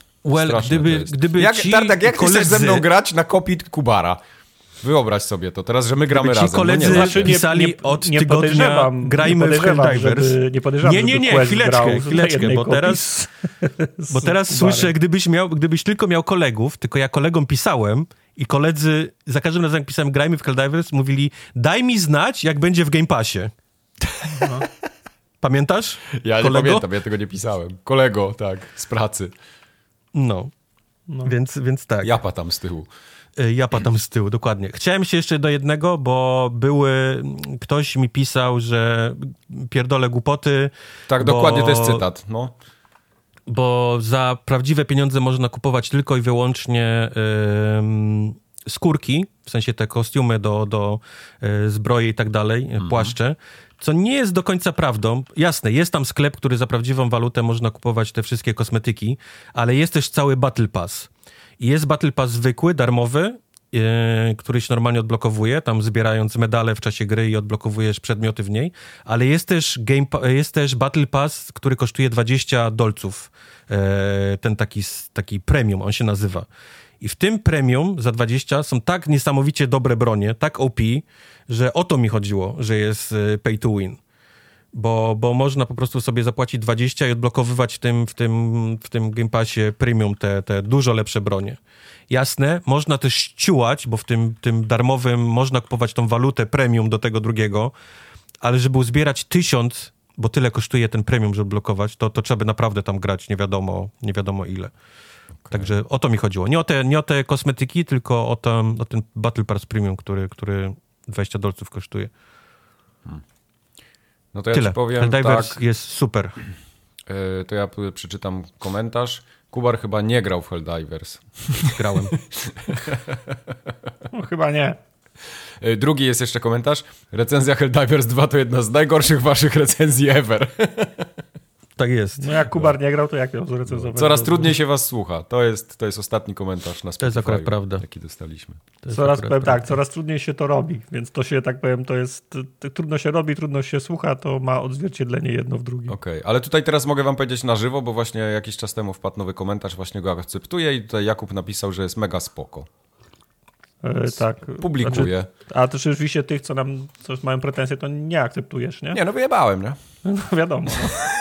Gdyby Tartak, jak chcesz ze mną grać na kopii Kubara? Wyobraź sobie to teraz, że my gramy razem. Ci koledzy pisali od tygodnia grajmy w Helldivers. Nie, chwileczkę, bo teraz słyszę, gdybyś tylko miał kolegów, tylko ja kolegom pisałem i koledzy, za każdym razem jak pisałem grajmy w Helldivers, mówili daj mi znać, jak będzie w Game Passie. No. Pamiętasz? Ja nie pamiętam, ja tego nie pisałem. Kolego, tak, z pracy. No. Więc tak. Japa tam z tyłu. Japa tam z tyłu, dokładnie. Chciałem się jeszcze do jednego, bo ktoś mi pisał, że pierdolę głupoty. Tak, dokładnie, to jest cytat, no. Bo za prawdziwe pieniądze można kupować tylko i wyłącznie skórki, w sensie te kostiumy do zbroi i tak dalej, płaszcze, co nie jest do końca prawdą. Jasne, jest tam sklep, który za prawdziwą walutę można kupować te wszystkie kosmetyki, ale jest też cały Battle Pass. I jest Battle Pass zwykły, darmowy, który się normalnie odblokowuje, tam zbierając medale w czasie gry i odblokowujesz przedmioty w niej, ale jest też Battle Pass, który kosztuje $20. Ten taki premium, on się nazywa. I w tym premium za 20 są tak niesamowicie dobre bronie, tak OP, że o to mi chodziło, że jest pay to win. Bo można po prostu sobie zapłacić 20 i odblokowywać w tym Game Passie premium te dużo lepsze bronie. Jasne, można też ciułać, bo w tym darmowym można kupować tą walutę premium do tego drugiego, ale żeby uzbierać 1000, bo tyle kosztuje ten premium, żeby blokować, to trzeba by naprawdę tam grać nie wiadomo ile. Okay. Także o to mi chodziło. Nie o te kosmetyki, tylko o ten Battle Pass Premium, który $20 kosztuje. No to ja tyle. ci powiem Helldivers tak, jest super. To ja przeczytam komentarz. Kubar chyba nie grał w Helldivers. Grałem. No, chyba nie. Drugi jest jeszcze komentarz. Recenzja Helldivers 2 to jedna z najgorszych waszych recenzji ever. Tak jest. No jak Kubar nie grał, to jak ją zrecenzować? Coraz trudniej się was słucha. To jest ostatni komentarz na Spotify, to jest akurat prawda. Jaki dostaliśmy. Coraz trudniej się to robi, więc to się, tak powiem, to jest trudno się robi, trudno się słucha, to ma odzwierciedlenie jedno w drugim. Okej, ale tutaj teraz mogę wam powiedzieć na żywo, bo właśnie jakiś czas temu wpadł nowy komentarz, właśnie go akceptuję i tutaj Jakub napisał, że jest mega spoko. Tak. Publikuję. A to rzeczywiście tych, co mają pretensje, to nie akceptujesz, nie? Nie, no wyjebałem, nie? No wiadomo.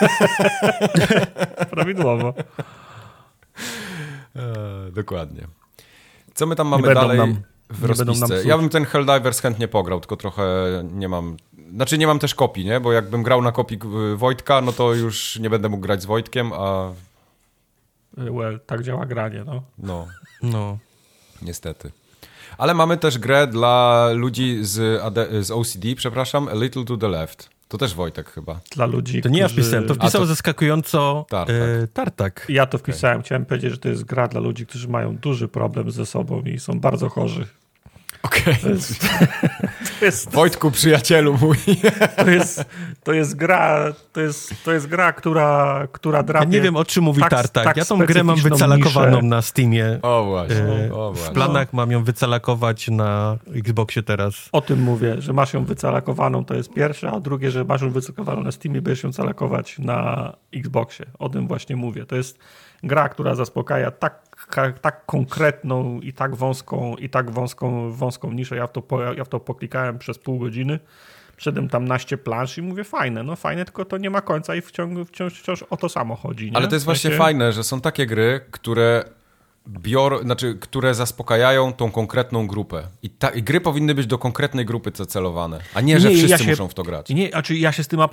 Prawidłowo. Dokładnie. Co my tam mamy dalej w rozpisce? Ja bym ten Helldivers chętnie pograł, tylko trochę nie mam... Znaczy nie mam też kopii, nie? Bo jakbym grał na kopii Wojtka, no to już nie będę mógł grać z Wojtkiem, a... tak działa granie, No. Niestety. Ale mamy też grę dla ludzi z OCD, przepraszam, A Little to the Left. To też Wojtek chyba. Dla ludzi, to nie ja wpisałem, to wpisał zaskakująco Tartak. Ja to wpisałem. Chciałem powiedzieć, że to jest gra dla ludzi, którzy mają duży problem ze sobą i są bardzo chorzy. Okej. Wojtku, przyjacielu mój. To jest gra, która drapie. Ja nie wiem, o czym mówi Tartak. Ja tą grę mam wycalakowaną niszę. Na Steamie. O właśnie. W planach mam ją wycalakować na Xboxie teraz. O tym mówię, że masz ją wycalakowaną, to jest pierwsze, a drugie, że masz ją wycalakowaną na Steamie, będziesz ją calakować na Xboxie. O tym właśnie mówię. To jest gra, która zaspokaja tak konkretną i tak wąską niszę. Ja w to poklikałem przez pół godziny. Wszedłem tam naście plansz i mówię, fajne, tylko to nie ma końca i wciąż o to samo chodzi. Nie? Ale to jest właśnie fajne, że są takie gry, które które zaspokajają tą konkretną grupę. I gry powinny być do konkretnej grupy celowane, a nie, że wszyscy muszą w to grać. Ja się z tym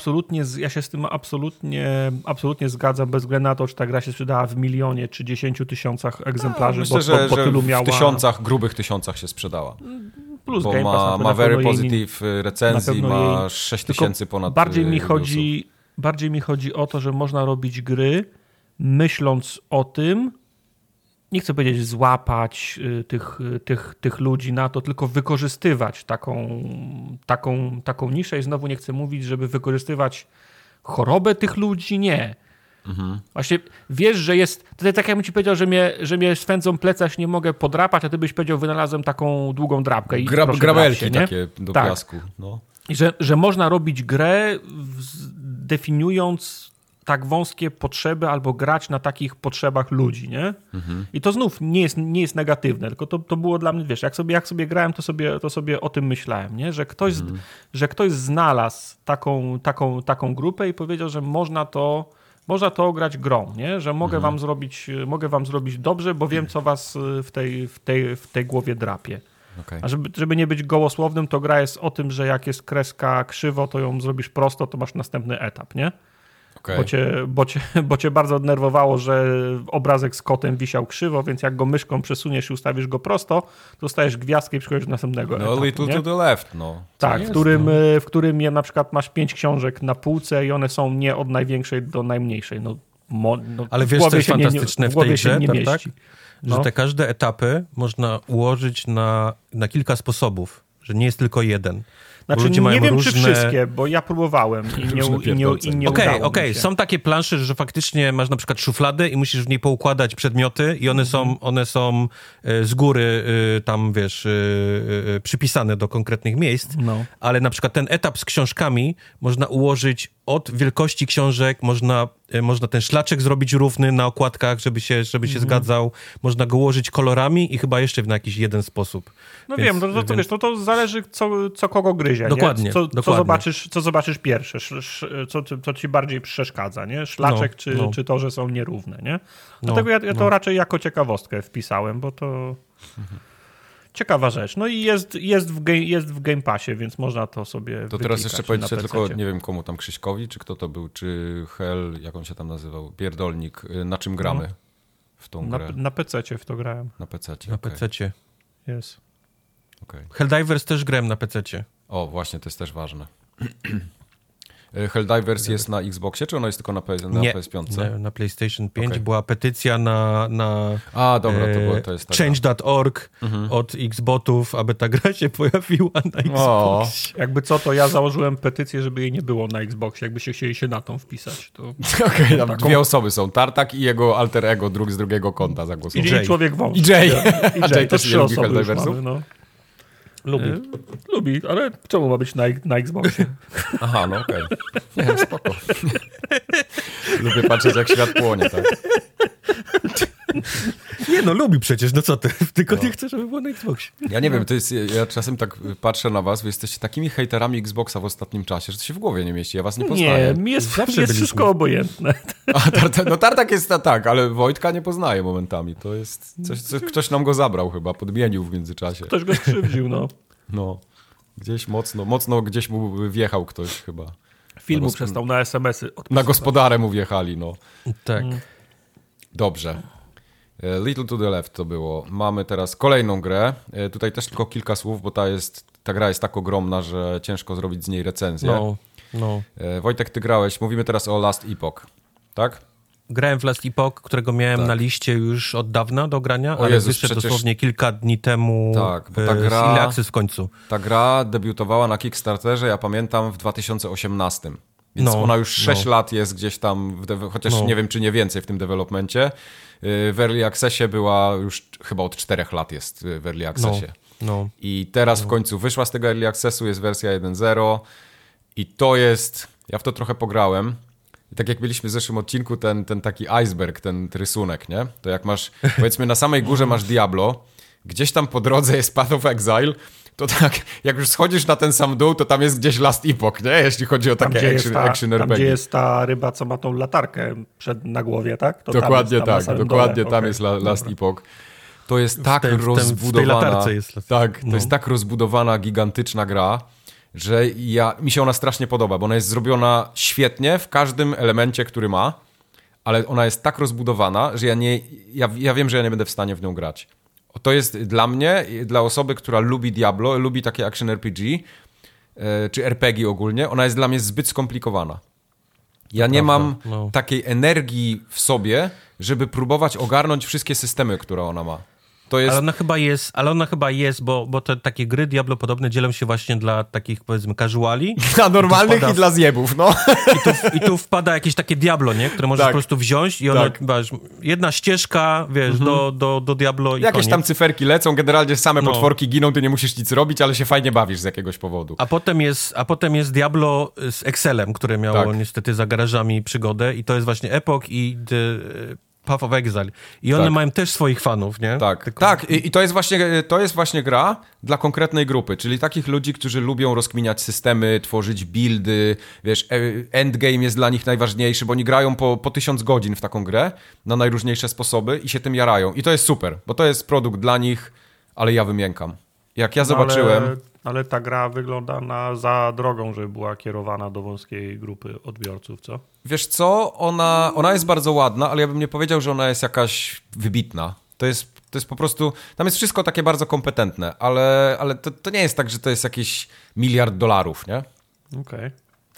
absolutnie zgadzam, bez względu na to, czy ta gra się sprzedała w 1 000 000 czy 10 000 egzemplarzy, myślę, że tylu miała... w grubych tysiącach się sprzedała. Plus bo ma very positive recenzji, ma 6000 ponad bardziej mi chodzi o to, że można robić gry, myśląc o tym, nie chcę powiedzieć złapać tych ludzi na to, tylko wykorzystywać taką niszę i znowu nie chcę mówić, żeby wykorzystywać chorobę tych ludzi, nie. Mhm. Właśnie wiesz, że jest, to tak jakbym ci powiedział, że mnie swędzą plecaś, nie mogę podrapać, a ty byś powiedział, wynalazłem taką długą drapkę. Grabelki takie do piasku. No. I że można robić grę definiując tak wąskie potrzeby albo grać na takich potrzebach ludzi, nie? Mhm. I to znów nie jest negatywne, tylko to było dla mnie, wiesz, jak sobie grałem, to sobie o tym myślałem, nie? Że ktoś znalazł taką grupę i powiedział, że można to grać grą, nie? Że mogę wam zrobić dobrze, bo wiem, co was w tej głowie drapie. Okay. A żeby nie być gołosłownym, to gra jest o tym, że jak jest kreska krzywo, to ją zrobisz prosto, to masz następny etap, nie? Okay. Bo cię bardzo denerwowało, że obrazek z kotem wisiał krzywo, więc jak go myszką przesuniesz i ustawisz go prosto, to dostajesz gwiazdkę i przychodzisz do następnego etapu. Little to the left, no. Tak, w którym na przykład masz 5 książek na półce i one są nie od największej do najmniejszej. Ale wiesz, co jest fantastyczne w tej grze, tak? No. Że te każde etapy można ułożyć na kilka sposobów, że nie jest tylko jeden. Znaczy nie wiem, czy wszystkie, bo ja próbowałem i nie udało mi się. Są takie plansze, że faktycznie masz na przykład szufladę i musisz w niej poukładać przedmioty i one są z góry tam, wiesz, przypisane do konkretnych miejsc, ale na przykład ten etap z książkami można ułożyć od wielkości książek, można ten szlaczek zrobić równy na okładkach, żeby się zgadzał, można go ułożyć kolorami i chyba jeszcze na jakiś jeden sposób. No więc, wiem, wiesz, to zależy co kogo gryzie. Dokładnie, nie? dokładnie. Co zobaczysz pierwsze, co ci bardziej przeszkadza, nie? Szlaczek czy to, że są nierówne, nie? Dlatego ja to raczej jako ciekawostkę wpisałem, bo to ciekawa rzecz. No i jest w Game Passie, więc można to sobie to teraz jeszcze powiedzcie tylko, nie wiem komu tam, Krzyśkowi, czy kto to był, czy Hel, jak on się tam nazywał, Pierdolnik, na czym gramy w tą grę? Na PC-cie w to grałem. Na PC-cie, Na PC-cie. Jest. Okay. Helldivers też grałem na PC-cie. O, właśnie, to jest też ważne. Helldivers jest na Xboxie, czy ono jest tylko na PS5? Nie, na PlayStation 5 była petycja na dobra, to jest change.org od Xbotów, aby ta gra się pojawiła na Xboxie. Jakby co, to ja założyłem petycję, żeby jej nie było na Xboxie, jakbyście chcieli się na tą wpisać. To... Tam dwie osoby są, Tartak i jego alter ego z drugiego konta zagłosował. I Człowiek Wąż. I Jay to 3 osoby Helldiversów? Lubi, ale czemu ma być na Xboxie? Aha, no okej. Nie, spoko. Lubię patrzeć, jak świat płonie, tak? Nie lubi przecież, co ty? Tylko nie chcę, żeby było na Xboxie. Ja nie wiem, ja czasem tak patrzę na was, wy jesteście takimi hejterami Xboxa w ostatnim czasie, że to się w głowie nie mieści, ja was nie poznaję. Nie, mi jest wszystko obojętne. Tartak jest tak, ale Wojtka nie poznaje momentami. To jest coś, ktoś nam go zabrał chyba, podmienił w międzyczasie. Ktoś go skrzywdził, No, gdzieś mocno gdzieś mu wjechał ktoś chyba. Filmu przestał na SMS-y odpisywać. Na gospodarę mu wjechali, Tak. Dobrze. Little to the Left to było. Mamy teraz kolejną grę. Tutaj też tylko kilka słów, bo ta gra jest tak ogromna, że ciężko zrobić z niej recenzję. No. Wojtek, ty grałeś. Mówimy teraz o Last Epoch, tak? grałem w Last Epoch, którego miałem na liście już od dawna do grania, ale wyszedł dosłownie kilka dni temu. Tak, bo ta gra, Early Access w końcu. Ta gra debiutowała na Kickstarterze, ja pamiętam, w 2018. Więc ona już 6 lat jest gdzieś tam, chociaż nie wiem, czy nie więcej w tym developmencie. W Early Accessie była już chyba od 4 lat jest w Early Accessie. I teraz w końcu wyszła z tego Early Accessu, jest wersja 1.0 i to jest... Ja w to trochę pograłem. I tak jak byliśmy w zeszłym odcinku, ten taki iceberg, ten rysunek, nie? To jak masz, powiedzmy, na samej górze masz Diablo, gdzieś tam po drodze jest Path of Exile, to tak, jak już schodzisz na ten sam dół, to tam jest gdzieś Last Epoch, nie? Jeśli chodzi o takie action RPG. Tam, gdzie jest ta ryba, co ma tą latarkę na głowie, tak? To dokładnie tam jest, tam dokładnie tam jest Last Epoch. To jest tak rozbudowana... To jest tak rozbudowana, gigantyczna gra, że mi się ona strasznie podoba, bo ona jest zrobiona świetnie w każdym elemencie, który ma, ale ona jest tak rozbudowana, że ja wiem, że ja nie będę w stanie w nią grać. To jest dla mnie, dla osoby, która lubi Diablo, lubi takie action RPG, czy RPG ogólnie, ona jest dla mnie zbyt skomplikowana. Ja nie mam takiej energii w sobie, żeby próbować ogarnąć wszystkie systemy, które ona ma. To jest... Ale ona chyba jest, bo te takie gry Diablo podobne dzielą się właśnie dla takich, powiedzmy, casuali. Dla normalnych i dla zjebów, no. I tu wpada jakieś takie Diablo, nie? Które możesz po prostu wziąć i ono, jedna ścieżka, wiesz, do Diablo i jakieś koniec. Tam cyferki lecą, generalnie same potworki giną, ty nie musisz nic robić, ale się fajnie bawisz z jakiegoś powodu. A potem jest Diablo z Excelem, które miało niestety za garażami przygodę i to jest właśnie Epoch i Path of Exile. I one mają też swoich fanów, nie? Tak. I to jest właśnie gra dla konkretnej grupy, czyli takich ludzi, którzy lubią rozkminiać systemy, tworzyć buildy, wiesz, endgame jest dla nich najważniejszy, bo oni grają po 1000 godzin w taką grę na najróżniejsze sposoby i się tym jarają. I to jest super, bo to jest produkt dla nich, ale ja wymiękam. Jak ja zobaczyłem... Ale ta gra wygląda za drogą, żeby była kierowana do wąskiej grupy odbiorców, co? Wiesz co, ona jest bardzo ładna, ale ja bym nie powiedział, że ona jest jakaś wybitna. To jest po prostu... Tam jest wszystko takie bardzo kompetentne, ale to nie jest tak, że to jest jakiś $1 miliard, nie? Okej.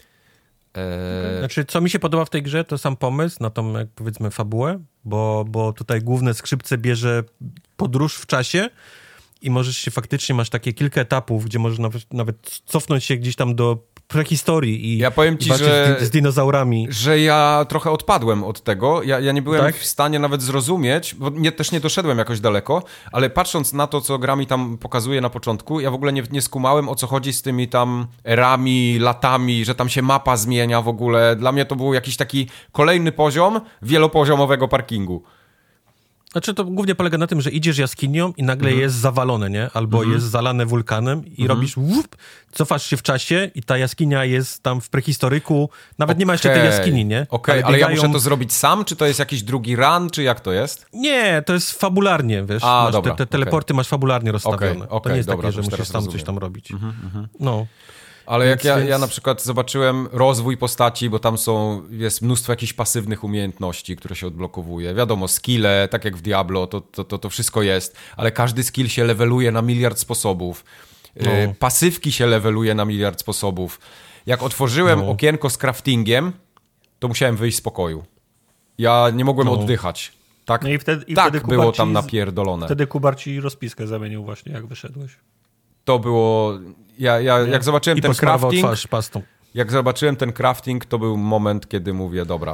Znaczy, co mi się podoba w tej grze, to sam pomysł na tą, jak powiedzmy, fabułę, bo tutaj główne skrzypce bierze podróż w czasie i możesz się faktycznie, masz takie kilka etapów, gdzie możesz nawet cofnąć się gdzieś tam do prehistorii i ja powiem ci, że z dinozaurami. Że ja trochę odpadłem od tego. Ja nie byłem w stanie nawet zrozumieć, bo też nie doszedłem jakoś daleko, ale patrząc na to, co gra mi tam pokazuje na początku, ja w ogóle nie skumałem, o co chodzi z tymi tam erami, latami, że tam się mapa zmienia w ogóle. Dla mnie to był jakiś taki kolejny poziom wielopoziomowego parkingu. Znaczy to głównie polega na tym, że idziesz jaskinią i nagle jest zawalone, nie? Albo jest zalane wulkanem i robisz cofasz się w czasie i ta jaskinia jest tam w prehistoryku. Nawet nie ma jeszcze tej jaskini, nie? Ale ja muszę to zrobić sam? Czy to jest jakiś drugi run? Czy jak to jest? Nie, to jest fabularnie, wiesz. Te teleporty masz fabularnie rozstawione. To nie jest takie, że musisz sam coś tam robić. No. Ale jak ja na przykład zobaczyłem rozwój postaci, bo tam jest mnóstwo jakichś pasywnych umiejętności, które się odblokowuje. Wiadomo, skille, tak jak w Diablo, to wszystko jest, ale każdy skill się leveluje na 1 miliard sposobów. Pasywki się leveluje na 1 miliard sposobów. Jak otworzyłem okienko z craftingiem, to musiałem wyjść z pokoju. Ja nie mogłem oddychać. Tak, wtedy było tam napierdolone. Wtedy Kubar ci rozpiskę zamienił właśnie, jak wyszedłeś. To było... Jak zobaczyłem ten crafting... twarz pastą. Jak zobaczyłem ten crafting, to był moment, kiedy mówię, dobra,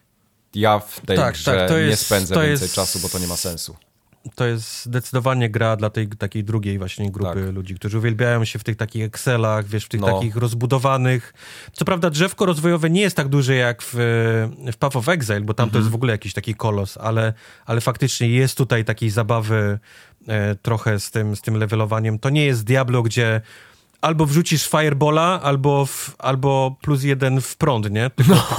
ja w tej grze nie spędzę więcej czasu, bo to nie ma sensu. To jest zdecydowanie gra dla tej takiej drugiej właśnie grupy ludzi, którzy uwielbiają się w tych takich Excelach, wiesz, w tych takich rozbudowanych. Co prawda drzewko rozwojowe nie jest tak duże jak w Path of Exile, bo tam to jest w ogóle jakiś taki kolos, ale faktycznie jest tutaj takiej zabawy trochę z tym levelowaniem. To nie jest Diablo, gdzie albo wrzucisz Firebola, albo +1 w prąd, nie?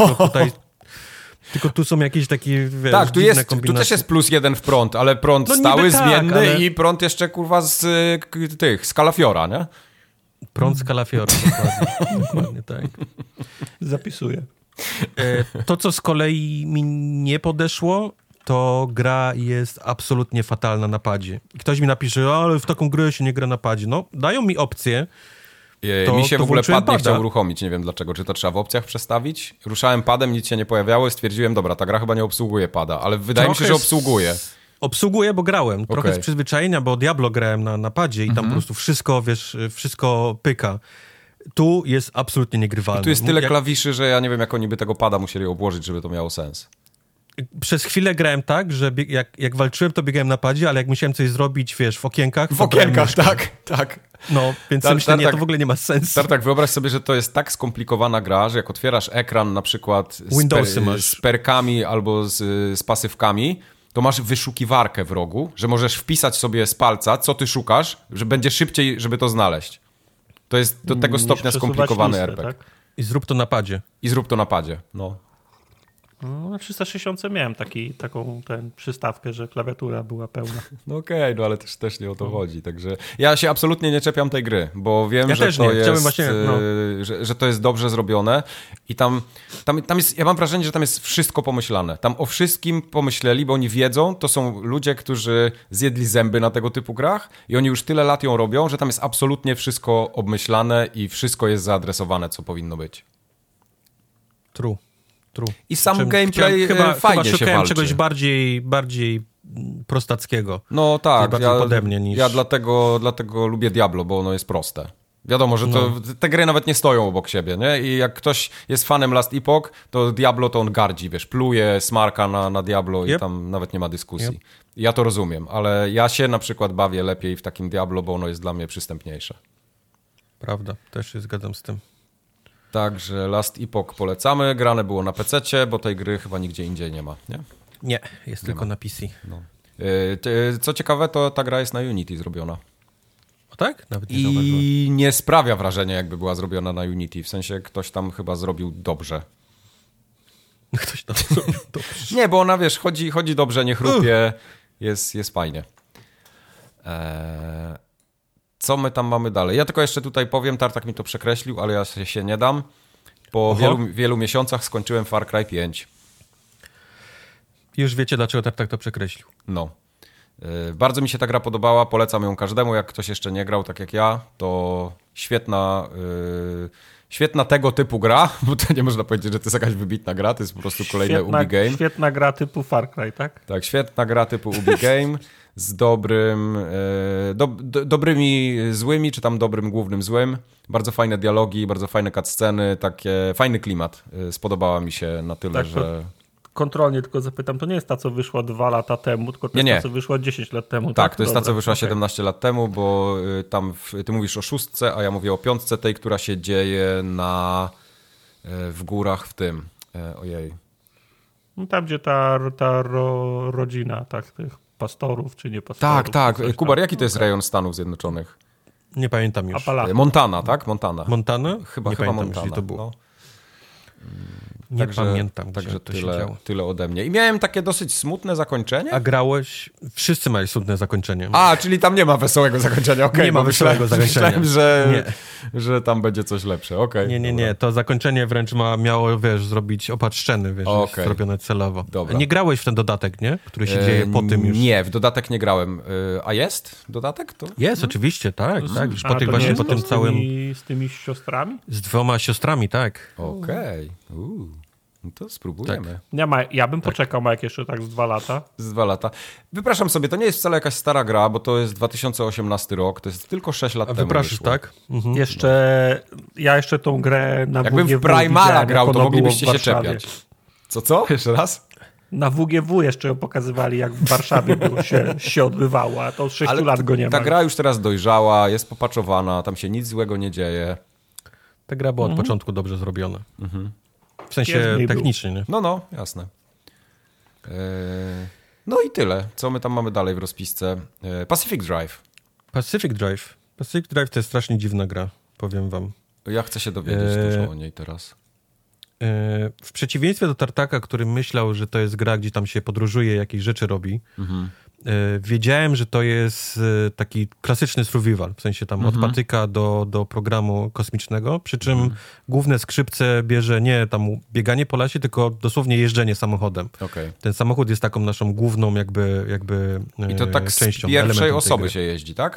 Tylko tu są jakieś takie, wiesz, tak, tu też jest +1 w prąd, ale prąd stały, zmienny i prąd jeszcze, kurwa, z kalafiora, nie? Prąd z kalafiora, dokładnie tak. Zapisuję. To, co z kolei mi nie podeszło, to gra jest absolutnie fatalna na padzie. I ktoś mi napisze, ale w taką grę się nie gra na padzie. No, dają mi opcję, Mi się w ogóle pad nie chciał uruchomić, nie wiem dlaczego. Czy to trzeba w opcjach przestawić? Ruszałem padem, nic się nie pojawiało i stwierdziłem, dobra, ta gra chyba nie obsługuje pada, ale wydaje mi się, że obsługuje. Obsługuję, bo grałem. Trochę z przyzwyczajenia, bo Diablo grałem na padzie i tam po prostu wszystko, wiesz, wszystko pyka. Tu jest absolutnie niegrywalne. I tu jest tyle klawiszy, że ja nie wiem, jak oni by tego pada musieli obłożyć, żeby to miało sens. Przez chwilę grałem tak, że jak walczyłem, to biegałem na padzie, ale jak musiałem coś zrobić, wiesz, w okienkach... W okienkach, tak. No, więc myślę, to w ogóle nie ma sensu. Tartak, wyobraź sobie, że to jest tak skomplikowana gra, że jak otwierasz ekran na przykład z perkami albo z pasywkami, to masz wyszukiwarkę w rogu, że możesz wpisać sobie z palca, co ty szukasz, że będzie szybciej, żeby to znaleźć. To jest do tego stopnia skomplikowany RPG. Tak? I zrób to na padzie. No. No, na 360 miałem taką przystawkę, że klawiatura była pełna. No okej, no ale też nie o to chodzi. Także ja się absolutnie nie czepiam tej gry, bo wiem, że to jest dobrze zrobione i tam jest, ja mam wrażenie, że tam jest wszystko pomyślane. Tam o wszystkim pomyśleli, bo oni wiedzą, to są ludzie, którzy zjedli zęby na tego typu grach i oni już tyle lat ją robią, że tam jest absolutnie wszystko obmyślane i wszystko jest zaadresowane, co powinno być. True. I sam gameplay fajnie się szukałem walczy. Czegoś bardziej prostackiego. No tak, pode mnie niż... ja dlatego lubię Diablo, bo ono jest proste. Wiadomo, że te gry nawet nie stoją obok siebie, nie? I jak ktoś jest fanem Last Epoch, to Diablo to on gardzi, wiesz, pluje, smarka na Diablo i tam nawet nie ma dyskusji. Ja to rozumiem, ale ja się na przykład bawię lepiej w takim Diablo, bo ono jest dla mnie przystępniejsze. Prawda, też się zgadzam z tym. Także Last Epoch polecamy. Grane było na PC-cie, bo tej gry chyba nigdzie indziej nie ma, nie? Nie, jest tylko na PC. No. Co ciekawe, to ta gra jest na Unity zrobiona. O tak? Nawet nie I nie sprawia wrażenia, jakby była zrobiona na Unity. W sensie ktoś tam chyba zrobił dobrze. Ktoś tam zrobił dobrze. Nie, bo ona, wiesz, chodzi dobrze, nie chrupie. Jest fajnie. Co my tam mamy dalej? Ja tylko jeszcze tutaj powiem, Tartak mi to przekreślił, ale ja się nie dam. Po wielu miesiącach skończyłem Far Cry 5. Już wiecie, dlaczego Tartak to przekreślił. No. Bardzo mi się ta gra podobała, polecam ją każdemu. Jak ktoś jeszcze nie grał, tak jak ja, to świetna tego typu gra, bo to nie można powiedzieć, że to jest jakaś wybitna gra, to jest po prostu kolejne Ubi Game. Świetna gra typu Far Cry, tak? Tak, świetna gra typu Ubi Game z dobrymi złymi, czy tam dobrym głównym złym. Bardzo fajne dialogi, bardzo fajne cutsceny, fajny klimat. Spodobała mi się na tyle, tak, że... Kontrolnie tylko zapytam, to nie jest ta, co wyszła 2 lata temu, tylko to jest ta, co wyszła 10 lat temu. Tak, to jest ta, co wyszła 17 lat temu, bo tam ty mówisz o 6, a ja mówię o 5, tej, która się dzieje w górach w tym. Ojej. No tam, gdzie ta rodzina, tak, tych pastorów, czy nie pastorów. Tak. Kubar, jaki to jest rejon Stanów Zjednoczonych? Nie pamiętam już. Montana, tak? Montana? Chyba Montana. To było. No. Nie pamiętam, także to się działo. Tyle ode mnie. I miałem takie dosyć smutne zakończenie. A grałeś? Wszyscy mają smutne zakończenie. Czyli tam nie ma wesołego zakończenia. Okay, nie ma wesołego zakończenia. Myślałem, że tam będzie coś lepsze. Okay, nie. To zakończenie wręcz miało, zrobić opad szczeny, zrobione celowo. Dobra. Nie grałeś w ten dodatek, nie? Który się dzieje po tym już. Nie, w dodatek nie grałem. A jest dodatek? Jest, oczywiście, tak. Już po tym całym... Z tymi siostrami? Z 2 siostrami, tak. Okej. No to spróbujemy. Tak. Ja bym poczekał, jak jeszcze tak z 2 lata. Z 2 lata. Wypraszam sobie, to nie jest wcale jakaś stara gra, bo to jest 2018 rok, to jest tylko 6 lat temu. Wypraszasz, tak? Mhm. Ja jeszcze tą grę na WGW Jakbym w Primala grał, to moglibyście się czepiać. Co? Jeszcze raz? Na WGW jeszcze ją pokazywali, jak w Warszawie się odbywało, a to od 6 lat go nie ma. Ta gra już teraz dojrzała, jest popaczowana, tam się nic złego nie dzieje. Ta gra była od początku dobrze zrobiona. W sensie technicznie, nie? No, jasne. No i tyle. Co my tam mamy dalej w rozpisce? Pacific Drive. Pacific Drive to jest strasznie dziwna gra, powiem wam. Ja chcę się dowiedzieć dużo o niej teraz. W przeciwieństwie do Tartaka, który myślał, że to jest gra, gdzie tam się podróżuje, jakieś rzeczy robi, wiedziałem, że to jest taki klasyczny survival, w sensie tam od patyka do programu kosmicznego, przy czym główne skrzypce bierze nie tam bieganie po lasie, tylko dosłownie jeżdżenie samochodem. Okay. Ten samochód jest taką naszą główną jakby I to tak częścią. Z pierwszej osoby się jeździ, tak?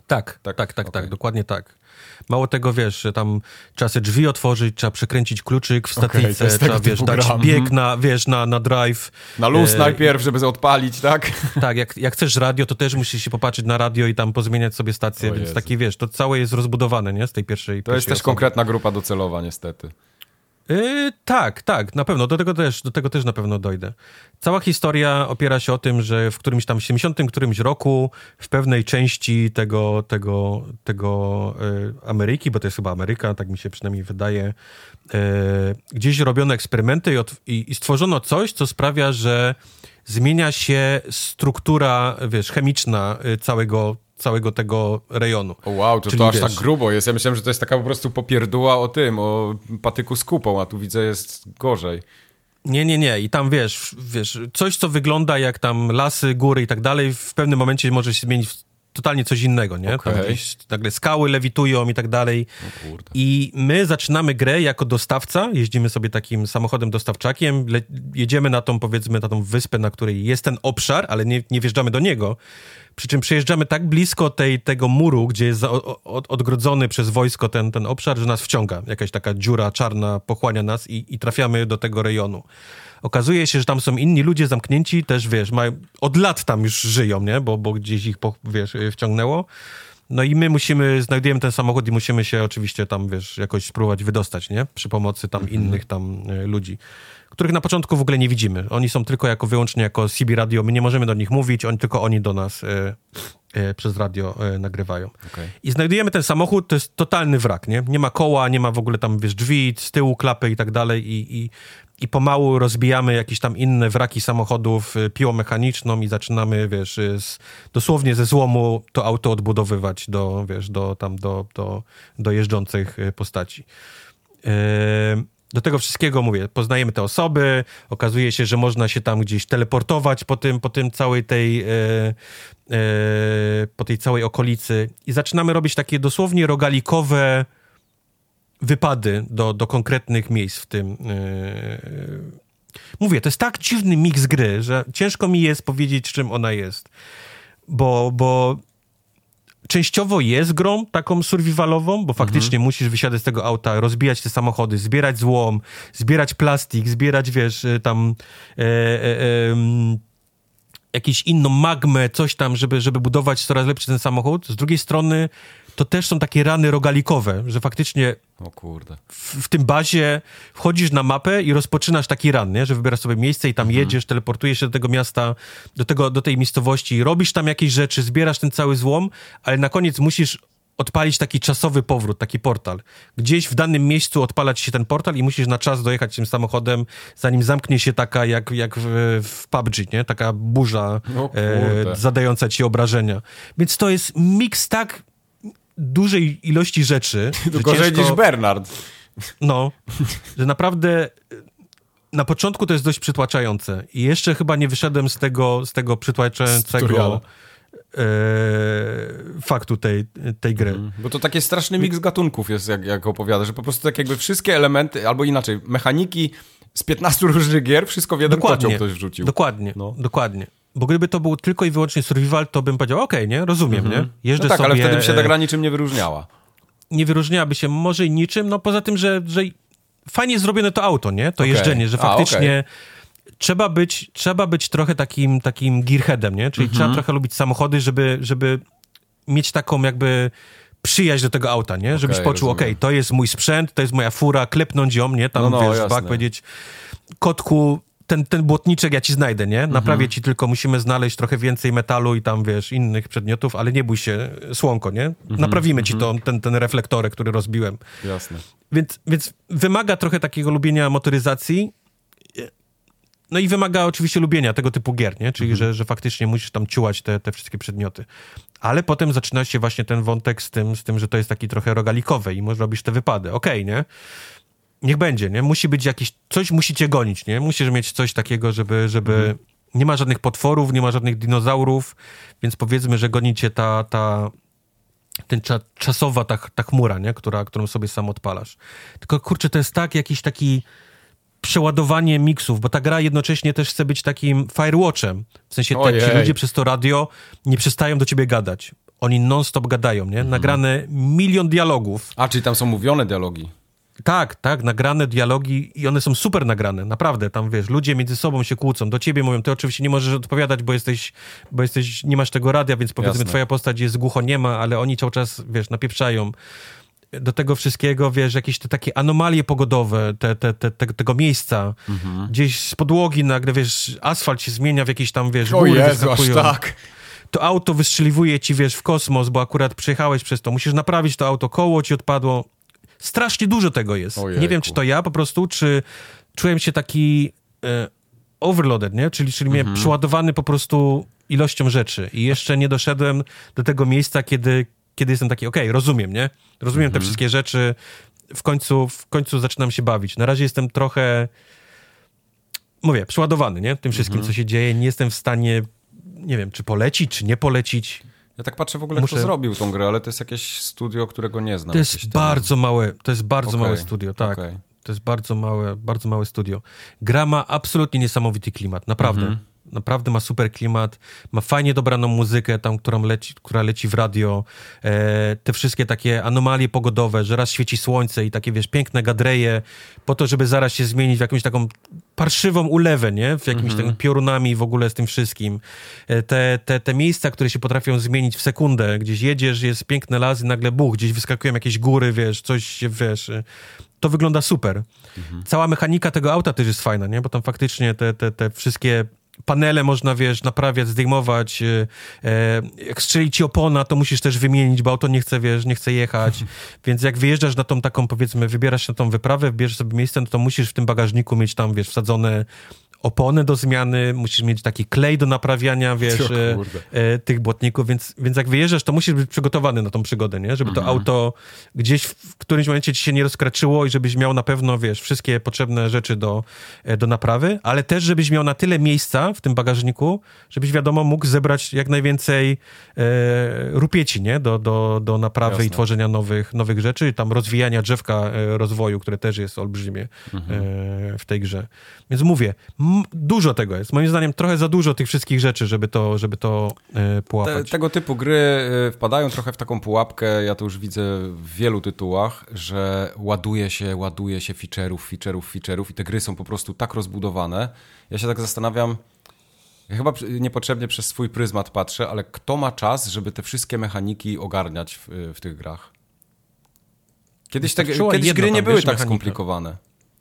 Tak, dokładnie tak. Mało tego, wiesz, że tam trzeba sobie drzwi otworzyć, trzeba przekręcić kluczyk w statyjce, trzeba, wiesz, dać bieg na drive. Na luz najpierw, żeby odpalić, tak? Tak, jak chcesz radio, to też musisz się popatrzeć na radio i tam pozmieniać sobie stację, więc taki, wiesz, to całe jest rozbudowane, nie? Z tej pierwszej To jest też konkretna grupa docelowa, niestety. Tak, na pewno, do tego też na pewno dojdę. Cała historia opiera się o tym, że w którymś tam 70 którymś roku w pewnej części tego Ameryki, bo to jest chyba Ameryka, tak mi się przynajmniej wydaje, gdzieś robiono eksperymenty i stworzono coś, co sprawia, że zmienia się struktura, wiesz, chemiczna całego tego rejonu. O wow, to aż tak grubo jest. Ja myślałem, że to jest taka po prostu popierdóła o patyku z kupą, a tu widzę jest gorzej. Nie. I tam wiesz, coś, co wygląda jak tam lasy, góry i tak dalej, w pewnym momencie może się zmienić w totalnie coś innego, nie? Okay. Tam gdzieś nagle skały lewitują i tak dalej. I my zaczynamy grę jako dostawca, jeździmy sobie takim samochodem dostawczakiem, jedziemy na tą, powiedzmy, na tą wyspę, na której jest ten obszar, ale nie wjeżdżamy do niego. Przy czym przejeżdżamy tak blisko tego muru, gdzie jest odgrodzony przez wojsko ten obszar, że nas wciąga. Jakaś taka dziura czarna pochłania nas i trafiamy do tego rejonu. Okazuje się, że tam są inni ludzie zamknięci, też, wiesz, od lat tam już żyją, nie? Bo gdzieś ich, wiesz, wciągnęło. No i my znajdujemy ten samochód i musimy się oczywiście tam, wiesz, jakoś spróbować wydostać, nie? Przy pomocy tam innych tam ludzi, których na początku w ogóle nie widzimy. Oni są tylko wyłącznie jako CB radio, my nie możemy do nich mówić, tylko oni do nas przez radio nagrywają. Okay. I znajdujemy ten samochód, to jest totalny wrak, nie? Nie ma koła, nie ma w ogóle tam, wiesz, drzwi, z tyłu klapy i tak dalej i pomału rozbijamy jakieś tam inne wraki samochodów piłą mechaniczną i zaczynamy, wiesz, dosłownie ze złomu to auto odbudowywać do jeżdżących postaci. Do tego wszystkiego, mówię, poznajemy te osoby, okazuje się, że można się tam gdzieś teleportować po tym całej po tej całej okolicy i zaczynamy robić takie dosłownie rogalikowe wypady do konkretnych miejsc w tym. Mówię, to jest tak dziwny miks gry, że ciężko mi jest powiedzieć, czym ona jest, bo częściowo jest grą taką survivalową, bo faktycznie musisz wysiadać z tego auta, rozbijać te samochody, zbierać złom, zbierać plastik, zbierać, wiesz, tam jakąś inną magmę, coś tam, żeby budować coraz lepszy ten samochód. Z drugiej strony to też są takie rany rogalikowe, że faktycznie w tym bazie wchodzisz na mapę i rozpoczynasz taki run, nie? Że wybierasz sobie miejsce i tam jedziesz, teleportujesz się do tego miasta, do tej miejscowości, robisz tam jakieś rzeczy, zbierasz ten cały złom, ale na koniec musisz odpalić taki czasowy powrót, taki portal. Gdzieś w danym miejscu odpalać się ten portal i musisz na czas dojechać tym samochodem, zanim zamknie się taka jak w PUBG, nie? Taka burza zadająca ci obrażenia. Więc to jest miks tak dużej ilości rzeczy. Gorzej niż Bernard. No, że naprawdę na początku to jest dość przytłaczające. I jeszcze chyba nie wyszedłem z tego przytłaczającego faktu tej gry. Bo to taki straszny miks gatunków jest, jak opowiada, że po prostu tak jakby wszystkie elementy, albo inaczej, mechaniki z 15 różnych gier, wszystko w jeden kocioł ktoś wrzucił. Dokładnie. Bo gdyby to był tylko i wyłącznie survival, to bym powiedział, okej, nie? Rozumiem, nie? Jeżdżę tak, sobie, ale wtedy by się ta gra niczym nie wyróżniała. Nie wyróżniałaby się może i niczym, no poza tym, że fajnie zrobione to auto, nie? To jeżdżenie, że faktycznie trzeba być trochę takim gearheadem, nie? Czyli trzeba trochę lubić samochody, żeby mieć taką jakby przyjaźń do tego auta, nie? Żebyś poczuł, to jest mój sprzęt, to jest moja fura, klepnąć ją, nie? Tam, wiesz, powiedzieć, kotku, ten błotniczek ja ci znajdę, nie? Naprawię ci, tylko musimy znaleźć trochę więcej metalu i tam, wiesz, innych przedmiotów, ale nie bój się, słonko, nie? Naprawimy ci ten reflektorek, który rozbiłem. Jasne. Więc wymaga trochę takiego lubienia motoryzacji, no i wymaga oczywiście lubienia tego typu gier, nie? Czyli, że faktycznie musisz tam ciułać te wszystkie przedmioty. Ale potem zaczyna się właśnie ten wątek z tym, że to jest taki trochę rogalikowy i możesz robić te wypady. Okej, nie? Niech będzie, nie? Musi być coś musi cię gonić, nie? Musisz mieć coś takiego, żeby nie ma żadnych potworów, nie ma żadnych dinozaurów, więc powiedzmy, że goni cię czasowa ta chmura, nie? Którą sobie sam odpalasz. Tylko, kurczę, to jest jakiś taki przeładowanie miksów, bo ta gra jednocześnie też chce być takim firewatchem. W sensie ci ludzie przez to radio nie przestają do ciebie gadać. Oni non-stop gadają, nie? Nagrane 1 000 000 dialogów. A, czyli tam są mówione dialogi. Tak, nagrane dialogi i one są super nagrane, naprawdę. Tam, wiesz, ludzie między sobą się kłócą, do ciebie mówią, ty oczywiście nie możesz odpowiadać, bo jesteś, nie masz tego radia, więc powiedzmy, twoja postać jest głuchoniema, ale oni cały czas, wiesz, napieprzają. Do tego wszystkiego, wiesz, jakieś te takie anomalie pogodowe, tego miejsca. Gdzieś z podłogi nagle, wiesz, asfalt się zmienia w jakieś tam, wiesz, góry wyskakują. Aż tak. To auto wystrzeliwuje ci, wiesz, w kosmos, bo akurat przejechałeś przez to. Musisz naprawić to auto, koło ci odpadło. Strasznie dużo tego jest. Ojejku. Nie wiem, czy to ja po prostu, czy czułem się taki overloaded, nie? Czyli miałem przeładowany po prostu ilością rzeczy. I jeszcze nie doszedłem do tego miejsca, kiedy jestem taki, okej, rozumiem, nie? Rozumiem te wszystkie rzeczy. W końcu zaczynam się bawić. Na razie jestem trochę, mówię, przeładowany, nie? Tym wszystkim, co się dzieje. Nie jestem w stanie, nie wiem, czy polecić, czy nie polecić. Ja tak patrzę w ogóle, kto zrobił tą grę, ale to jest jakieś studio, którego nie znam. To jest bardzo małe studio, tak. Okay. To jest bardzo małe studio. Gra ma absolutnie niesamowity klimat, naprawdę. Naprawdę ma super klimat, ma fajnie dobraną muzykę tam, która leci w radio. Te wszystkie takie anomalie pogodowe, że raz świeci słońce i takie, wiesz, piękne gadreje po to, żeby zaraz się zmienić w jakąś taką parszywą ulewę, nie? W jakimś takim piorunami w ogóle z tym wszystkim. Te miejsca, które się potrafią zmienić w sekundę. Gdzieś jedziesz, jest piękny las i nagle gdzieś wyskakują jakieś góry, wiesz, coś się, wiesz... To wygląda super. Cała mechanika tego auta też jest fajna, nie? Bo tam faktycznie te wszystkie panele można, wiesz, naprawiać, zdejmować. Jak strzeli ci opona, to musisz też wymienić, bo auto nie chce jechać. Więc jak wyjeżdżasz na tą taką, powiedzmy, wybierasz się na tą wyprawę, bierzesz sobie miejsce, no to musisz w tym bagażniku mieć tam, wiesz, wsadzone opony do zmiany, musisz mieć taki klej do naprawiania, wiesz, tych błotników, więc jak wyjeżdżasz, to musisz być przygotowany na tą przygodę, nie? Żeby to auto gdzieś w którymś momencie ci się nie rozkraczyło i żebyś miał na pewno, wiesz, wszystkie potrzebne rzeczy do naprawy, ale też żebyś miał na tyle miejsca w tym bagażniku, żebyś, wiadomo, mógł zebrać jak najwięcej rupieci, nie? Do naprawy. Jasne. I tworzenia nowych rzeczy, tam rozwijania drzewka rozwoju, które też jest olbrzymie w tej grze. Więc mówię, dużo tego jest. Moim zdaniem trochę za dużo tych wszystkich rzeczy, żeby to połapać. Tego typu gry wpadają trochę w taką pułapkę, ja to już widzę w wielu tytułach, że ładuje się feature'ów i te gry są po prostu tak rozbudowane. Ja się tak zastanawiam, ja chyba niepotrzebnie przez swój pryzmat patrzę, ale kto ma czas, żeby te wszystkie mechaniki ogarniać w tych grach? Kiedyś gry nie były tak skomplikowane.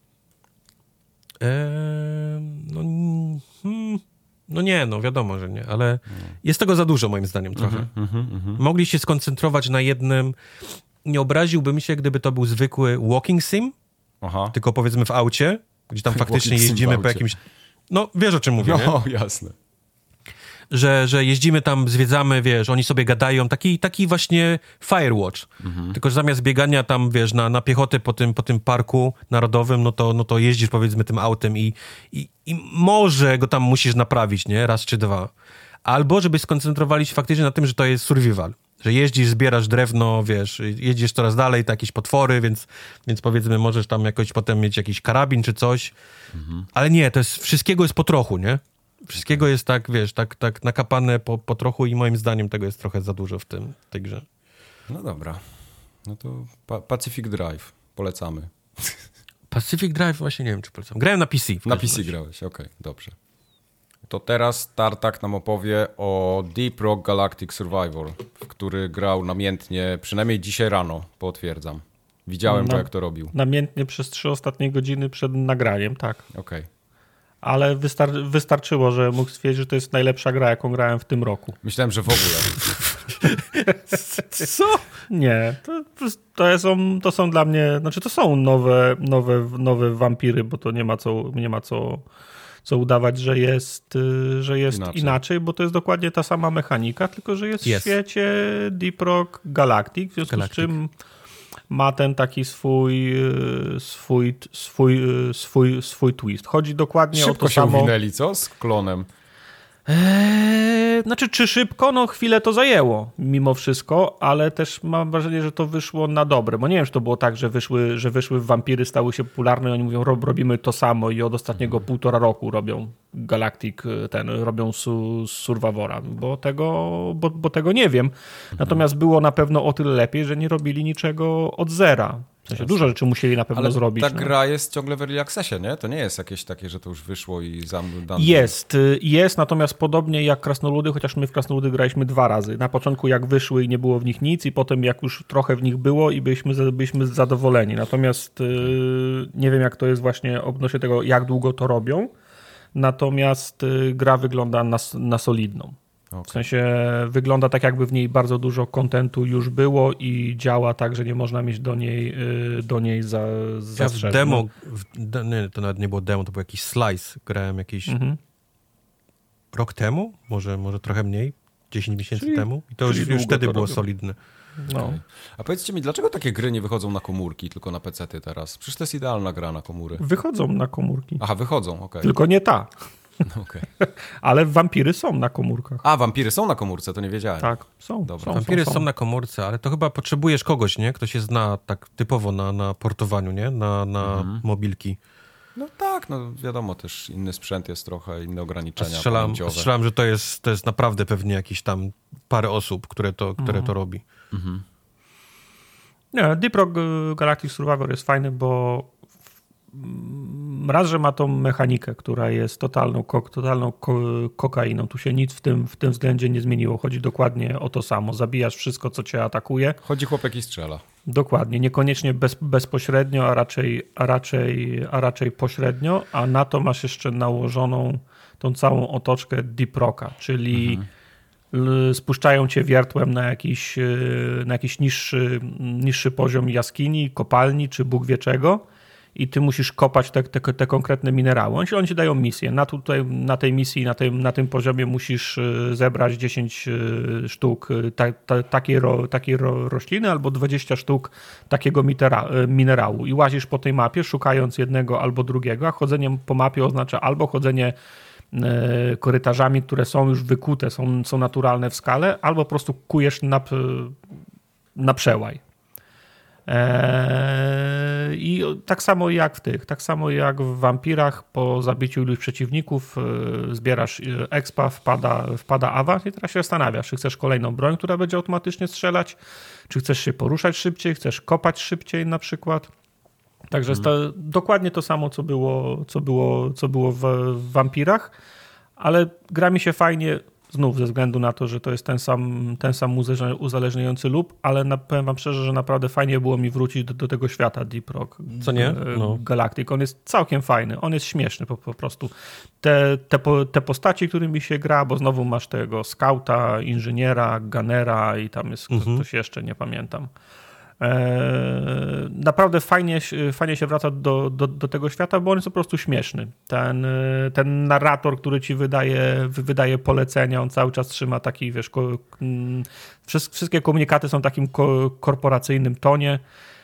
No nie, no wiadomo, że nie, ale jest tego za dużo moim zdaniem trochę. Mogli się skoncentrować na jednym. Nie obraziłbym się, gdyby to był zwykły walking sim, tylko powiedzmy w aucie, gdzie tam faktycznie jeździmy po jakimś... No wiesz, o czym mówię, nie? No, jasne. Że jeździmy tam, zwiedzamy, wiesz, oni sobie gadają, taki właśnie Firewatch. Tylko że zamiast biegania tam, wiesz, na piechotę po tym parku narodowym, no to jeździsz, powiedzmy, tym autem i może go tam musisz naprawić, nie? Raz czy dwa. Albo żeby skoncentrowali się faktycznie na tym, że to jest survival. Że jeździsz, zbierasz drewno, wiesz, jedziesz coraz dalej, to jakieś potwory, więc powiedzmy, możesz tam jakoś potem mieć jakiś karabin czy coś. Ale nie, wszystkiego jest po trochu, nie? Wszystkiego jest tak, wiesz, tak nakapane po trochu i moim zdaniem tego jest trochę za dużo w tej grze. No dobra. No to Pacific Drive. Polecamy. Pacific Drive właśnie nie wiem, czy polecam. Grałem na PC. Na PC grałeś, okej, dobrze. To teraz Tartak nam opowie o Deep Rock Galactic Survivor, w który grał namiętnie, przynajmniej dzisiaj rano, potwierdzam. Widziałem go, jak to robił. Namiętnie przez 3 ostatnie godziny przed nagraniem, tak. Okej. Ale wystarczyło, że mógł stwierdzić, że to jest najlepsza gra, jaką grałem w tym roku. Myślałem, że w ogóle. Co? Nie. To są dla mnie... Znaczy, to są nowe wampiry, bo to nie ma co udawać, że jest inaczej, bo to jest dokładnie ta sama mechanika, tylko że jest w świecie Deep Rock Galactic, w związku z czym ma ten taki swój twist. Chodzi dokładnie Szybko o to samo. Szybko się uwinęli, co? Z klonem. Znaczy, czy szybko? No chwilę to zajęło mimo wszystko, ale też mam wrażenie, że to wyszło na dobre, bo nie wiem, czy to było tak, że wyszły wampiry, stały się popularne i oni mówią, robimy to samo i od ostatniego 1,5 roku robią Galactic, robią Survivora, bo tego nie wiem. Natomiast było na pewno o tyle lepiej, że nie robili niczego od zera. W sensie dużo rzeczy musieli na pewno zrobić. Ta gra jest ciągle w early accessie, nie? To nie jest jakieś takie, że to już wyszło i Jest, natomiast podobnie jak Krasnoludy, chociaż my w Krasnoludy graliśmy 2 razy. Na początku jak wyszły i nie było w nich nic i potem jak już trochę w nich było i byliśmy zadowoleni. Natomiast nie wiem jak to jest właśnie odnośnie tego, jak długo to robią. Natomiast gra wygląda na solidną. Okay. W sensie wygląda tak, jakby w niej bardzo dużo kontentu już było i działa tak, że nie można mieć do niej zastrzeżeń. Ja w demo, to nawet nie było demo, to był jakiś slice, grałem jakiś rok temu, może trochę mniej, 10 miesięcy temu i to już wtedy było solidne. No. Okay. A powiedzcie mi, dlaczego takie gry nie wychodzą na komórki, tylko na pecety teraz? Przecież to jest idealna gra na komóry. Wychodzą na komórki. Aha, wychodzą, okej. Tylko nie ta. Okay. Ale wampiry są na komórkach. A, wampiry są na komórce, to nie wiedziałem. Tak, są. Dobra. Wampiry są na komórce, ale to chyba potrzebujesz kogoś, nie? Kto się zna tak typowo na portowaniu, nie? Na mobilki. No tak, no wiadomo, też inny sprzęt jest trochę, inne ograniczenia. Strzelam, że to jest naprawdę pewnie jakieś tam parę osób, które to robi. Nie, Deep Rock Galactic Survivor jest fajny, bo raz, że ma tą mechanikę, która jest totalną kokainą. Tu się nic w tym względzie nie zmieniło. Chodzi dokładnie o to samo. Zabijasz wszystko, co cię atakuje. Chodzi chłopak i strzela. Dokładnie. Niekoniecznie bezpośrednio, a raczej pośrednio, a na to masz jeszcze nałożoną tą całą otoczkę Deep Rocka, czyli spuszczają cię wiertłem na jakiś niższy poziom jaskini, kopalni czy Bóg wie czego. I ty musisz kopać te konkretne minerały. Oni ci dają misję. Na tej misji, na tym poziomie musisz zebrać 10 sztuk takiej rośliny albo 20 sztuk takiego minerału. I łazisz po tej mapie, szukając jednego albo drugiego, a chodzenie po mapie oznacza albo chodzenie korytarzami, które są już wykute, są naturalne w skale, albo po prostu kujesz na przełaj. I tak samo jak w wampirach, po zabiciu iluś przeciwników zbierasz expa, wpada awans i teraz się zastanawiasz, czy chcesz kolejną broń, która będzie automatycznie strzelać, czy chcesz się poruszać szybciej, chcesz kopać szybciej na przykład. Także jest to dokładnie to samo, co było w wampirach, ale gra mi się fajnie znów ze względu na to, że to jest ten sam uzależniający loop, ale powiem wam szczerze, że naprawdę fajnie było mi wrócić do tego świata Deep Rock. Co nie? Galactic. On jest całkiem fajny, on jest śmieszny po prostu. Te postaci, którymi się gra, bo znowu masz tego skauta, inżyniera, gunnera i tam jest ktoś jeszcze, nie pamiętam. Naprawdę fajnie się wraca do tego świata, bo on jest po prostu śmieszny. Ten narrator, który ci wydaje polecenia, on cały czas trzyma taki, wiesz, wszystkie komunikaty są w takim korporacyjnym tonie.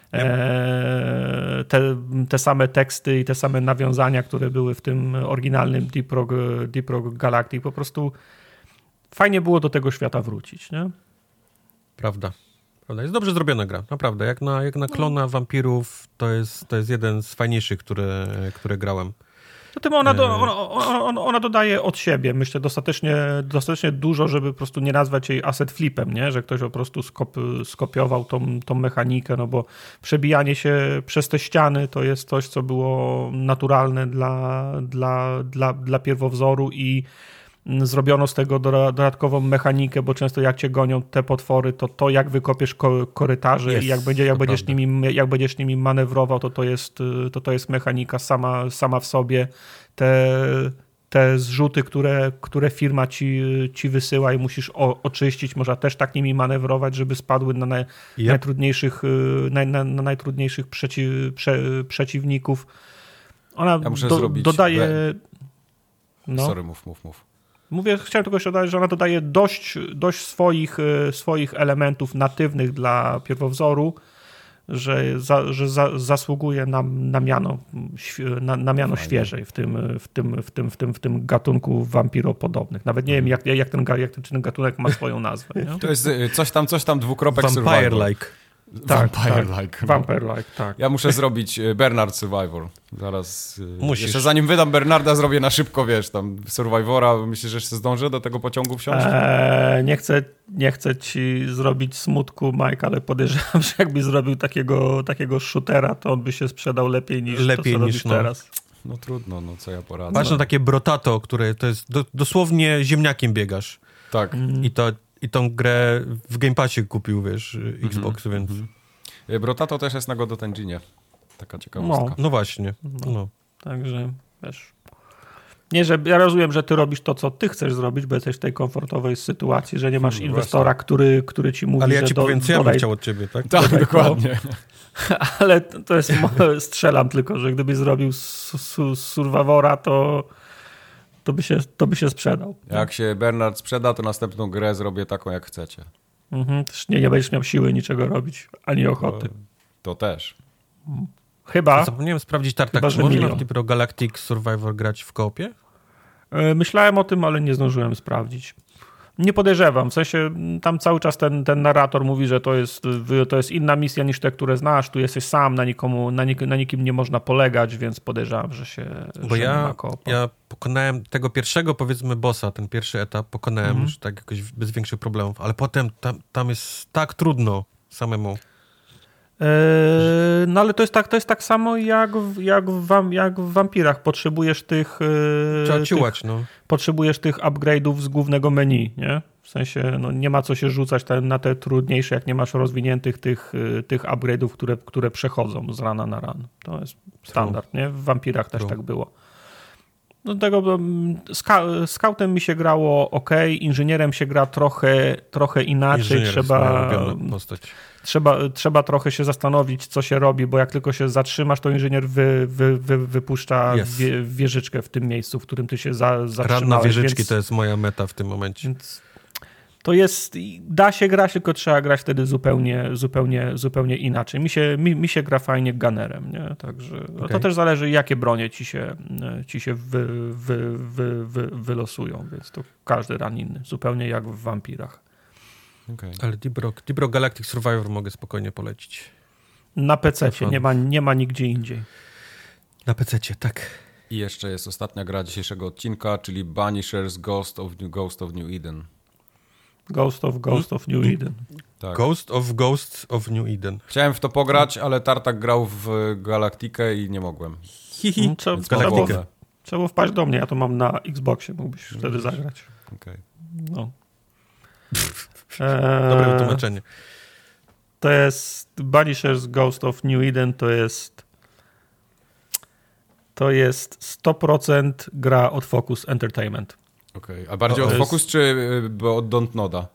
Te same teksty i te same nawiązania, które były w tym oryginalnym Deep Rock Galactic, po prostu fajnie było do tego świata wrócić, nie? Prawda. Jest dobrze zrobiona gra, naprawdę. Jak na klona wampirów, to jest jeden z fajniejszych, które grałem. Zatem ona dodaje od siebie, myślę, dostatecznie dużo, żeby po prostu nie nazwać jej asset flipem, nie? Że ktoś po prostu skopiował tą mechanikę, no bo przebijanie się przez te ściany to jest coś, co było naturalne dla pierwowzoru i zrobiono z tego dodatkową mechanikę, bo często jak cię gonią te potwory, to jak wykopiesz korytarze i jak będziesz nimi manewrował, to jest mechanika sama w sobie. Te zrzuty, które firma ci wysyła i musisz oczyścić, można też tak nimi manewrować, żeby spadły na najtrudniejszych przeciwników. Ona dodaje... Sorry, mów. Chciałem tylko jeszcze dodać, że ona dodaje dość swoich elementów natywnych dla pierwowzoru, że zasługuje na miano świeżej w tym gatunku wampiropodobnych. Nawet nie wiem, jak ten gatunek ma swoją nazwę. Nie? To jest coś tam, dwukropek Vampire-like. Vampire-like, tak. Ja muszę zrobić Bernard Survivor. Zaraz. Jeszcze zanim wydam Bernarda, zrobię na szybko, wiesz, tam Survivora. Myślisz, że jeszcze zdążę do tego pociągu wsiąść? Nie chcę ci zrobić smutku, Mike, ale podejrzewam, że jakbyś zrobił takiego shootera, to on by się sprzedał lepiej niż teraz. No trudno, no co ja poradzę. Patrz na takie brotato, które to jest dosłownie ziemniakiem biegasz. Tak. I tą grę w Game Passie kupił, wiesz, Xbox, więc... Brotato też jest na Godot Engine. Taka ciekawostka. No właśnie. No. Także, wiesz... Nie, że ja rozumiem, że ty robisz to, co ty chcesz zrobić, bo jesteś w tej komfortowej sytuacji, że nie masz inwestora, który ci mówi, ale ja że ci powiem, co ja bym chciał od ciebie, tak? Tak, dokładnie. Ale to jest... Strzelam tylko, że gdybyś zrobił Survivora, to by się sprzedał. Jak się Bernard sprzeda, to następną grę zrobię taką, jak chcecie. Też nie będziesz miał siły niczego robić, ani ochoty. To też. Chyba. Zapomniałem sprawdzić, Tartak, czy można w Deep Galactic Survivor grać w koopie? Myślałem o tym, ale nie zdążyłem sprawdzić. Nie podejrzewam, w sensie tam cały czas ten narrator mówi, że to jest inna misja niż te, które znasz, tu jesteś sam, na nikim nie można polegać, więc podejrzewam, że ja pokonałem tego pierwszego, powiedzmy, bossa, ten pierwszy etap pokonałem już tak jakoś bez większych problemów, ale potem tam jest tak trudno samemu. No ale to jest tak samo jak w wampirach. Potrzebujesz tych... Trzeba ciułać, no. Potrzebujesz tych upgrade'ów z głównego menu, nie? W sensie nie ma co się rzucać na te trudniejsze, jak nie masz rozwiniętych tych upgrade'ów, które przechodzą z rana na ran. To jest standard, nie? W wampirach też tak było. Do tego scoutem mi się grało ok, inżynierem się gra trochę inaczej. Trzeba trochę się zastanowić, co się robi, bo jak tylko się zatrzymasz, to inżynier wypuszcza wieżyczkę w tym miejscu, w którym ty się zatrzymałeś. Ranna wieżyczki to jest moja meta w tym momencie. Więc to jest, da się grać, tylko trzeba grać wtedy zupełnie inaczej. Mi się gra fajnie gunnerem, nie? Także to też zależy, jakie bronie ci się wylosują, więc to każdy run inny, zupełnie jak w wampirach. Okay. Ale Deep Rock Galactic Survivor mogę spokojnie polecić. Na PC-cie, nie ma nigdzie indziej. Na PC-cie, tak. I jeszcze jest ostatnia gra dzisiejszego odcinka, czyli Banishers Ghost of New Eden. Ghost of New Eden. Tak. Ghosts of New Eden. Chciałem w to pograć, ale Tartak grał w Galaktikę i nie mogłem. Trzeba wpaść do mnie, ja to mam na Xboxie, mógłbyś wtedy zagrać. Okay. No. Dobre wytłumaczenie. To jest Banishers Ghost of New Eden, to jest 100% gra od Focus Entertainment. Okej. A bardziej od Focus czy od Dontnoda?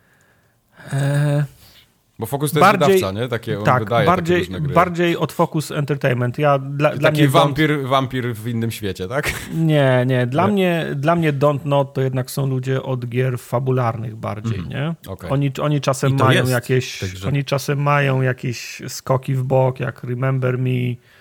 Bo Focus to jest wydawca, nie? On wydaje takie różne gry. Bardziej od Focus Entertainment. Dla mnie wampir w innym świecie, tak? Nie. Dla mnie Dontnod to jednak są ludzie od gier fabularnych bardziej, nie? Okay. Oni czasem mają jakieś skoki w bok, jak Remember Me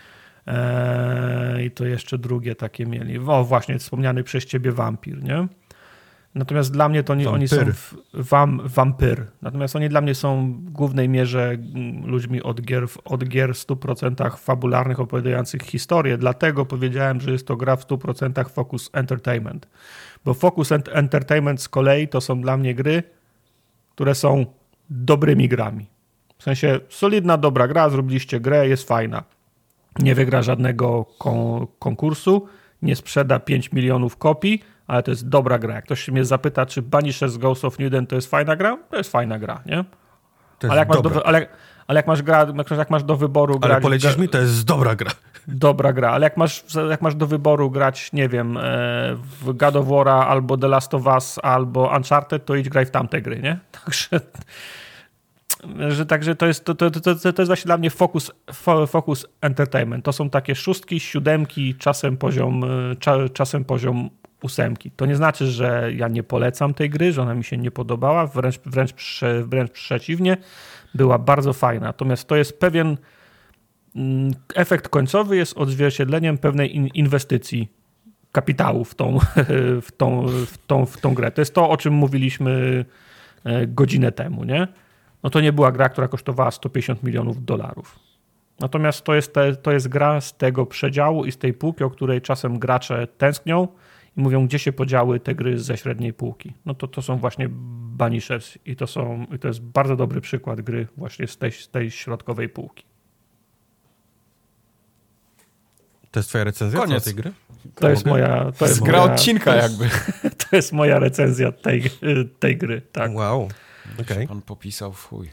i to jeszcze drugie takie mieli. O, właśnie wspomniany przez ciebie Wampir, nie? Natomiast dla mnie to oni są wampyr. Natomiast oni dla mnie są w głównej mierze ludźmi od gier w 100% fabularnych, opowiadających historię. Dlatego powiedziałem, że jest to gra w 100% Focus Entertainment. Bo Focus Entertainment z kolei to są dla mnie gry, które są dobrymi grami. W sensie solidna, dobra gra, zrobiliście grę, jest fajna. Nie wygra żadnego konkursu, nie sprzeda 5 milionów kopii, ale to jest dobra gra. Jak ktoś się mnie zapyta, czy Banishers Ghost of New Eden to jest fajna gra, to jest fajna gra, nie? Ale jak masz do wyboru grać... Ale polecisz mi, to jest dobra gra. Dobra gra, ale jak masz do wyboru grać, nie wiem, w God of War'a albo The Last of Us albo Uncharted, to idź graj w tamte gry, nie? Także to jest właśnie dla mnie Focus Entertainment. To są takie 6, 7, czasem poziom 8. To nie znaczy, że ja nie polecam tej gry, że ona mi się nie podobała, wręcz przeciwnie, była bardzo fajna. Natomiast to jest pewien efekt końcowy, jest odzwierciedleniem pewnej inwestycji kapitału w tą grę. To jest to, o czym mówiliśmy godzinę temu, nie? No to nie była gra, która kosztowała $150 milionów. Natomiast to jest gra z tego przedziału i z tej półki, o której czasem gracze tęsknią i mówią, gdzie się podziały te gry ze średniej półki. No to są właśnie Banishers i to jest bardzo dobry przykład gry właśnie z tej środkowej półki. To jest twoja recenzja tej gry? To jest moja... To jest gra odcinka jakby. To jest moja recenzja tej gry, tak. Wow, okej. Okay. Pan popisał w chuj.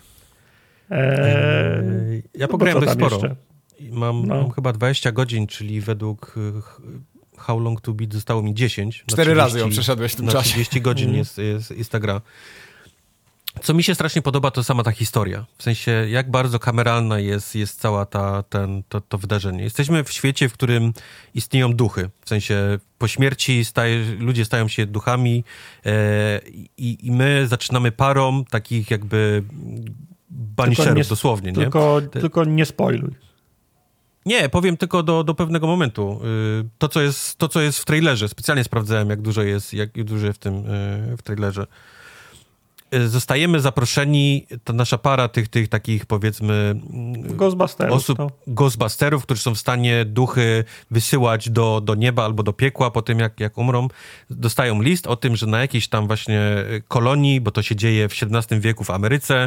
Ja pograłem dość sporo. Mam chyba 20 godzin, czyli według How Long to Beat zostało mi 10. 4 razy ją przeszedłeś w tym czasie. 30 godzin jest ta gra. Co mi się strasznie podoba, to sama ta historia. W sensie, jak bardzo kameralna jest cała to wydarzenie. Jesteśmy w świecie, w którym istnieją duchy. W sensie, po śmierci ludzie stają się duchami i my zaczynamy parą takich jakby banisherów dosłownie. Tylko nie spoiluj. Nie, powiem tylko do pewnego momentu. To, co jest w trailerze. Specjalnie sprawdzałem, jak dużo jest w trailerze. Zostajemy zaproszeni, ta nasza para tych takich, powiedzmy, Ghostbusterów, którzy są w stanie duchy wysyłać do nieba albo do piekła po tym, jak umrą. Dostają list o tym, że na jakiejś tam właśnie kolonii, bo to się dzieje w XVII wieku w Ameryce,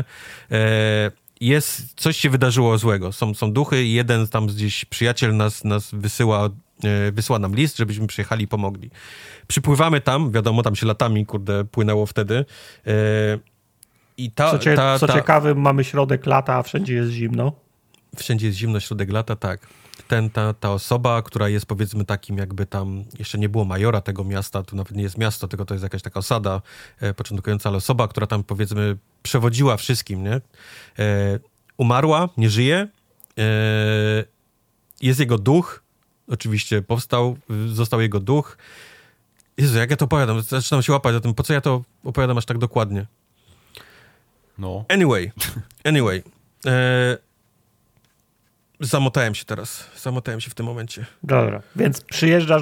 coś się wydarzyło złego. Są duchy i jeden tam gdzieś przyjaciel nas wysyła nam list, żebyśmy przyjechali i pomogli. Przypływamy tam, wiadomo, tam się latami, płynęło wtedy. Co ciekawe, mamy środek lata, a wszędzie jest zimno. Wszędzie jest zimno, środek lata, tak. Ta osoba, która jest, powiedzmy, takim jakby tam, jeszcze nie było majora tego miasta, tu nawet nie jest miasto, tylko to jest jakaś taka osada początkująca, ale osoba, która tam, powiedzmy, przewodziła wszystkim, nie? Umarła, nie żyje. Jest jego duch, oczywiście został jego duch. Jezu, jak ja to opowiadam? Zaczynam się łapać o tym, po co ja to opowiadam aż tak dokładnie. No. Anyway. Zamotałem się w tym momencie. Dobra, więc przyjeżdżasz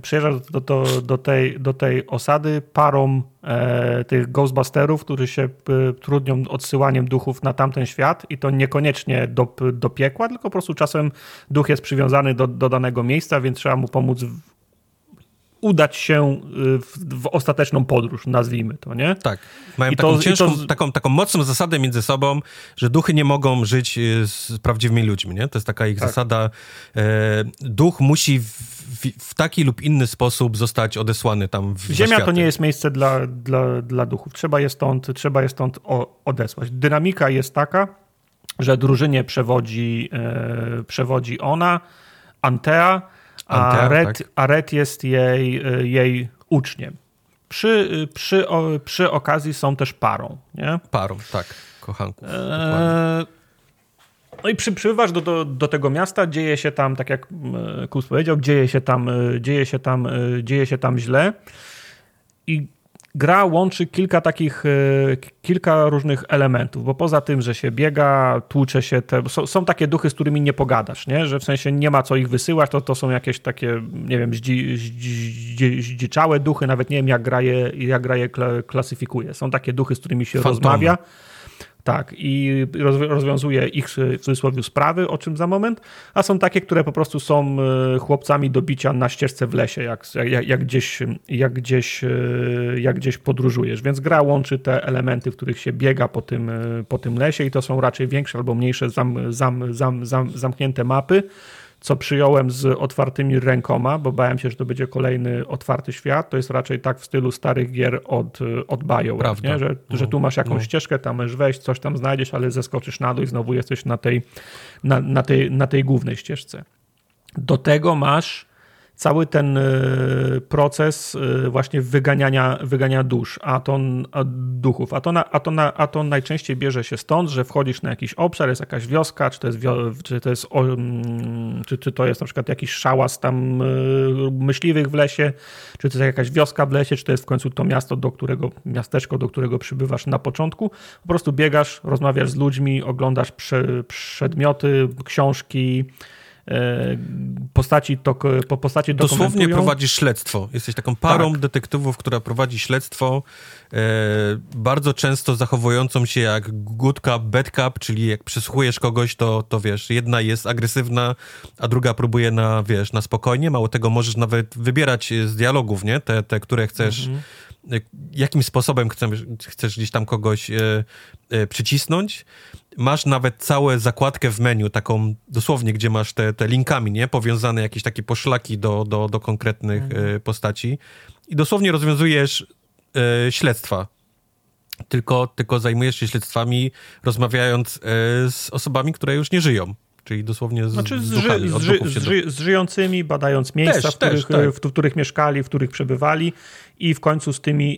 do tej osady parą tych Ghostbusterów, którzy się trudnią odsyłaniem duchów na tamten świat i to niekoniecznie do piekła, tylko po prostu czasem duch jest przywiązany do danego miejsca, więc trzeba mu pomóc udać się w ostateczną podróż, nazwijmy to, nie? Tak. Mają taką mocną zasadę między sobą, że duchy nie mogą żyć z prawdziwymi ludźmi, nie? To jest taka ich zasada. Duch musi w taki lub inny sposób zostać odesłany tam w Ziemia zaświaty. To nie jest miejsce dla duchów. Trzeba je stąd odesłać. Dynamika jest taka, że drużynie przewodzi ona, Antea, a Red jest jej uczniem. Przy okazji są też parą, nie? Parą, tak. Kochanków. No i przybywasz do tego miasta, dzieje się tam, tak jak Kus powiedział, dzieje się tam źle i gra łączy kilka różnych elementów, bo poza tym, że się biega, tłucze się, są takie duchy, z którymi nie pogadasz, nie? Że w sensie nie ma co ich wysyłać, to są jakieś takie, nie wiem, zdziczałe duchy, nawet nie wiem jak gra je klasyfikuje. Są takie duchy, z którymi się rozmawia. Tak, i rozwiązuje ich w cudzysłowie sprawy, o czym za moment, a są takie, które po prostu są chłopcami do bicia na ścieżce w lesie, jak gdzieś podróżujesz. Więc gra łączy te elementy, w których się biega po tym lesie i to są raczej większe albo mniejsze zamknięte mapy, co przyjąłem z otwartymi rękoma, bo bałem się, że to będzie kolejny otwarty świat. To jest raczej tak w stylu starych gier od BioWare, nie? Że tu masz jakąś ścieżkę, tam możesz wejść, coś tam znajdziesz, ale zeskoczysz na dół i znowu jesteś na tej głównej ścieżce. Do tego masz cały ten proces właśnie wyganiania dusz, duchów. A to najczęściej bierze się stąd, że wchodzisz na jakiś obszar, jest jakaś wioska, czy to jest na przykład jakiś szałas tam myśliwych w lesie, czy to jest jakaś wioska w lesie, czy to jest w końcu to miasteczko, do którego przybywasz na początku. Po prostu biegasz, rozmawiasz z ludźmi, oglądasz przedmioty, książki, postaci dokumentują. Dosłownie prowadzisz śledztwo. Jesteś taką parą detektywów, która prowadzi śledztwo, bardzo często zachowującą się jak good cop, bad cop, czyli jak przesłuchujesz kogoś, to wiesz, jedna jest agresywna, a druga próbuje na spokojnie. Mało tego, możesz nawet wybierać z dialogów, nie? Te które chcesz, jakim sposobem chcesz gdzieś tam kogoś przycisnąć. Masz nawet całą zakładkę w menu, taką dosłownie, gdzie masz te linkami, nie? Powiązane jakieś takie poszlaki do konkretnych postaci. I dosłownie rozwiązujesz śledztwa. Tylko zajmujesz się śledztwami, rozmawiając z osobami, które już nie żyją. Czyli dosłownie z duchami. Z żyjącymi, badając miejsca, w których mieszkali, w których przebywali i w końcu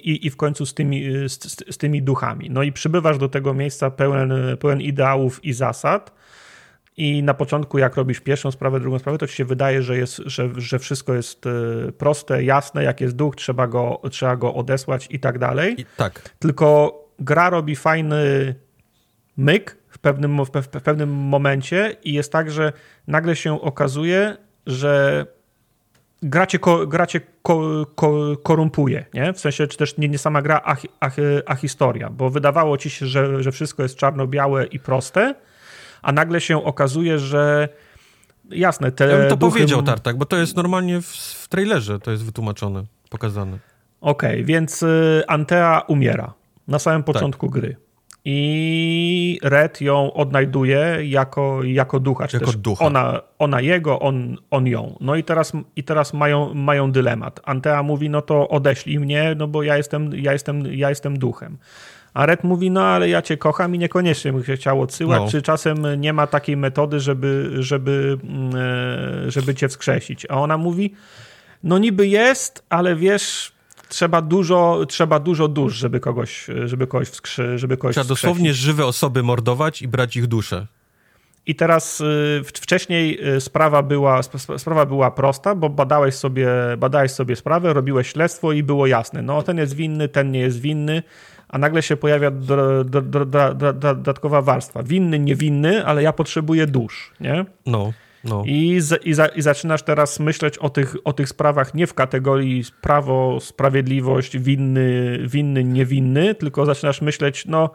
z tymi duchami. No i przybywasz do tego miejsca pełen ideałów i zasad i na początku, jak robisz pierwszą sprawę, drugą sprawę, to ci się wydaje, że wszystko jest proste, jasne, jak jest duch, trzeba go odesłać i tak dalej. Tak. Tylko gra robi fajny myk w pewnym momencie i jest tak, że nagle się okazuje, że gra cię korumpuje, nie? W sensie, czy też nie sama gra, a historia, bo wydawało ci się, że wszystko jest czarno-białe i proste, a nagle się okazuje, że jasne, te ja bym to duchy... powiedział, Tartak, bo to jest normalnie w trailerze, to jest wytłumaczone, pokazane. Okej, więc Antea umiera na samym początku gry. I Red ją odnajduje jako ducha. Czy jako też ducha. Ona jego, on ją. No i teraz mają dylemat. Antea mówi, no to odeślij mnie, no bo ja jestem duchem. A Red mówi, no ale ja cię kocham i niekoniecznie bym się chciał odsyłać. No. Czy czasem nie ma takiej metody, żeby cię wskrzesić? A ona mówi, no niby jest, ale wiesz... Trzeba dużo dusz, żeby kogoś Trzeba dosłownie żywe osoby mordować i brać ich duszę. I teraz wcześniej sprawa była prosta, bo badałeś sobie sprawę, robiłeś śledztwo i było jasne. No ten jest winny, ten nie jest winny, a nagle się pojawia dodatkowa warstwa. Winny, niewinny, ale ja potrzebuję dusz, nie? No. I zaczynasz teraz myśleć o tych sprawach nie w kategorii prawo, sprawiedliwość, winny, niewinny, tylko zaczynasz myśleć, no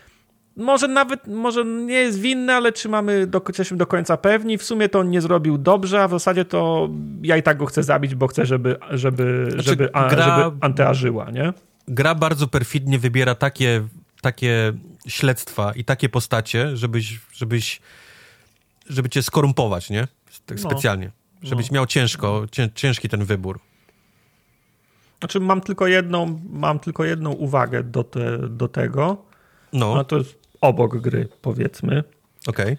może nie jest winny, ale czy jesteśmy do końca pewni? W sumie to on nie zrobił dobrze, a w zasadzie to ja i tak go chcę zabić, bo chcę, żeby Antea żyła, nie? Gra bardzo perfidnie wybiera takie śledztwa i takie postacie, żeby cię skorumpować, nie? Tak specjalnie. Żebyś miał ciężki ten wybór. Znaczy mam tylko jedną uwagę do tego. No to jest obok gry, powiedzmy. Okej.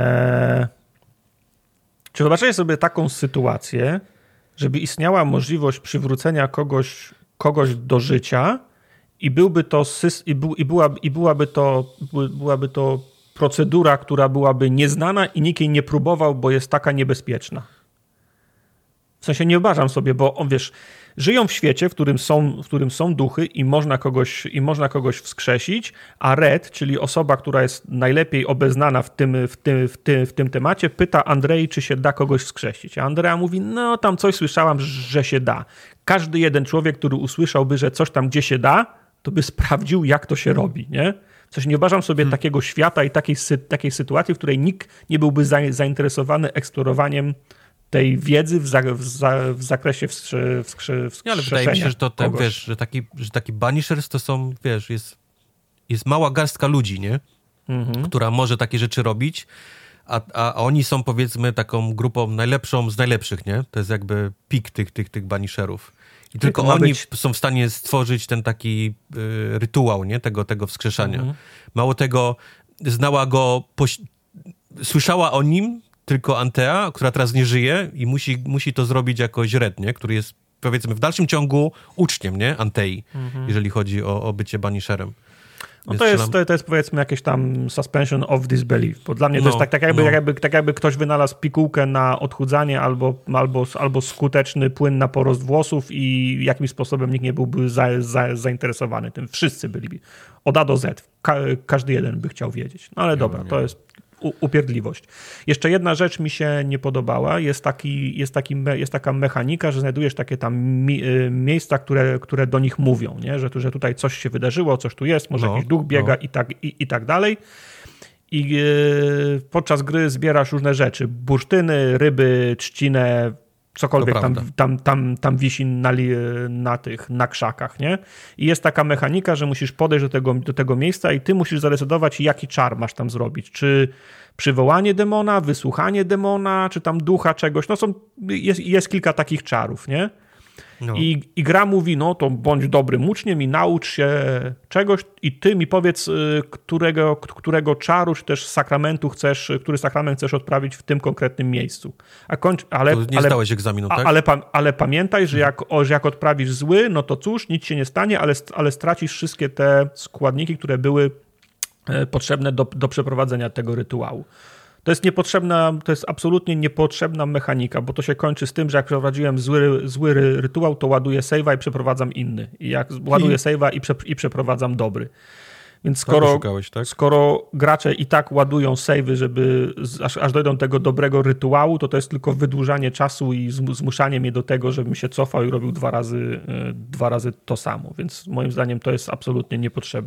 Czy wyobrażacie sobie taką sytuację, żeby istniała możliwość przywrócenia kogoś do życia i byłaby to procedura, która byłaby nieznana i nikt jej nie próbował, bo jest taka niebezpieczna. W sensie nie wyobrażam sobie, bo wiesz, żyją w świecie, w którym są duchy i można kogoś wskrzesić, a Red, czyli osoba, która jest najlepiej obeznana w tym temacie, pyta Andrei, czy się da kogoś wskrzesić. A Andrea mówi, no tam coś słyszałam, że się da. Każdy jeden człowiek, który usłyszałby, że coś tam gdzie się da, to by sprawdził, jak to się robi, nie? Coś nie wyobrażam sobie takiego świata i takiej sytuacji, w której nikt nie byłby zainteresowany eksplorowaniem tej wiedzy w zakresie wskrzeszenia. Ale wydaje mi się, że wiesz, że taki Banishers to są, wiesz, jest mała garstka ludzi, nie? Która może takie rzeczy robić, a oni są, powiedzmy, taką grupą najlepszą z najlepszych, nie? To jest jakby pik tych Banisherów. I tylko oni są w stanie stworzyć ten taki rytuał, nie? Tego wskrzeszania. Mało tego, znała go, słyszała o nim tylko Antea, która teraz nie żyje i musi to zrobić jakoś Red, nie? Który jest, powiedzmy, w dalszym ciągu uczniem, nie? Antei, jeżeli chodzi o bycie Banisherem. No to jest powiedzmy jakieś tam suspension of disbelief, bo dla mnie to jest tak jakby ktoś wynalazł pigułkę na odchudzanie albo skuteczny płyn na porost włosów i jakimś sposobem nikt nie byłby zainteresowany tym. Wszyscy byliby. Od A do Z. Każdy jeden by chciał wiedzieć. No ale dobra, to jest upierdliwość. Jeszcze jedna rzecz mi się nie podobała. Jest taka mechanika, że znajdujesz takie tam miejsca, które do nich mówią, nie? Że tutaj coś się wydarzyło, coś tu jest, może jakiś duch biega i tak dalej. I podczas gry zbierasz różne rzeczy. Bursztyny, ryby, trzcinę, cokolwiek tam wisi na krzakach, nie? I jest taka mechanika, że musisz podejść do tego miejsca i ty musisz zadecydować, jaki czar masz tam zrobić. Czy przywołanie demona, wysłuchanie demona, czy tam ducha czegoś. No jest kilka takich czarów, nie? No. I gra mówi, no to bądź dobrym uczniem i naucz się czegoś i ty mi powiedz, którego czaru, czy też sakramentu który sakrament chcesz odprawić w tym konkretnym miejscu. Nie zdałeś egzaminu, tak? Ale pamiętaj, że jak odprawisz zły, no to cóż, nic się nie stanie, ale stracisz wszystkie te składniki, które były potrzebne do przeprowadzenia tego rytuału. To jest absolutnie niepotrzebna mechanika, bo to się kończy z tym, że jak przeprowadziłem zły rytuał, to ładuję save'a i przeprowadzam inny. I jak ładuję save'a i przeprowadzam dobry. Więc skoro gracze i tak ładują save'y, żeby aż dojdą do tego dobrego rytuału, to jest tylko wydłużanie czasu i zmuszanie mnie do tego, żebym się cofał i robił dwa razy to samo. Więc moim zdaniem to jest absolutnie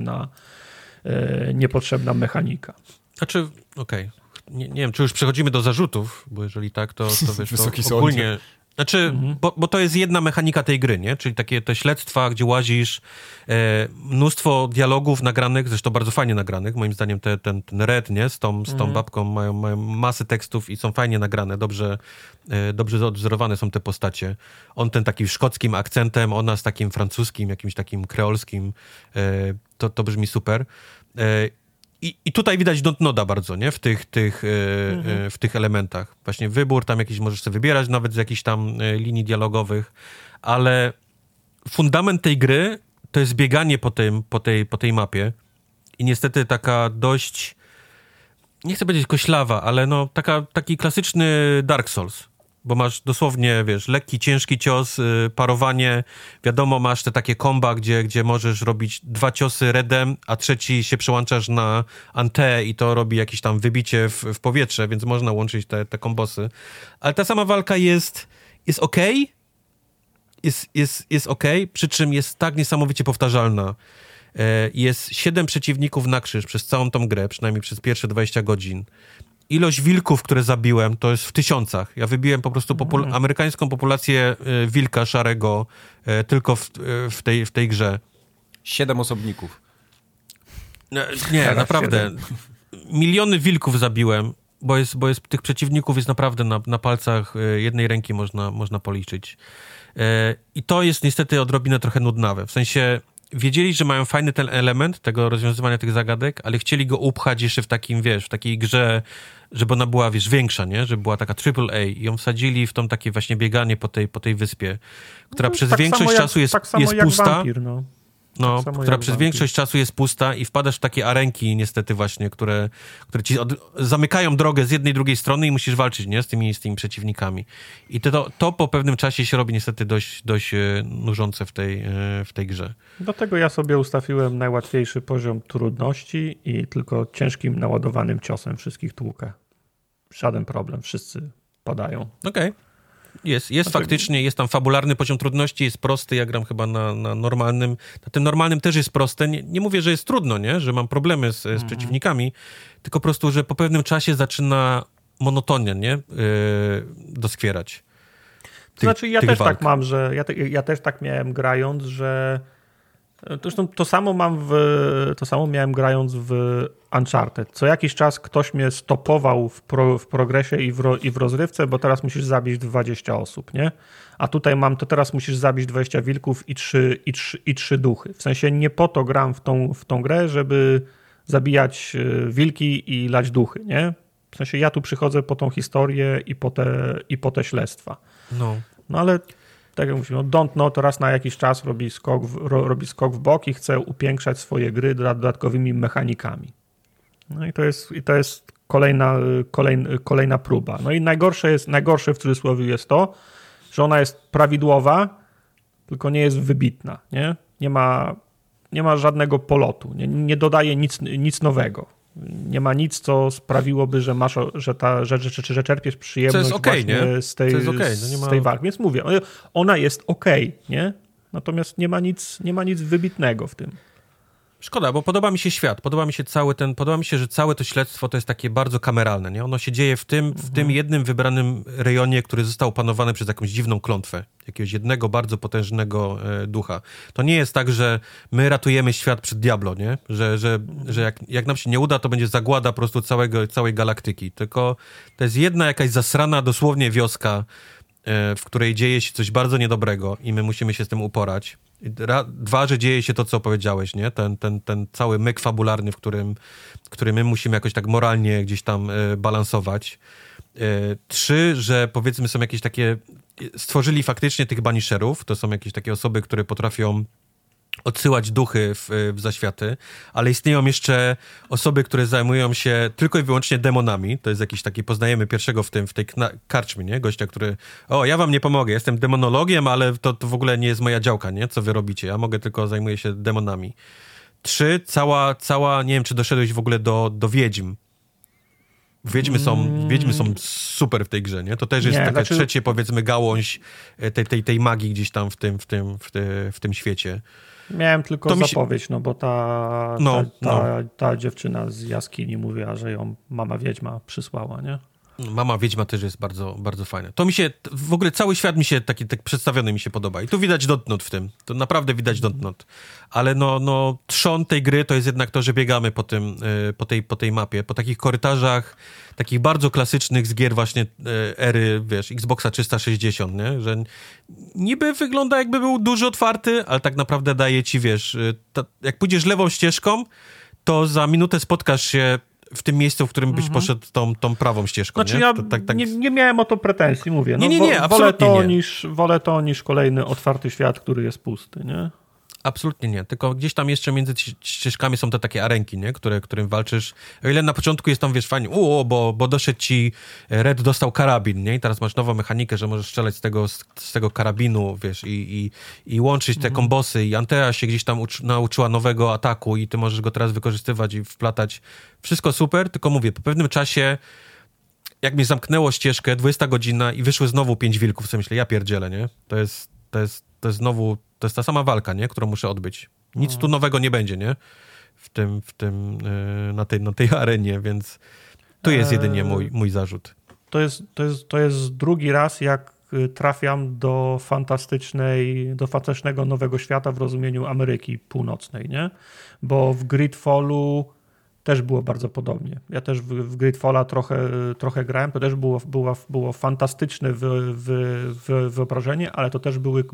niepotrzebna mechanika. Znaczy, okej. Nie wiem, czy już przechodzimy do zarzutów, bo jeżeli tak, to wiesz, to ogólnie... Znaczy, bo to jest jedna mechanika tej gry, nie? Czyli takie te śledztwa, gdzie łazisz, mnóstwo dialogów nagranych, zresztą bardzo fajnie nagranych, moim zdaniem ten Red, nie? Z tą babką mają masę tekstów i są fajnie nagrane, dobrze odwzorowane są te postacie. On ten takim szkockim akcentem, ona z takim francuskim, jakimś takim kreolskim, to brzmi super. I tutaj widać Dontnoda bardzo, nie? W tych elementach. Właśnie wybór tam jakiś możesz sobie wybierać, nawet z jakichś tam linii dialogowych, ale fundament tej gry to jest bieganie po tej mapie i niestety taka dość, nie chcę powiedzieć koślawa, ale no taki klasyczny Dark Souls. Bo masz dosłownie, wiesz, lekki, ciężki cios, parowanie, wiadomo, masz te takie komba, gdzie możesz robić 2 ciosy redem, a trzeci się przełączasz na Ante i to robi jakieś tam wybicie w powietrze, więc można łączyć te kombosy. Ale ta sama walka jest okej, jest okej, przy czym jest tak niesamowicie powtarzalna. Jest 7 przeciwników na krzyż przez całą tą grę, przynajmniej przez pierwsze 20 godzin. Ilość wilków, które zabiłem, to jest w tysiącach. Ja wybiłem po prostu amerykańską populację wilka szarego tylko w tej grze. 7 osobników. Nie, naprawdę. 7. Miliony wilków zabiłem, bo jest tych przeciwników jest naprawdę na palcach jednej ręki można policzyć. I to jest niestety odrobinę trochę nudnawe. W sensie wiedzieli, że mają fajny ten element tego rozwiązywania tych zagadek, ale chcieli go upchać jeszcze w takim, wiesz, w takiej grze, żeby ona była, wiesz, większa, nie? Żeby była taka AAA i ją wsadzili w tą takie właśnie bieganie po tej wyspie, która przez większość czasu jest pusta. Wampir, która przez większość czasu jest pusta i wpadasz w takie arenki niestety właśnie, które ci zamykają drogę z jednej i drugiej strony i musisz walczyć, nie? Z tymi przeciwnikami. I to po pewnym czasie się robi niestety dość nużące w tej grze. Dlatego ja sobie ustawiłem najłatwiejszy poziom trudności i tylko ciężkim, naładowanym ciosem wszystkich tłukę. Żaden problem, wszyscy padają. Okej. Jest faktycznie, jest tam fabularny poziom trudności, jest prosty, ja gram chyba na normalnym. Na tym normalnym też jest proste. Nie mówię, że jest trudno, nie? Że mam problemy z przeciwnikami, tylko po prostu, że po pewnym czasie zaczyna monotonia, nie? Doskwierać. To znaczy ja też walk. Tak mam, że ja też tak miałem grając, że zresztą to samo miałem grając w Uncharted. Co jakiś czas ktoś mnie stopował w progresie i w rozrywce, bo teraz musisz zabić 20 osób, nie? A tutaj to teraz musisz zabić 20 wilków i 3 duchy. W sensie nie po to gram w tą grę, żeby zabijać wilki i lać duchy, nie? W sensie ja tu przychodzę po tą historię i po te śledztwa. No ale tak jak mówimy, Dontnod raz na jakiś czas robi skok w bok i chce upiększać swoje gry dodatkowymi mechanikami. No i to jest kolejna próba. No i najgorsze w cudzysłowie jest to, że ona jest prawidłowa, tylko nie jest wybitna. Nie ma żadnego polotu, nie dodaje nic nowego. Nie ma nic, co sprawiłoby, że czerpiesz przyjemność z tej walki. Więc mówię, ona jest okej, nie? Natomiast nie ma nic wybitnego w tym. Szkoda, bo podoba mi się świat, podoba mi się, że całe to śledztwo to jest takie bardzo kameralne, nie? Ono się dzieje w tym jednym wybranym rejonie, który został opanowany przez jakąś dziwną klątwę, jakiegoś jednego bardzo potężnego ducha. To nie jest tak, że my ratujemy świat przed Diablo, nie? Że jak nam się nie uda, to będzie zagłada po prostu całej galaktyki, tylko to jest jedna jakaś zasrana dosłownie wioska, w której dzieje się coś bardzo niedobrego i my musimy się z tym uporać. Dwa, że dzieje się to, co powiedziałeś, nie? Ten cały myk fabularny, w którym my musimy jakoś tak moralnie gdzieś tam balansować. Trzy, że powiedzmy są jakieś takie... Stworzyli faktycznie tych banisherów, to są jakieś takie osoby, które potrafią odsyłać duchy w zaświaty, ale istnieją jeszcze osoby, które zajmują się tylko i wyłącznie demonami. To jest jakiś taki, poznajemy pierwszego w tej karczmie, nie? Gościa, który, ja wam nie pomogę, jestem demonologiem, ale to w ogóle nie jest moja działka, nie? Co wy robicie? Ja mogę tylko, zajmuję się demonami. 3, cała, nie wiem, czy doszedłeś w ogóle do wiedźm. Wiedźmy są super w tej grze, nie? To też jest takie trzecie, powiedzmy, gałąź tej magii gdzieś tam w tym świecie. Miałem tylko zapowiedź, bo ta dziewczyna z jaskini mówiła, że ją mama wiedźma przysłała, nie? Mama wiedźma też jest bardzo, bardzo fajne. To mi się, w ogóle cały świat mi się taki przedstawiony mi się podoba. I tu widać Dontnod w tym. To naprawdę widać Dontnod. Ale trzon tej gry to jest jednak to, że biegamy po tej mapie, po takich korytarzach, takich bardzo klasycznych z gier właśnie ery, Xboxa 360, nie? Że niby wygląda jakby był duży otwarty, ale tak naprawdę daje ci, jak pójdziesz lewą ścieżką, to za minutę spotkasz się w tym miejscu, w którym byś poszedł tą prawą ścieżką, znaczy nie? Ja nie miałem o to pretensji, mówię. Nie, absolutnie nie. Wolę to niż kolejny otwarty świat, który jest pusty, nie? Absolutnie nie, tylko gdzieś tam jeszcze między ścieżkami są te takie arenki, nie? Którym walczysz. O ile na początku jest tam, fajnie, bo doszedł ci, Red dostał karabin, nie? I teraz masz nową mechanikę, że możesz strzelać z tego karabinu, i łączyć te kombosy, i Antea się gdzieś tam nauczyła nowego ataku i ty możesz go teraz wykorzystywać i wplatać. Wszystko super, tylko mówię, po pewnym czasie, jak mnie zamknęło ścieżkę, 20 godzina i wyszły znowu 5 wilków, co myślę, ja pierdzielę, nie? To jest znowu... To jest ta sama walka, nie? Którą muszę odbyć. Nic tu nowego nie będzie, nie? Na tej arenie, więc to jest jedynie mój zarzut. To jest drugi raz, jak trafiam do fantastycznego nowego świata w rozumieniu Ameryki Północnej, nie? Bo w Gridfallu też było bardzo podobnie. Ja też w Gridfalla trochę grałem, to też było fantastyczne wyobrażenie, ale to też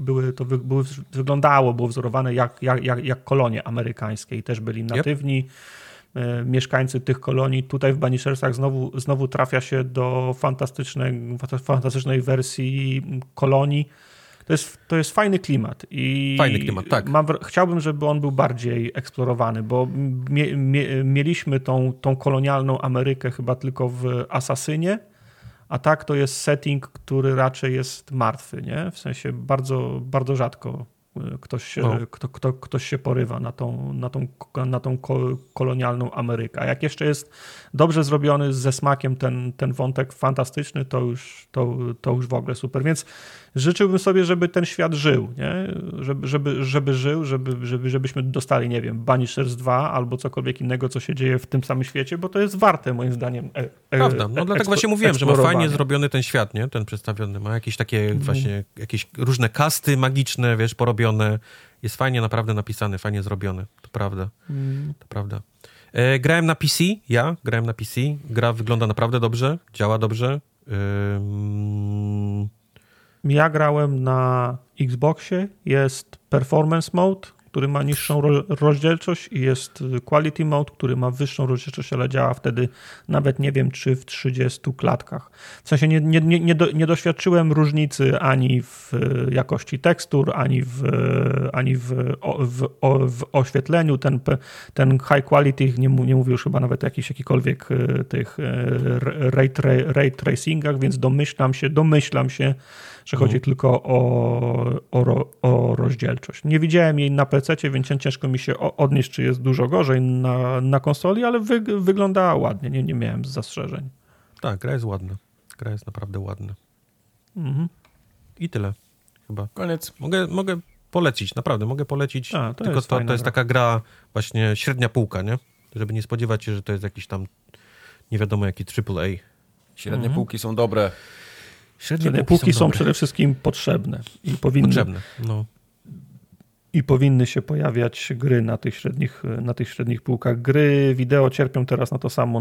było wzorowane jak kolonie amerykańskie i też byli natywni mieszkańcy tych kolonii. Tutaj w Banishersach znowu trafia się do fantastycznej wersji kolonii. To jest fajny klimat. Fajny klimat, tak. Chciałbym, żeby on był bardziej eksplorowany, bo mieliśmy tą kolonialną Amerykę chyba tylko w Asasynie, a tak to jest setting, który raczej jest martwy, nie? W sensie bardzo, bardzo rzadko ktoś się porywa na tą kolonialną Amerykę. A jak jeszcze jest dobrze zrobiony ze smakiem ten wątek fantastyczny, to już w ogóle super. Więc życzyłbym sobie, żeby ten świat żył, nie? Żeby żył, żebyśmy dostali, nie wiem, Banishers 2 albo cokolwiek innego, co się dzieje w tym samym świecie, bo to jest warte, moim zdaniem, prawda. Dlatego właśnie mówiłem, że ma fajnie zrobiony ten świat, nie? Ten przedstawiony. Ma jakieś takie właśnie, jakieś różne kasty magiczne, porobione. Jest fajnie naprawdę napisany, fajnie zrobiony. To prawda. To prawda. Grałem na PC. Grałem na PC. Gra wygląda naprawdę dobrze. Działa dobrze. Ja grałem na Xboxie. Jest performance mode, który ma niższą rozdzielczość i jest quality mode, który ma wyższą rozdzielczość, ale działa wtedy nawet nie wiem, czy w 30 klatkach. W sensie nie doświadczyłem różnicy ani w jakości tekstur, ani w oświetleniu. Ten high quality nie mówił już chyba nawet o jakichkolwiek tych ray tracingach, więc domyślam się, że chodzi tylko o rozdzielczość. Nie widziałem jej na PC-cie, więc ciężko mi się odnieść, czy jest dużo gorzej na konsoli, ale wygląda ładnie, nie miałem zastrzeżeń. Tak, gra jest ładna. Gra jest naprawdę ładna. Mhm. I tyle chyba. Koniec. Mogę polecić, naprawdę, mogę polecić. Tylko to jest taka gra właśnie średnia półka, nie? Żeby nie spodziewać się, że to jest jakiś tam nie wiadomo jaki AAA. Średnie półki są dobre. Średnie półki są przede wszystkim potrzebne i powinny się pojawiać gry na tych średnich półkach. Gry wideo cierpią teraz na to samo,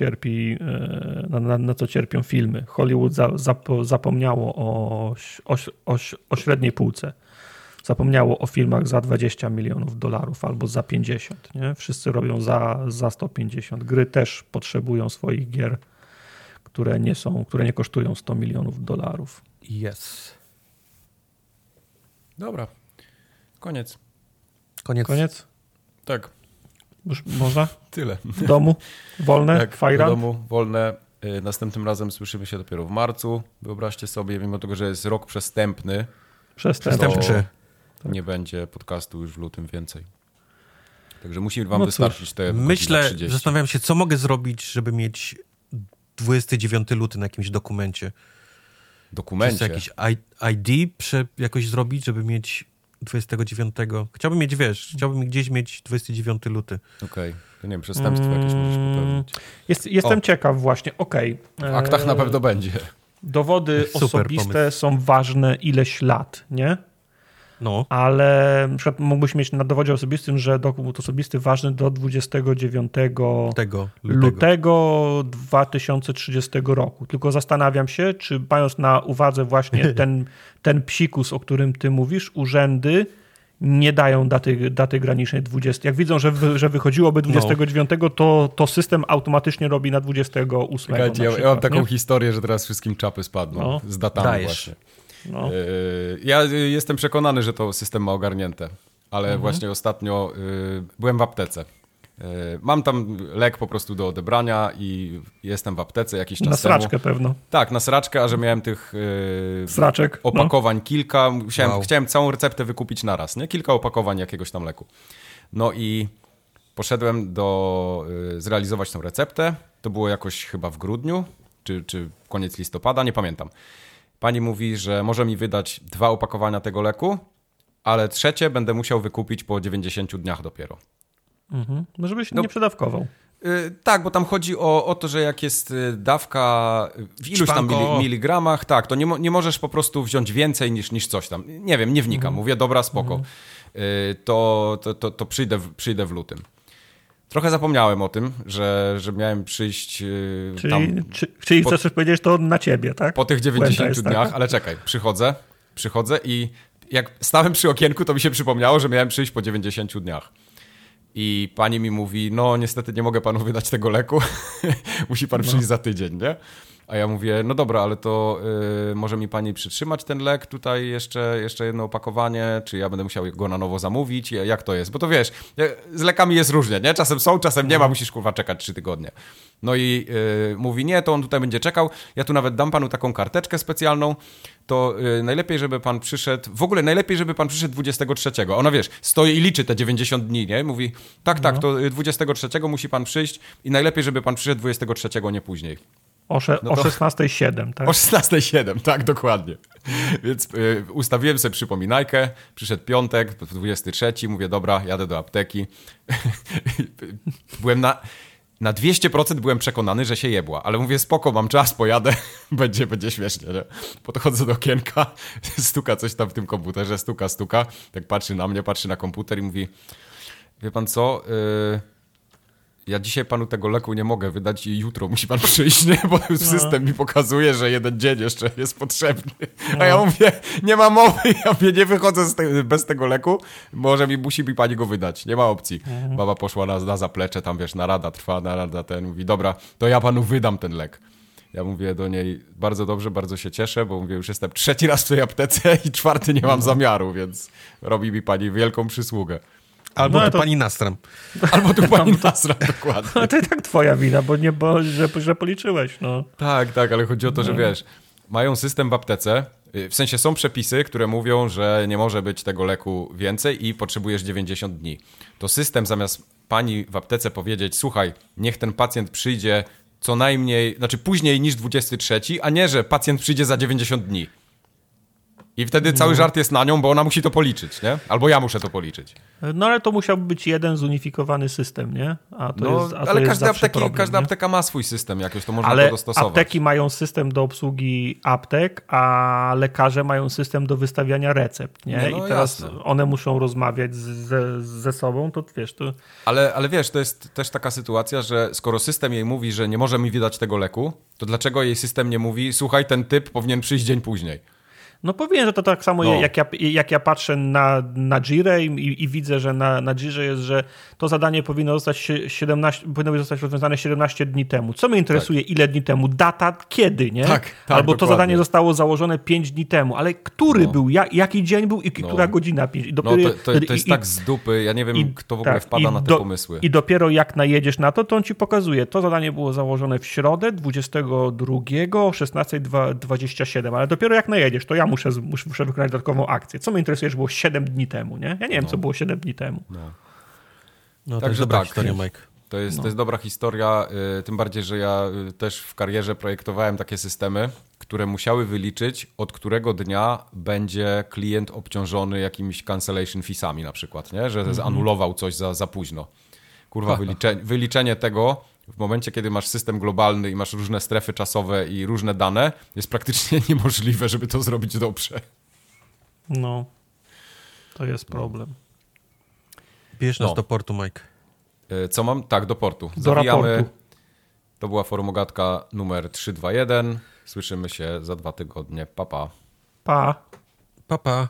na co cierpią filmy. Hollywood zapomniało o średniej półce. Zapomniało o filmach za $20 milionów albo za 50. Nie? Wszyscy robią za 150. Gry też potrzebują swoich gier, które nie kosztują $100 milionów. Yes. Dobra. Koniec. Koniec? Tak. Już można? Tyle. W domu? Wolne? Tak, w domu, wolne. Następnym razem słyszymy się dopiero w marcu. Wyobraźcie sobie, mimo tego, że jest rok przestępny. Przestępczy. Nie będzie podcastu już w lutym więcej. Także musi wam wystarczyć te zastanawiam się, co mogę zrobić, żeby mieć 29 luty na jakimś dokumencie. Dokumencie? Jakiś ID jakoś zrobić, żeby mieć 29. Chciałbym mieć, gdzieś mieć 29 luty. Okej. To nie wiem, przestępstwo jakieś możesz popełnić. Jestem ciekaw właśnie. W aktach na pewno będzie. Dowody osobiste są ważne ileś lat, nie? No. Ale na przykład mógłbyś mieć na dowodzie osobistym, że dowód osobisty ważny do 29 lutego 2030 roku. Tylko zastanawiam się, czy mając na uwadze właśnie ten psikus, o którym ty mówisz, urzędy nie dają daty granicznej 20. Jak widzą, że wychodziłoby 29, to system automatycznie robi na 28. Czekajcie, ja mam taką historię, że teraz wszystkim czapy spadną z datami właśnie. No. Ja jestem przekonany, że to system ma ogarnięte, ale właśnie ostatnio byłem w aptece. Mam tam lek po prostu do odebrania i jestem w aptece jakiś czas temu. Na sraczkę pewno. Tak, na sraczkę, a że miałem tych sraczek, opakowań kilka. Chciałem całą receptę wykupić naraz, nie? Kilka opakowań jakiegoś tam leku. No i poszedłem zrealizować tą receptę. To było jakoś chyba w grudniu, czy koniec listopada, nie pamiętam. Pani mówi, że może mi wydać 2 opakowania tego leku, ale trzecie będę musiał wykupić po 90 dniach dopiero. Może byś nie przedawkował. Tak, bo tam chodzi o to, że jak jest dawka w iluś tam miligramach, tak, to nie możesz po prostu wziąć więcej niż coś tam. Nie wiem, nie wnikam. Mówię, dobra, spoko. To przyjdę w lutym. Trochę zapomniałem o tym, że miałem przyjść Czyli chcesz powiedzieć to na ciebie, tak? Po tych 90 dniach, ale czekaj, przychodzę i jak stałem przy okienku, to mi się przypomniało, że miałem przyjść po 90 dniach. I pani mi mówi, no niestety nie mogę panu wydać tego leku, musi pan przyjść za tydzień, nie? A ja mówię, no dobra, ale to może mi pani przytrzymać ten lek, tutaj jeszcze jedno opakowanie, czy ja będę musiał go na nowo zamówić, jak to jest? Bo to wiesz, z lekami jest różnie, nie? Czasem są, czasem nie ma, musisz kurwa czekać 3 tygodnie. No i mówi, nie, to on tutaj będzie czekał, ja tu nawet dam panu taką karteczkę specjalną, to najlepiej, żeby pan przyszedł, w ogóle najlepiej, żeby pan przyszedł 23. Ona wiesz, stoi i liczy te 90 dni, nie? Mówi, tak, to 23 musi pan przyjść i najlepiej, żeby pan przyszedł 23, nie później. O 16:07, tak? O 16:07, tak, dokładnie. Więc ustawiłem sobie przypominajkę, przyszedł piątek, 23, mówię, dobra, jadę do apteki. Byłem na 200% byłem przekonany, że się jebła, ale mówię, spoko, mam czas, pojadę, będzie śmiesznie, nie? Podchodzę do okienka, stuka coś tam w tym komputerze, stuka, tak patrzy na mnie, patrzy na komputer i mówi, wie pan co, ja dzisiaj panu tego leku nie mogę wydać i jutro musi pan przyjść, nie? Bo system mi pokazuje, że 1 dzień jeszcze jest potrzebny. A ja mówię, nie ma mowy, ja nie wychodzę bez tego leku, musi mi pani go wydać, nie ma opcji. Baba poszła na zaplecze, tam wiesz, narada trwa, mówi, dobra, to ja panu wydam ten lek. Ja mówię do niej, bardzo dobrze, bardzo się cieszę, bo mówię, już jestem 3. raz w tej aptece i 4. nie mam zamiaru, więc robi mi pani wielką przysługę. Albo to pani nastram. Albo tu pani nastram, dokładnie. No to i tak twoja wina, że policzyłeś, no. Tak, ale chodzi o to, że wiesz, mają system w aptece, w sensie są przepisy, które mówią, że nie może być tego leku więcej i potrzebujesz 90 dni. To system zamiast pani w aptece powiedzieć, słuchaj, niech ten pacjent przyjdzie co najmniej, znaczy później niż 23, a nie, że pacjent przyjdzie za 90 dni. I wtedy cały żart jest na nią, bo ona musi to policzyć, nie? Albo ja muszę to policzyć. No ale to musiałby być jeden zunifikowany system, nie? Ale każda apteka ma swój system jakoś, to można to dostosować. Ale apteki mają system do obsługi aptek, a lekarze mają system do wystawiania recept, nie? I teraz one muszą rozmawiać ze sobą, to wiesz... To... Ale wiesz, to jest też taka sytuacja, że skoro system jej mówi, że nie może mi wydać tego leku, to dlaczego jej system nie mówi, słuchaj, ten typ powinien przyjść dzień później? No powinien, że to tak samo jak ja patrzę na Jirę i widzę, że na Jirze jest, że to zadanie powinno zostać rozwiązane 17 dni temu. Co mnie interesuje, ile dni temu? Data, kiedy, nie? Tak, albo dokładnie. To zadanie zostało założone 5 dni temu, ale który był, jaki dzień był i która godzina? To jest tak z dupy, ja nie wiem, kto w ogóle wpada na te pomysły. I dopiero jak najedziesz na to on ci pokazuje, to zadanie było założone w środę 22 o 16:27, ale dopiero jak najedziesz, to ja muszę wykonać dodatkową akcję. Co mnie interesuje, że było 7 dni temu, nie? Ja nie wiem, co było 7 dni temu. No to jest dobra historia, Mike. To jest dobra historia, tym bardziej, że ja też w karierze projektowałem takie systemy, które musiały wyliczyć, od którego dnia będzie klient obciążony jakimiś cancellation feesami na przykład, nie? Że zanulował coś za późno. Kurwa, wyliczenie tego w momencie, kiedy masz system globalny i masz różne strefy czasowe i różne dane, jest praktycznie niemożliwe, żeby to zrobić dobrze. No, to jest problem. Bierz nas do portu, Mike. Co mam? Tak, do portu. Zawijamy. Raportu. To była Forumogatka numer 321. Słyszymy się za 2 tygodnie. Pa, pa. Pa. Pa, pa.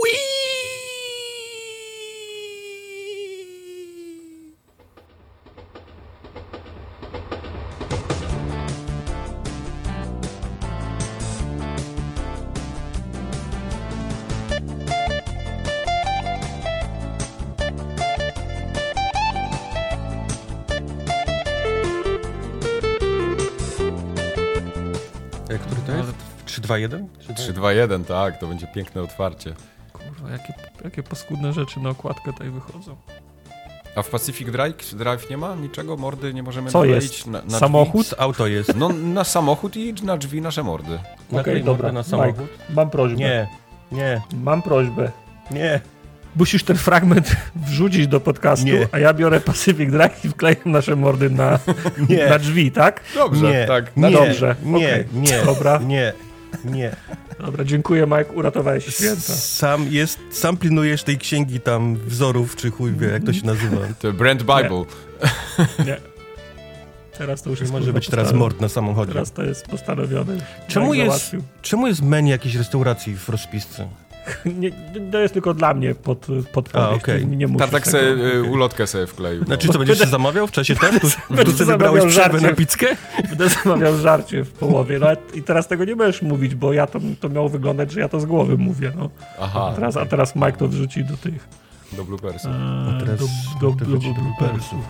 Który to jest? 3-2-1? 3-2-1, tak, to będzie piękne otwarcie. Kurwa, jakie paskudne rzeczy na okładkę tutaj wychodzą. A w Pacific Drive nie ma niczego? Mordy nie możemy nakleić na samochód? Drzwi? Auto jest. No na samochód i na drzwi nasze mordy. Okej, dobra, na samochód. Mike, mam prośbę. Nie. Mam prośbę. Nie. Musisz ten fragment wrzucić do podcastu, a ja biorę Pacific Drive i wklejam nasze mordy na drzwi, tak? Dobrze, tak. Dobrze. Nie. Dobra. Nie. Dobra, dziękuję, Mike, uratowałeś święta. Sam pilnujesz tej księgi tam wzorów, czy chuj wie, jak to się nazywa. To Brand Bible. Nie. Teraz to już jest może być teraz mord na samochodzie. Teraz to jest postanowione. Czemu jest menu jakiejś restauracji w rozpisce? Nie, to jest tylko dla mnie podpowiedź. Okay. Nie muszę tak sobie ulotkę sobie wkleił. Znaczy co, będziesz się zamawiał w czasie ten? Tu sobie wybrałeś przerwę na pizzkę? Będę zamawiał żarcie w połowie. No, i teraz tego nie będziesz mówić, bo ja to miało wyglądać, że ja to z głowy mówię. No. Aha. A teraz Mike to wrzuci do tych... Do bloopersów. Do bloopersów.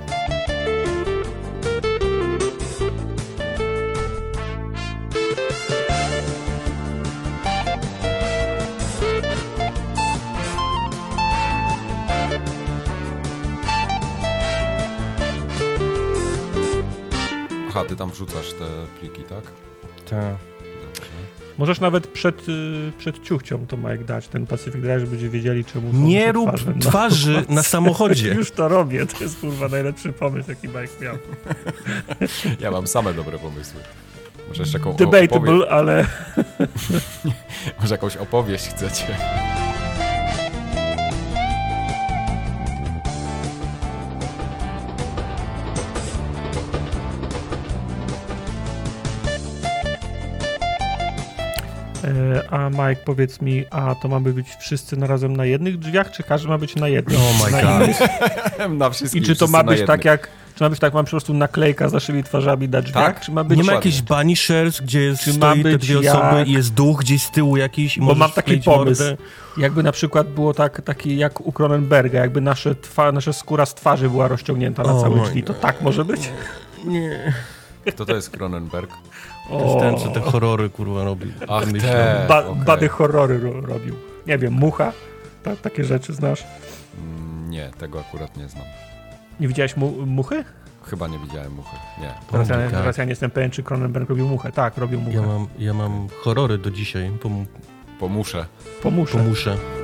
Aha, ty tam wrzucasz te pliki, tak? Tak. Możesz nawet przed ciuchcią to Mike dać, ten Pacific Drive, żebyście wiedzieli, czemu... Nie rób twarzy na samochodzie. Już to robię, to jest kurwa najlepszy pomysł, jaki Mike miał. Ja mam same dobre pomysły. Może jeszcze jakąś debatable, ale... Może jakąś opowieść chcecie? A Mike, powiedz mi, a to mamy być wszyscy razem na jednych drzwiach, czy każdy ma być na jednym? Oh my god. Na wszystkich. I czy to ma być tak jak... Czy ma być tak, mam po prostu naklejka z naszymi twarzami na drzwiach? Tak? Czy ma być... Nie ma jakichś banishers, gdzie Czy stoi ma te być dwie osoby i jest duch gdzieś z tyłu jakiś i Bo możesz mam taki wkleić pomysł. mordę? Jakby na przykład było taki jak u Cronenberga, jakby nasza skóra z twarzy była rozciągnięta na całe drzwi, to tak może być? Nie. Kto to jest Cronenberg? To jest ten, co te horrory, kurwa, robił. Ach, Myślałem. te. Okej. Bady horrory robił. Nie wiem, Mucha? Takie rzeczy znasz? Nie, tego akurat nie znam. Nie widziałeś Muchy? Chyba nie widziałem Muchy, nie. Teraz ja nie jestem pewien, czy Cronenberg robił Muchę. Tak, robił Muchę. Ja mam horrory do dzisiaj. Pomuszę. Pomuszę. Pomuszę.